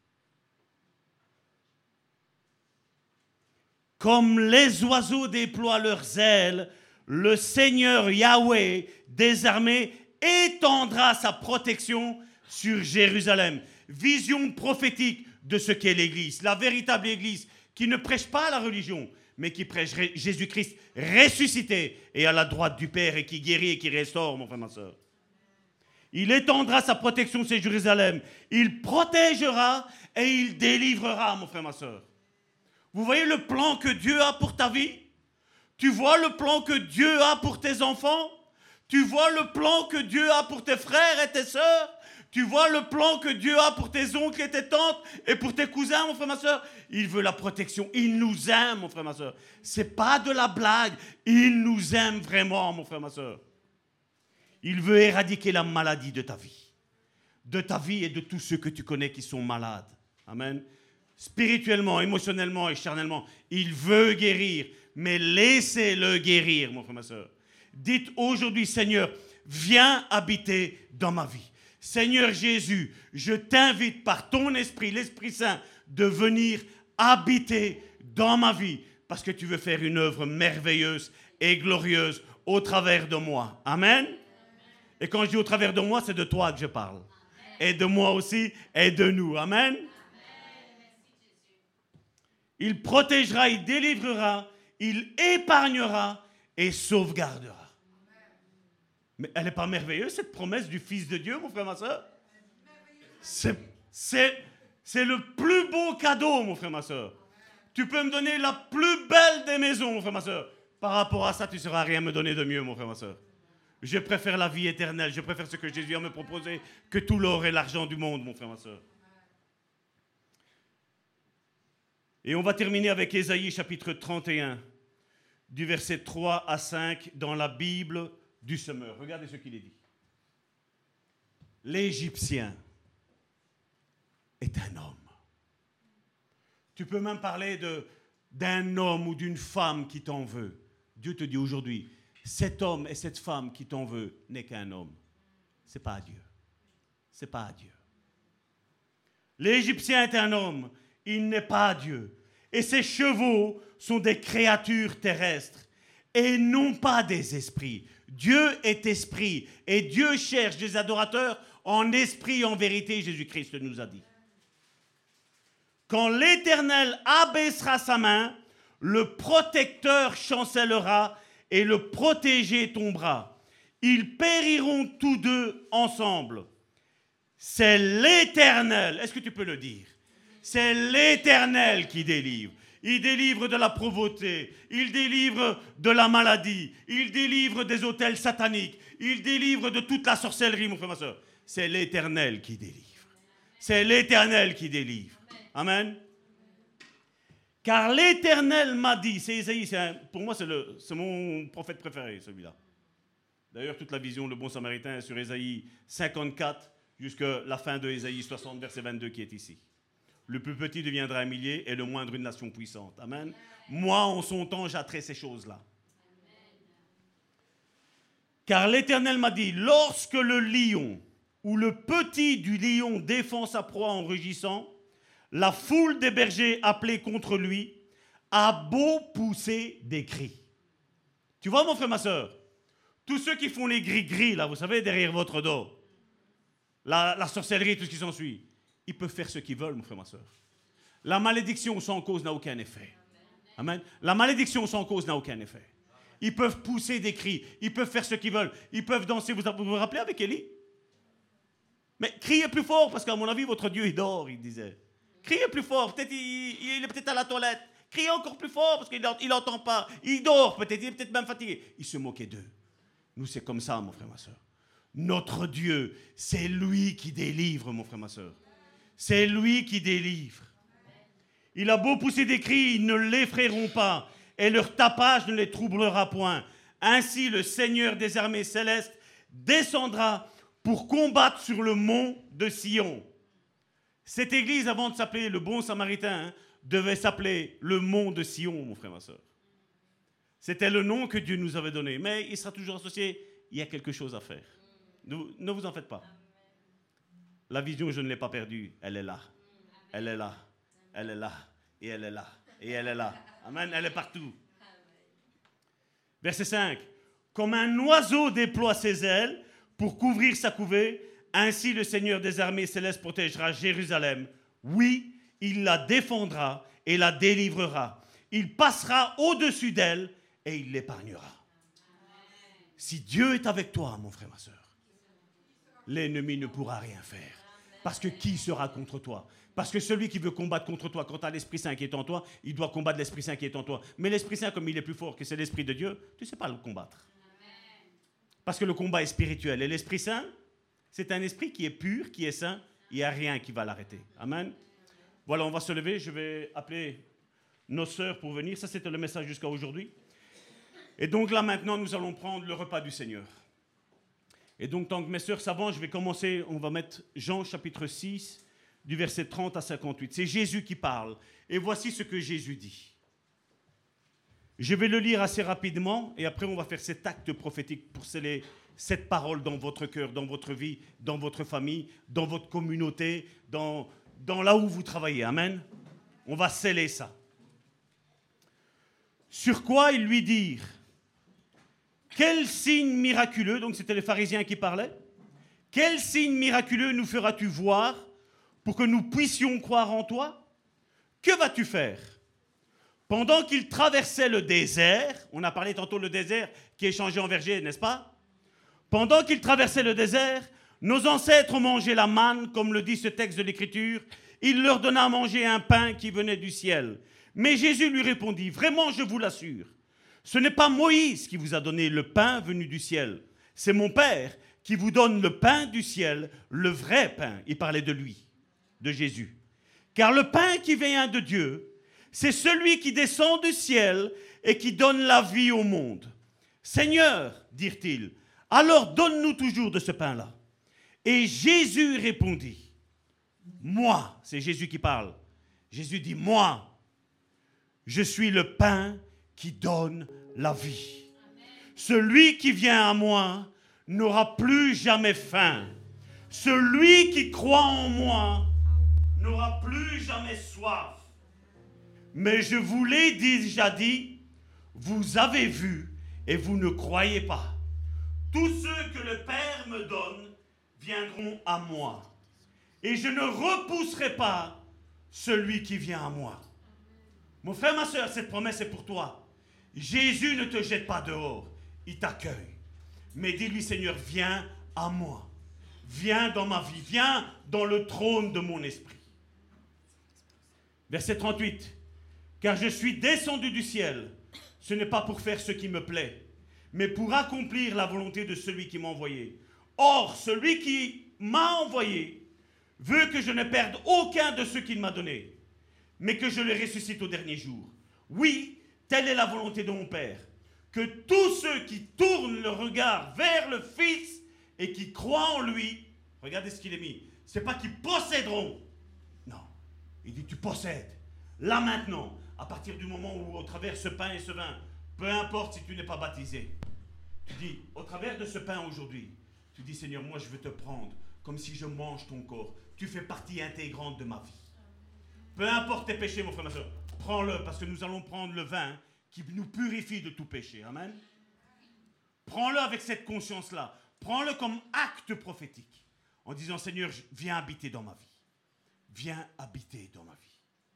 Comme les oiseaux déploient leurs ailes, le Seigneur Yahweh des armées étendra sa protection sur Jérusalem. Vision prophétique de ce qu'est l'Église, la véritable Église, qui ne prêche pas la religion, mais qui prêche Jésus-Christ ressuscité et à la droite du Père et qui guérit et qui restaure, mon frère, ma soeur. Il étendra sa protection sur Jérusalem. Il protégera et il délivrera, mon frère, ma soeur. Vous voyez le plan que Dieu a pour ta vie? Tu vois le plan que Dieu a pour tes enfants? Tu vois le plan que Dieu a pour tes frères et tes sœurs? Tu vois le plan que Dieu a pour tes oncles et tes tantes et pour tes cousins, mon frère, ma soeur? Il veut la protection. Il nous aime, mon frère, ma soeur. C'est pas de la blague. Il nous aime vraiment, mon frère, ma soeur. Il veut éradiquer la maladie de ta vie. De ta vie et de tous ceux que tu connais qui sont malades. Amen. Spirituellement, émotionnellement et charnellement. Il veut guérir. Mais laissez-le guérir, mon frère, ma soeur. Dites aujourd'hui, Seigneur, viens habiter dans ma vie. Seigneur Jésus, je t'invite par ton esprit, l'Esprit Saint, de venir habiter dans ma vie parce que tu veux faire une œuvre merveilleuse et glorieuse au travers de moi. Amen. Et quand je dis au travers de moi, c'est de toi que je parle. Et de moi aussi, et de nous. Amen. Il protégera, il délivrera, il épargnera et sauvegardera. Mais elle n'est pas merveilleuse, cette promesse du Fils de Dieu, mon frère, ma soeur? C'est, c'est, c'est le plus beau cadeau, mon frère, ma soeur. Tu peux me donner la plus belle des maisons, mon frère, ma soeur. Par rapport à ça, tu ne sauras rien me donner de mieux, mon frère, ma soeur. Je préfère la vie éternelle, je préfère ce que Jésus a me proposé que tout l'or et l'argent du monde, mon frère, ma soeur. Et on va terminer avec Ésaïe chapitre trente et un, du verset trois à cinq, dans la Bible du semeur. Regardez ce qu'il est dit. L'Égyptien est un homme. Tu peux même parler de, d'un homme ou d'une femme qui t'en veut. Dieu te dit aujourd'hui, cet homme et cette femme qui t'en veut n'est qu'un homme. Ce n'est pas Dieu. Ce n'est pas Dieu. L'Égyptien est un homme, il n'est pas Dieu. Et ses chevaux sont des créatures terrestres et non pas des esprits. Dieu est esprit et Dieu cherche des adorateurs en esprit et en vérité, Jésus-Christ nous a dit. Quand l'Éternel abaissera sa main, le protecteur chancellera et le protégé tombera. Ils périront tous deux ensemble. C'est l'Éternel. Est-ce que tu peux le dire? C'est l'Éternel qui délivre. Il délivre de la pauvreté, il délivre de la maladie, il délivre des autels sataniques, il délivre de toute la sorcellerie, mon frère, ma soeur. C'est l'Éternel qui délivre. C'est l'Éternel qui délivre. Amen. Car l'Éternel m'a dit, c'est Isaïe, c'est un, pour moi c'est, le, c'est mon prophète préféré, celui-là. D'ailleurs, toute la vision, le bon samaritain, est sur Isaïe cinquante-quatre jusqu'à la fin de Isaïe soixante, verset vingt-deux qui est ici. Le plus petit deviendra un millier et le moindre une nation puissante. Amen. Amen. Moi, en son temps, j'attrai ces choses-là. Amen. Car l'Éternel m'a dit, lorsque le lion ou le petit du lion défend sa proie en rugissant, la foule des bergers appelés contre lui a beau pousser des cris. Tu vois, mon frère, ma soeur, tous ceux qui font les gris-gris, là, vous savez, derrière votre dos, la, la sorcellerie, tout ce qui s'ensuit, ils peuvent faire ce qu'ils veulent, mon frère, ma soeur. La malédiction sans cause n'a aucun effet. Amen. La malédiction sans cause n'a aucun effet. Ils peuvent pousser des cris, ils peuvent faire ce qu'ils veulent, ils peuvent danser. Vous vous, vous rappelez avec Élie? Mais criez plus fort, parce qu'à mon avis, votre Dieu, il dort, il disait. Criez plus fort, peut-être il, il est peut-être à la toilette. Criez encore plus fort, parce qu'il n'entend pas. Il dort, peut-être, il est peut-être même fatigué. Il se moquait d'eux. Nous, c'est comme ça, mon frère, ma soeur. Notre Dieu, c'est lui qui délivre, mon frère, ma soeur. C'est lui qui délivre. Il a beau pousser des cris, ils ne l'effrayeront pas, et leur tapage ne les troublera point. Ainsi, le Seigneur des armées célestes descendra pour combattre sur le mont de Sion. Cette église, avant de s'appeler le bon samaritain, hein, devait s'appeler le mont de Sion, mon frère, ma soeur. C'était le nom que Dieu nous avait donné, mais il sera toujours associé, il y a quelque chose à faire. Ne, ne vous en faites pas. La vision, je ne l'ai pas perdue. Elle est là. Elle est là. Elle est là. Et elle est là. Et elle est là. Amen. Elle est partout. Verset cinq. Comme un oiseau déploie ses ailes pour couvrir sa couvée, ainsi le Seigneur des armées célestes protégera Jérusalem. Oui, il la défendra et la délivrera. Il passera au-dessus d'elle et il l'épargnera. Si Dieu est avec toi, mon frère, ma soeur, l'ennemi ne pourra rien faire. Parce que qui sera contre toi? Parce que celui qui veut combattre contre toi, quand tu as l'Esprit Saint qui est en toi, il doit combattre l'Esprit Saint qui est en toi. Mais l'Esprit Saint, comme il est plus fort que c'est l'Esprit de Dieu, tu ne sais pas le combattre. Parce que le combat est spirituel. Et l'Esprit Saint, c'est un esprit qui est pur, qui est saint. Il n'y a rien qui va l'arrêter. Amen. Voilà, on va se lever. Je vais appeler nos sœurs pour venir. Ça, c'était le message jusqu'à aujourd'hui. Et donc là, maintenant, nous allons prendre le repas du Seigneur. Et donc, tant que mes sœurs s'avancent, je vais commencer, on va mettre Jean chapitre six, du verset trente à cinquante-huit. C'est Jésus qui parle. Et voici ce que Jésus dit. Je vais le lire assez rapidement, et après on va faire cet acte prophétique pour sceller cette parole dans votre cœur, dans votre vie, dans votre famille, dans votre communauté, dans, dans là où vous travaillez. Amen. On va sceller ça. Sur quoi ils lui dirent: quel signe miraculeux, donc c'était les pharisiens qui parlaient, quel signe miraculeux nous feras-tu voir pour que nous puissions croire en toi? Que vas-tu faire? Pendant qu'ils traversaient le désert, on a parlé tantôt le désert qui est changé en verger, n'est-ce pas? Pendant qu'ils traversaient le désert, nos ancêtres ont mangé la manne, comme le dit ce texte de l'Écriture. Il leur donna à manger un pain qui venait du ciel. Mais Jésus lui répondit: vraiment, je vous l'assure, ce n'est pas Moïse qui vous a donné le pain venu du ciel. C'est mon Père qui vous donne le pain du ciel, le vrai pain. Il parlait de lui, de Jésus. Car le pain qui vient de Dieu, c'est celui qui descend du ciel et qui donne la vie au monde. Seigneur, dirent-ils, alors donne-nous toujours de ce pain-là. Et Jésus répondit: moi, c'est Jésus qui parle. Jésus dit: moi, je suis le pain qui donne la vie. Celui qui vient à moi n'aura plus jamais faim. Celui qui croit en moi n'aura plus jamais soif. Mais je vous l'ai déjà dit, vous avez vu et vous ne croyez pas. Tous ceux que le Père me donne viendront à moi. Et je ne repousserai pas celui qui vient à moi. Mon frère, ma soeur, cette promesse est pour toi. Jésus ne te jette pas dehors, il t'accueille. Mais dis-lui: Seigneur, viens à moi. viens dans ma vie, viens dans le trône de mon esprit. Verset trente-huit. Car je suis descendu du ciel, ce n'est pas pour faire ce qui me plaît, mais pour accomplir la volonté de celui qui m'a envoyé. Or, celui qui m'a envoyé veut que je ne perde aucun de ceux qu'il m'a donnés, mais que je les ressuscite au dernier jour. Oui, telle est la volonté de mon Père, que tous ceux qui tournent le regard vers le Fils et qui croient en lui, regardez ce qu'il est mis, c'est pas qu'ils posséderont. Non, il dit tu possèdes. Là maintenant, à partir du moment où au travers ce pain et ce vin, peu importe si tu n'es pas baptisé, tu dis, au travers de ce pain aujourd'hui, tu dis Seigneur, moi je veux te prendre comme si je mange ton corps. Tu fais partie intégrante de ma vie. Peu importe tes péchés, mon frère, ma soeur, prends-le parce que nous allons prendre le vin qui nous purifie de tout péché. Amen. Prends-le avec cette conscience-là. Prends-le comme acte prophétique en disant Seigneur, viens habiter dans ma vie. Viens habiter dans ma vie.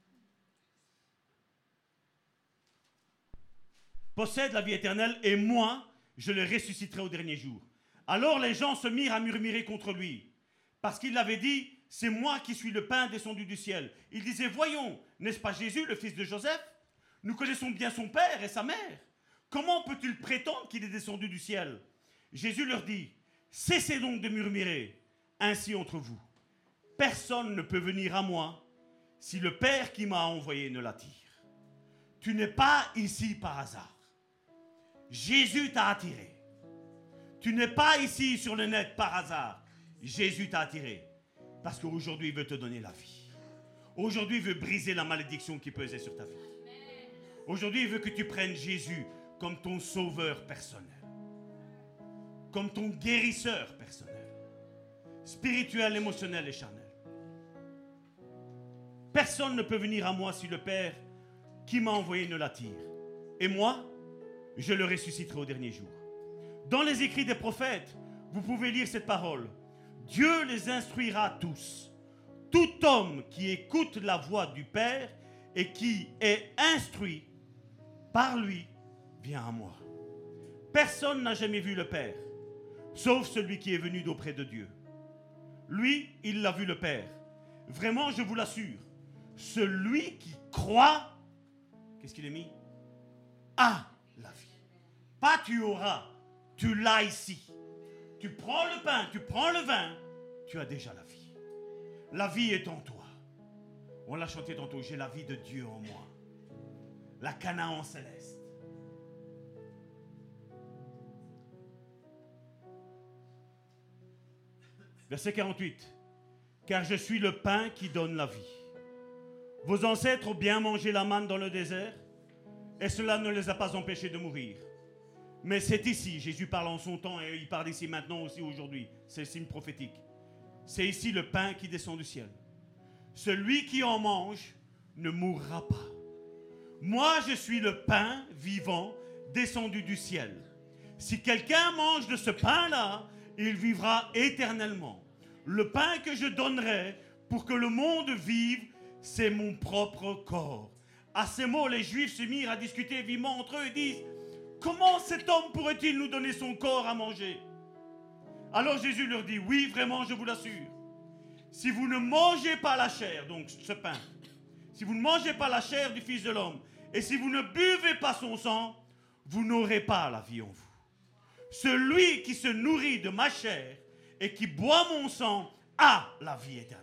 Possède la vie éternelle et moi, je le ressusciterai au dernier jour. Alors les gens se mirent à murmurer contre lui parce qu'il avait dit, c'est moi qui suis le pain descendu du ciel. Il disait, voyons, n'est-ce pas Jésus, le fils de Joseph? Nous connaissons bien son père et sa mère. Comment peut-il prétendre qu'il est descendu du ciel? Jésus leur dit, cessez donc de murmurer ainsi entre vous. Personne ne peut venir à moi si le Père qui m'a envoyé ne l'attire. Tu n'es pas ici par hasard. Jésus t'a attiré. Tu n'es pas ici sur le net par hasard. Jésus t'a attiré. Parce qu'aujourd'hui, il veut te donner la vie. Aujourd'hui, il veut briser la malédiction qui pesait sur ta vie. Aujourd'hui, il veut que tu prennes Jésus comme ton sauveur personnel. Comme ton guérisseur personnel. Spirituel, émotionnel et charnel. Personne ne peut venir à moi si le Père qui m'a envoyé ne l'attire. Et moi, je le ressusciterai au dernier jour. Dans les écrits des prophètes, vous pouvez lire cette parole. Dieu les instruira tous. Tout homme qui écoute la voix du Père et qui est instruit par lui vient à moi. Personne n'a jamais vu le Père, sauf celui qui est venu d'auprès de Dieu. Lui, il l'a vu le Père. Vraiment, je vous l'assure, celui qui croit, qu'est-ce qu'il est mis? A la vie. Pas tu auras, tu l'as ici. Tu prends le pain, tu prends le vin, tu as déjà la vie. La vie est en toi. On l'a chanté tantôt, j'ai la vie de Dieu en moi. La Canaan céleste. Verset quarante-huit. Car je suis le pain qui donne la vie. Vos ancêtres ont bien mangé la manne dans le désert, et cela ne les a pas empêchés de mourir. Mais c'est ici, Jésus parle en son temps, et il parle ici maintenant aussi aujourd'hui, c'est le signe prophétique. C'est ici le pain qui descend du ciel. Celui qui en mange ne mourra pas. Moi, je suis le pain vivant descendu du ciel. Si quelqu'un mange de ce pain-là, il vivra éternellement. Le pain que je donnerai pour que le monde vive, c'est mon propre corps. À ces mots, les Juifs se mirent à discuter vivement entre eux et disent, comment cet homme pourrait-il nous donner son corps à manger? Alors Jésus leur dit, oui, vraiment, je vous l'assure. Si vous ne mangez pas la chair, donc ce pain, si vous ne mangez pas la chair du Fils de l'homme, et si vous ne buvez pas son sang, vous n'aurez pas la vie en vous. Celui qui se nourrit de ma chair et qui boit mon sang a la vie éternelle.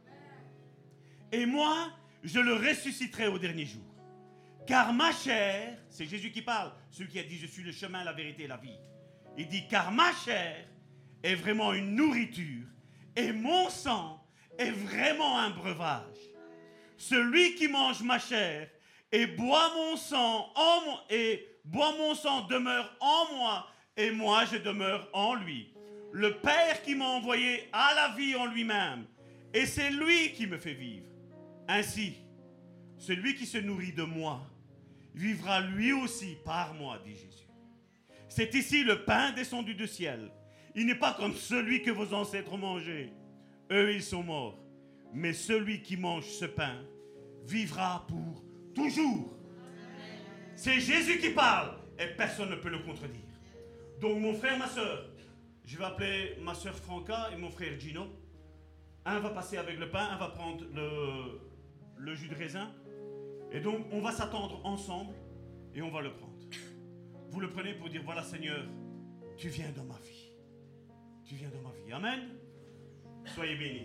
Et moi, je le ressusciterai au dernier jour. Car ma chair, c'est Jésus qui parle, celui qui a dit, je suis le chemin, la vérité et la vie. Il dit, car ma chair est vraiment une nourriture et mon sang est vraiment un breuvage. Celui qui mange ma chair et boit mon sang en moi, et boit mon sang demeure en moi et moi je demeure en lui. Le Père qui m'a envoyé a la vie en lui-même et c'est lui qui me fait vivre. Ainsi, celui qui se nourrit de moi vivra lui aussi par moi, dit Jésus. C'est ici le pain descendu du ciel. Il n'est pas comme celui que vos ancêtres ont mangé. Eux, ils sont morts. Mais celui qui mange ce pain vivra pour toujours. C'est Jésus qui parle et personne ne peut le contredire. Donc mon frère, ma soeur, je vais appeler ma soeur Franca et mon frère Gino. Un va passer avec le pain, un va prendre le, le jus de raisin. Et donc, on va s'attendre ensemble et on va le prendre. Vous le prenez pour dire, voilà Seigneur, tu viens dans ma vie. Tu viens dans ma vie. Amen. Soyez bénis.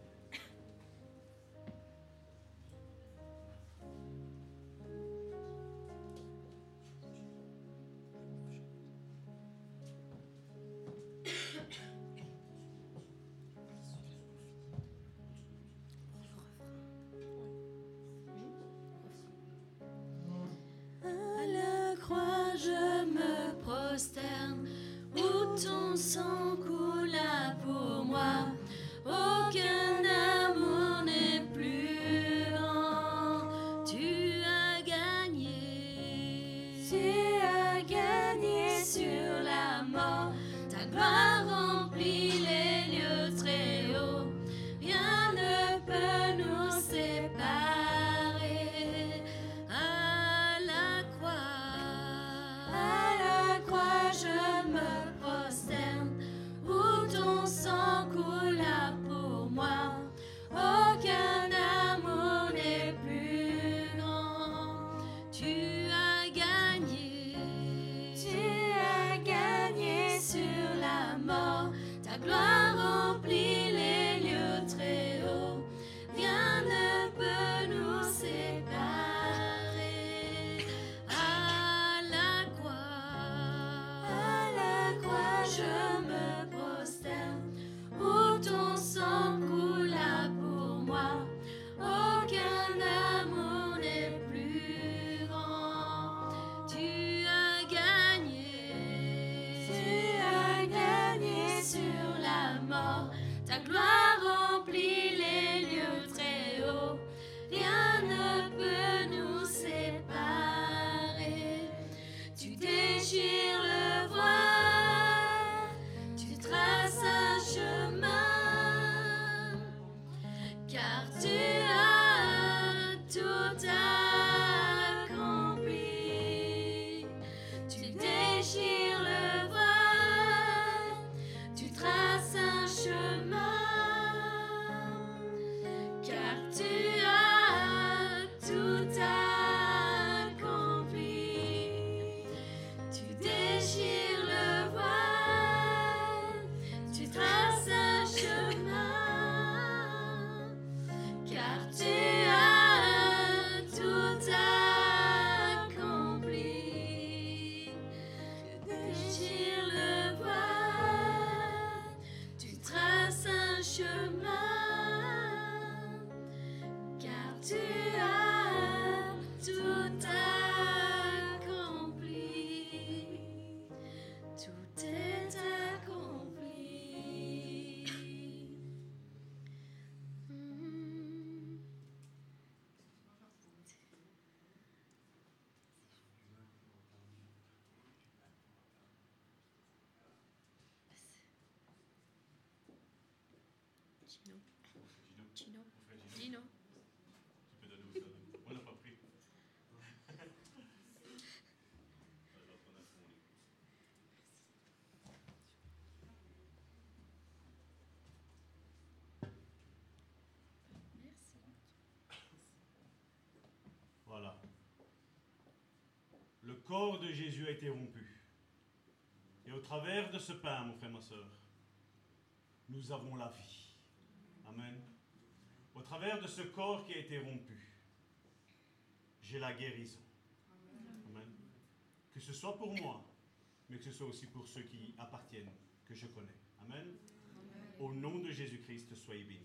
À la croix, je me prosterne, où ton sang coula pour moi. Aucun amour n'est plus grand. Tu as gagné, tu as gagné sur la mort. Ta gloire remplit les lieux très hauts. Rien ne peut nous séparer. À la croix, à la croix, je me prosterne, où ton sang coula pour moi. Aucun amour n'est plus grand. Tu as gagné, tu as gagné sur la mort. Ta gloire remplit les lieux très hauts. Rien ne peut nous séparer. À la croix, à la croix, je me prosterne, où ton sang coula pour moi. Aucun amour n'est plus grand. Tu as gagné, tu as gagné sur la mort. Ta gloire remplit les lieux très hauts. Rien ne peut nous séparer. Tu déchires le voile, tu traces un chemin, car tu as tout accompli. Tu déchires le voile, tu traces un chemin, car tu as tout accompli. Tu déchires le voile, tu traces un chemin, car tu as tout accompli. Tu déchires le voile, tu traces un chemin, car tu as tout accompli. Tout est accompli. Mm. Gino. Gino. Gino. On n'a pas pris. Voilà. Le corps de Jésus a été rompu. Et au travers de ce pain, mon frère, ma soeur, nous avons la vie. Amen. Au travers de ce corps qui a été rompu, j'ai la guérison. Amen. Que ce soit pour moi, mais que ce soit aussi pour ceux qui appartiennent, que je connais. Amen. Au nom de Jésus-Christ, soyez bénis.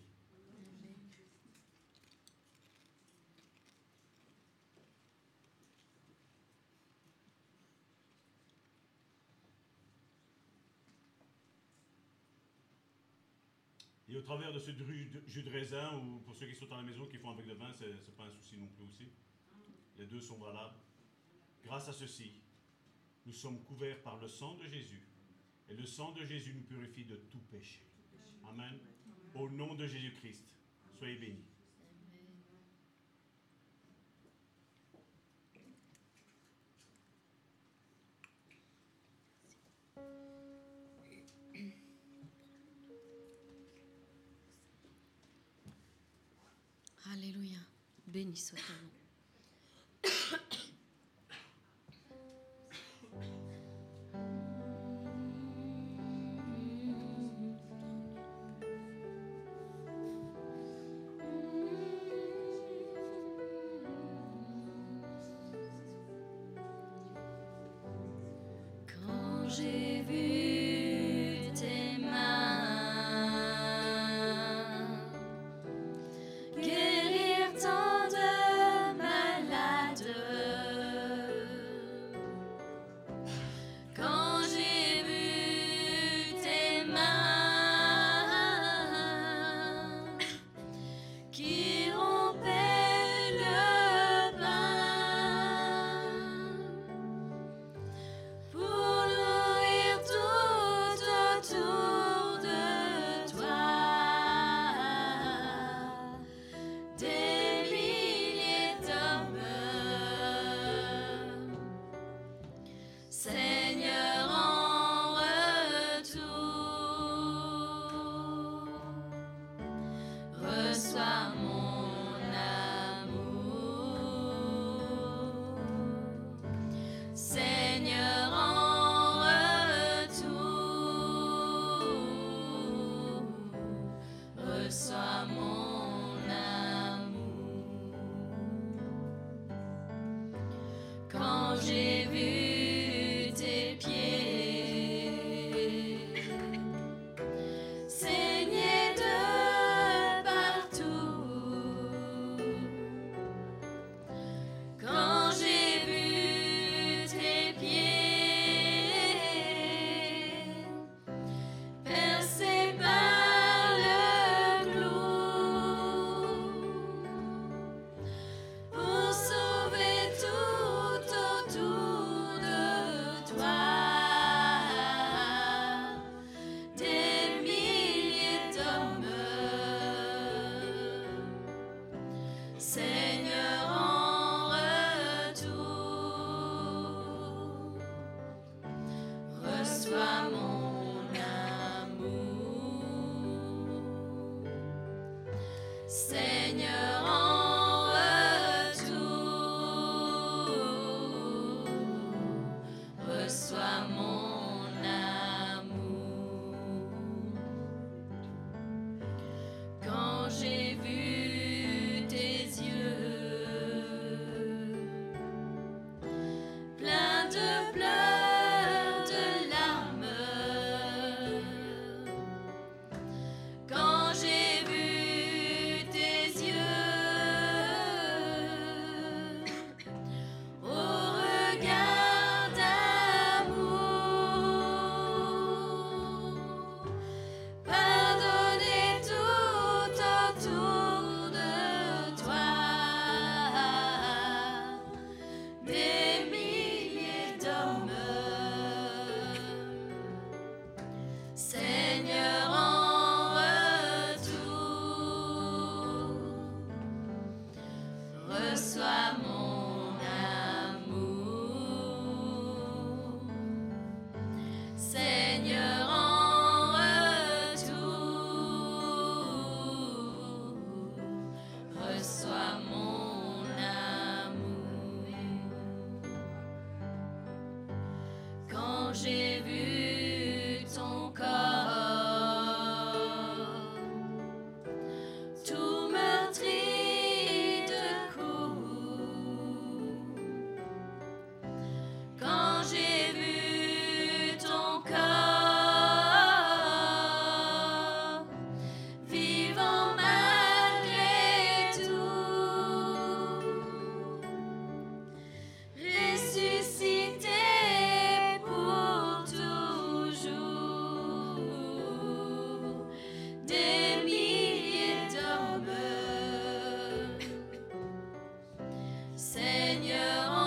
Et au travers de ce jus de, jus de raisin, ou pour ceux qui sont à la maison, qui font avec le vin, c'est n'est pas un souci non plus aussi. Les deux sont valables. Grâce à ceci, nous sommes couverts par le sang de Jésus. Et le sang de Jésus nous purifie de tout péché. Amen. Au nom de Jésus-Christ, soyez bénis. Amen. béni soit ton nom. Quand j'ai vu tes mains guérir tant de malades, quand j'ai vu tes mains qui rompaient le pain pour nourrir tout autour de toi des milliers d'hommes, Seigneur, en retour, reçois mon amour. Seigneur, en retour, reçois mon amour. Quand j'ai vu tes pieds saigner de partout, quand j'ai vu tes pieds percés par le clou pour sauver tout autour de toi des milliers d'hommes, Seigneur, en retour, reçois mon amour. Seigneur, en retour, reçois mon amour. Quand j'ai vu tes yeux pleins de pleurs, de larmes, quand j'ai vu tes yeux au regard d'amour, pardonner tout autour de toi des milliers d'hommes, Seigneur, en retour, reçois mon amour. Seigneur, en retour, reçois mon amour. Quand j'ai vu ton corps tout meurtri de coups, quand j'ai vu ton corps vivant malgré tout, ressuscité pour toujours, des milliers d'hommes, Seigneur, en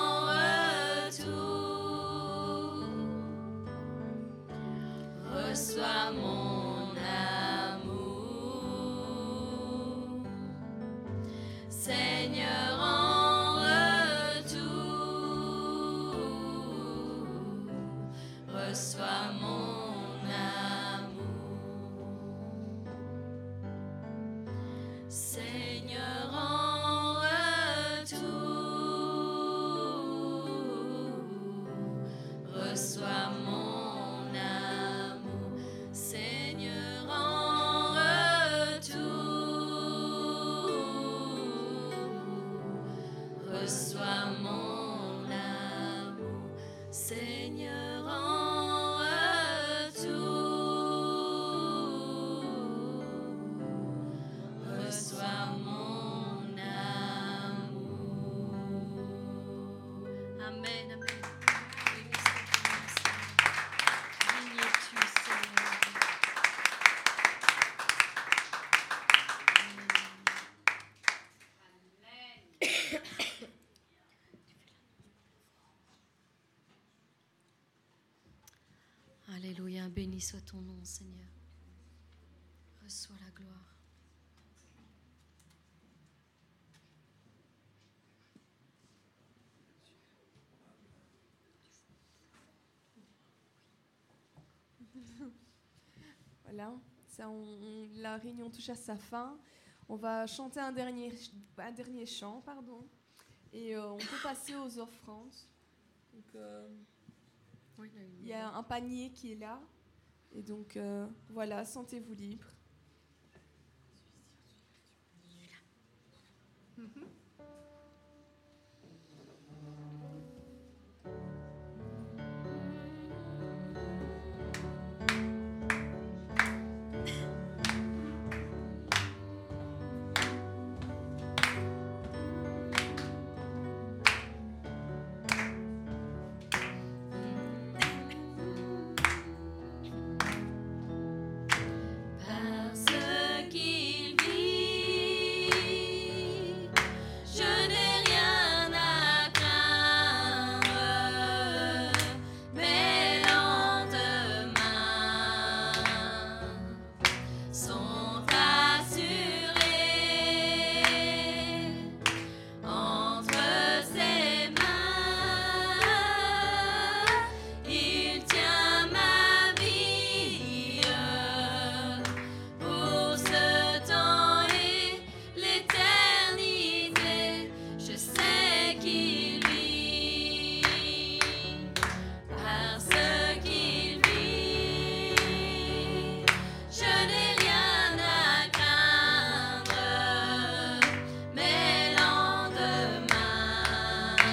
retour, reçois mon amour. Seigneur, en retour, reçois mon amour. Seigneur, en reçois mon amour, Seigneur, en retour. Reçois mon amour. Amen, amen. Béni es-tu, Seigneur. Alléluia, béni soit ton nom, Seigneur. Reçois la gloire. Voilà, ça, on- on- la réunion touche à sa fin. On va chanter un dernier, un dernier chant, pardon, et euh, on peut passer aux offrandes. Donc, euh, il y a un panier qui est là, et donc euh, voilà, sentez-vous libre. Parce qu'il vit, je n'ai rien à craindre. Mes lendemains sont assurés entre ses mains. Il tient ma vie pour ce temps et l'éternité. Je sais qu'il vit, parce qu'il vit. Je n'ai rien à craindre. Mes lendemains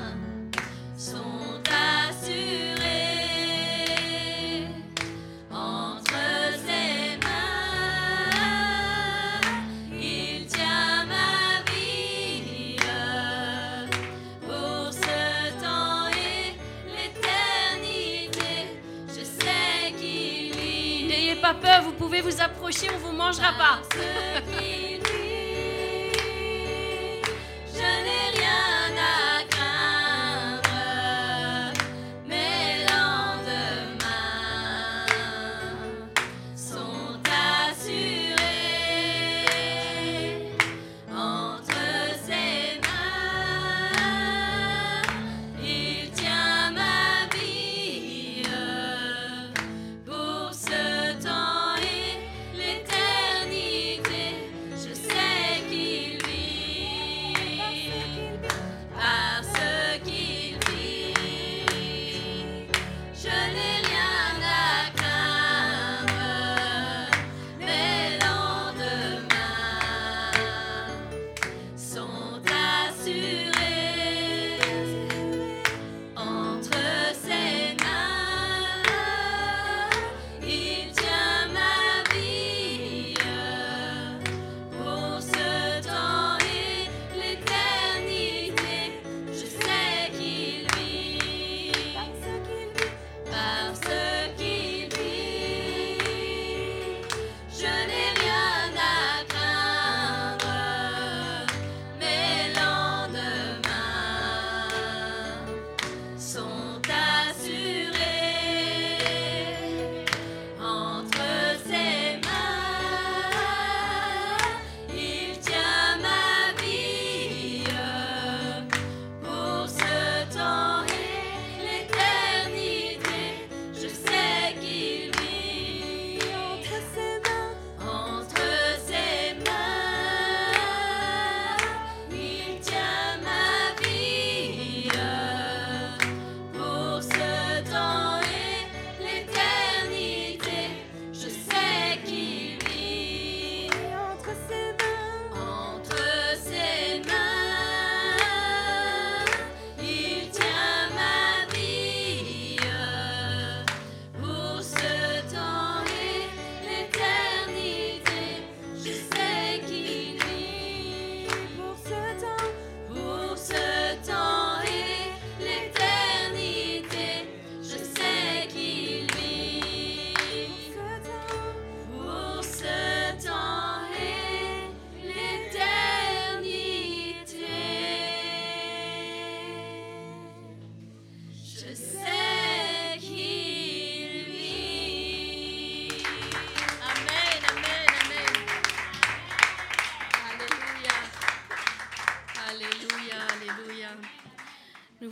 sont assurés entre ses mains. Il tient ma vie pour ce temps et l'éternité. Je sais qu'il vit. N'ayez pas peur, vous pouvez vous approcher, on vous mangera pas. Parce qu'il vit, je n'ai rien à craindre. Mes lendemains sont assurés entre ses mains. Il tient ma vie pour ce temps et l'éternité. Je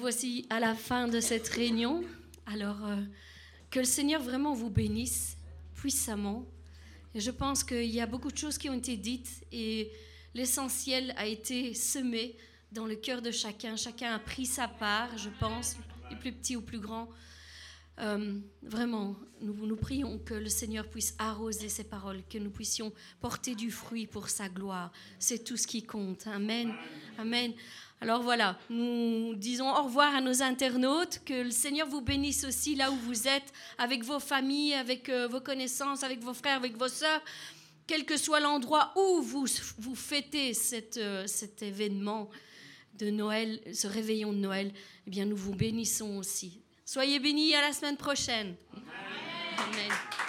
voici à la fin de cette réunion. Alors, euh, que le Seigneur vraiment vous bénisse puissamment. Et je pense qu'il y a beaucoup de choses qui ont été dites et l'essentiel a été semé dans le cœur de chacun. Chacun a pris sa part, je pense, les plus petits ou plus grands. Euh, vraiment, nous, nous prions que le Seigneur puisse arroser ces paroles, que nous puissions porter du fruit pour sa gloire. C'est tout ce qui compte. Amen. Amen. Alors voilà, nous disons au revoir à nos internautes, que le Seigneur vous bénisse aussi là où vous êtes, avec vos familles, avec euh, vos connaissances, avec vos frères, avec vos sœurs, quel que soit l'endroit où vous, vous fêtez cette, euh, cet événement de Noël, ce réveillon de Noël, eh bien nous vous bénissons aussi. Soyez bénis, à la semaine prochaine. Amen. Amen.